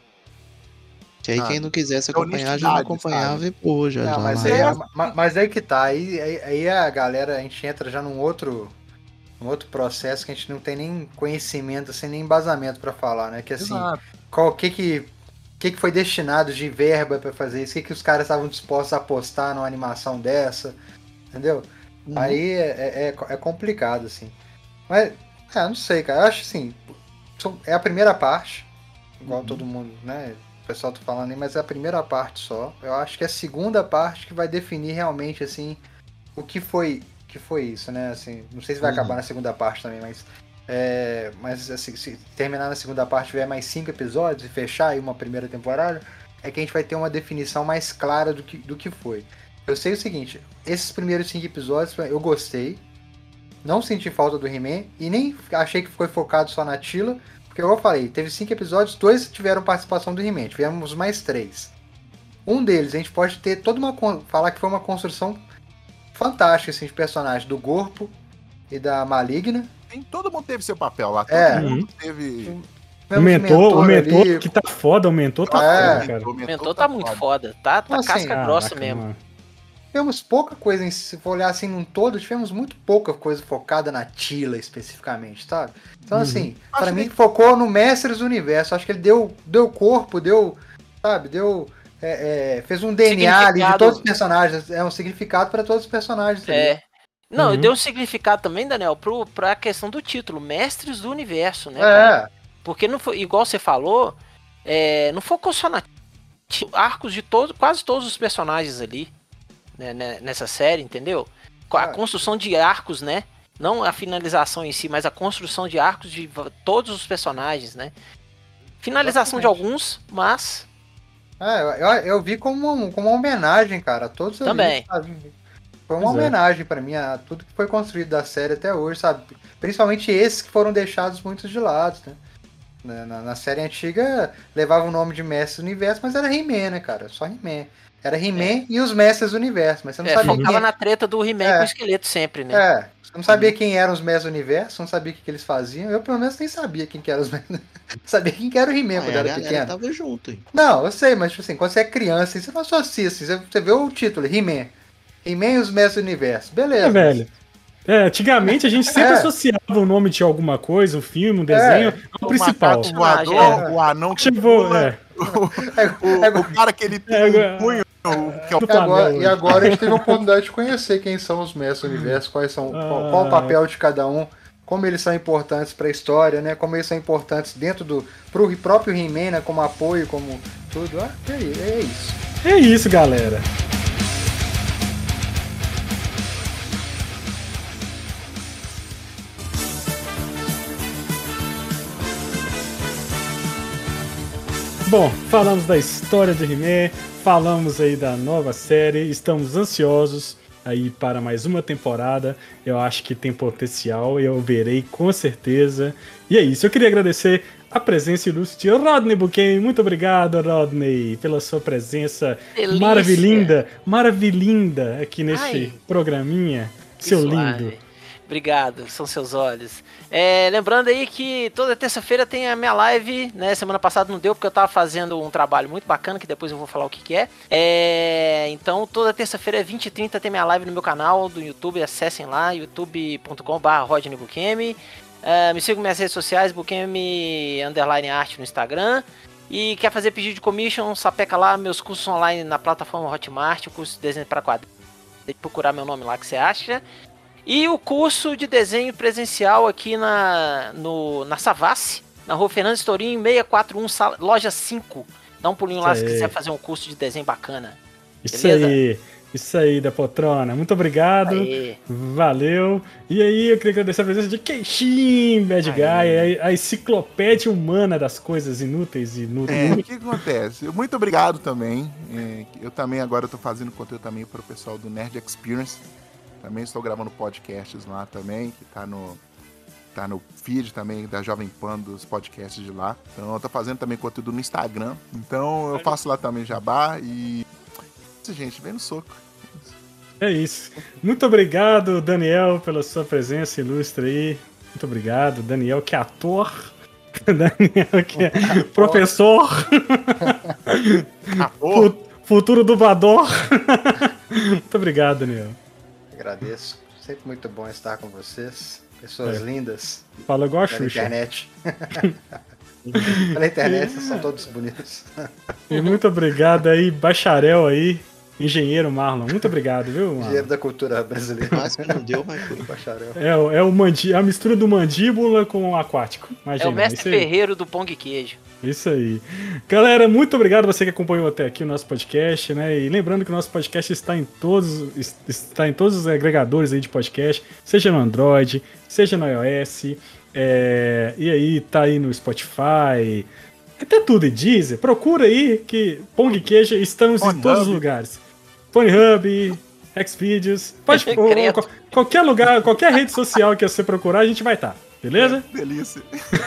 Que aí ah, quem não quisesse acompanhar já não acompanhava sabe? E pô, já, não, já mas, aí, é, mas aí que tá, aí, aí, aí a galera, a gente entra já num outro, num outro processo que a gente não tem nem conhecimento, assim, nem embasamento pra falar, né? Que assim, Exato. qual que que, que que foi destinado de verba pra fazer isso, o que que os caras estavam dispostos a apostar numa animação dessa, entendeu? Uhum. Aí é, é, é complicado, assim. Mas, é, não sei, cara, eu acho assim, é a primeira parte, igual uhum. todo mundo, né? O pessoal tá falando aí, mas é a primeira parte só. Eu acho que é a segunda parte que vai definir realmente, assim, o que foi, que foi isso, né? Assim, não sei se vai uhum. acabar na segunda parte também, mas... É, mas assim, se terminar na segunda parte, tiver mais cinco episódios e fechar aí uma primeira temporada, é que a gente vai ter uma definição mais clara do que, do que foi. Eu sei o seguinte, esses primeiros cinco episódios eu gostei, não senti falta do He-Man e nem achei que foi focado só na Tila, porque eu falei, teve cinco episódios, dois tiveram participação do He-Man, tivemos mais três. Um deles, a gente pode ter toda uma... falar que foi uma construção fantástica, assim, de personagens, do Gorpo e da Maligna. Tem, todo mundo teve seu papel lá, todo é. mundo teve... O mentor, o mentor ali, que tá foda, o mentor tá é, foda, cara. O mentor tá, tá muito foda, tá, tá assim, casca grossa ah, mesmo. Mano. Tivemos pouca coisa, se for olhar assim num todo, tivemos muito pouca coisa focada na Tila especificamente, sabe? Então, uhum. assim, acho pra mim que... focou no Mestres do Universo. Acho que ele deu, deu corpo, deu, sabe, deu. É, é, fez um D N A ali de todos os personagens. É um significado pra todos os personagens. Tá é. Não, uhum. deu um significado também, Daniel, pro, pra questão do título, Mestres do Universo, né? É. Cara? Porque não foi, igual você falou, é, não focou só na arcos de todo, quase todos os personagens ali. Né, nessa série, entendeu? A construção de arcos, né? Não a finalização em si, mas a construção de arcos de todos os personagens, né? Finalização Exatamente. De alguns, mas... É, eu, eu vi como, como uma homenagem, cara, a todos Também. Ali, foi uma pois homenagem é. Pra mim a tudo que foi construído da série até hoje, sabe? Principalmente esses que foram deixados muito de lado, né? Na, na série antiga levava o nome de Mestre do Universo, mas era He-Man, né, cara? Só He-Man. Era He-Man é. E os Mestres do Universo, mas você não é, sabia focava quem... na treta do He-Man é. Com o esqueleto sempre, né? É, você não sabia uhum. quem eram os Mestres do Universo, não sabia o que, que eles faziam. Eu, pelo menos, nem sabia quem que eram os Mestres. Sabia quem que era o He-Man ah, quando era pequeno. Tava junto, hein? Não, eu sei, mas tipo assim, quando você é criança, você não associa, assim, você, você vê o título, He-Man. He-Man e os Mestres do Universo. Beleza. É, velho. É, antigamente a gente sempre é. associava o nome de alguma coisa, um filme, um desenho, é. ao o principal. O voador, é. o anão que pula, é. o, o, o cara que ele tem é. um punho. Que é o e, agora, e agora a gente teve a oportunidade de conhecer quem são os Mestres do Universo, quais são, ah. qual, qual o papel de cada um, como eles são importantes para a história, né? Como eles são importantes dentro do pro próprio He-Man, né? Como apoio, como tudo. Ah, é, é isso. É isso, galera. Bom, falamos da história de He-Man, falamos aí da nova série, estamos ansiosos aí para mais uma temporada. Eu acho que tem potencial, eu verei com certeza. E é isso, eu queria agradecer a presença ilustre de Rodney Buchanan. Muito obrigado, Rodney, pela sua presença Delícia. maravilhinda, maravilhinda aqui nesse Ai, programinha. Seu suave. Lindo. Obrigado, são seus olhos. É, lembrando aí que toda terça-feira tem a minha live, né? Semana passada não deu porque eu tava fazendo um trabalho muito bacana, que depois eu vou falar o que que é. é então, toda terça-feira, vinte e trinta, tem minha live no meu canal do YouTube. Acessem lá, youtube ponto com barra Rodney Buchanan. É, me sigam nas minhas redes sociais, Buchanan underline art no Instagram. E quer fazer pedido de commission, sapeca lá meus cursos online na plataforma Hotmart, o curso de desenho para quadrinhos. Tem que procurar meu nome lá que você acha. E o curso de desenho presencial aqui na, no, na Savassi, na rua Fernando Estorim, seiscentos e quarenta e um, loja cinco. Dá um pulinho Isso lá aí. Se quiser fazer um curso de desenho bacana. Isso beleza? Aí. Isso aí, da Poltrona. Muito obrigado. Aê. Valeu. E aí, eu queria agradecer a presença de Kenshin, Bad Guy, a, a enciclopédia humana das coisas inúteis e inúteis. É, o que acontece? Muito obrigado também. É, eu também agora estou fazendo conteúdo também para o pessoal do Nerd Experience. Também estou gravando podcasts lá também, que tá no, tá no feed também da Jovem Pan dos podcasts de lá. Então eu tô fazendo também conteúdo no Instagram. Então eu faço lá também jabá e... gente, vem no soco. É isso. Muito obrigado, Daniel, pela sua presença ilustre aí. Muito obrigado, Daniel, que é ator. Daniel, que é professor. Futuro dublador. Muito obrigado, Daniel. Agradeço. Sempre muito bom estar com vocês. Pessoas é. lindas. Fala igual a Xuxa. Na internet. Na internet, vocês são todos bonitos. E muito obrigado aí, bacharel aí, engenheiro Marlon. Muito obrigado, viu, Marlon? Engenheiro da cultura brasileira. Quase que não deu, mas foi bacharel. É, é o mandi a mistura do mandíbula com o aquático. Imagina, é o mestre ferreiro do pão de queijo. Isso aí. Galera, muito obrigado você que acompanhou até aqui o nosso podcast, né? E lembrando que o nosso podcast está em todos, está em todos os agregadores aí de podcast, seja no Android, seja no iOS, é, e aí tá aí no Spotify, até tudo, e Deezer. Procura aí que Pão de Queijo estamos Pornhub. Em todos os lugares. Pornhub, Xvideos, pode ou, qualquer lugar, qualquer rede social que você procurar, a gente vai estar, tá, beleza? É, delícia.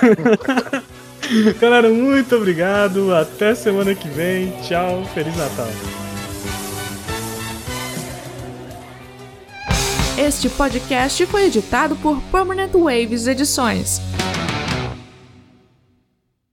Galera, muito obrigado. Até semana que vem. Tchau. Feliz Natal. Este podcast foi editado por Permanent Waves Edições.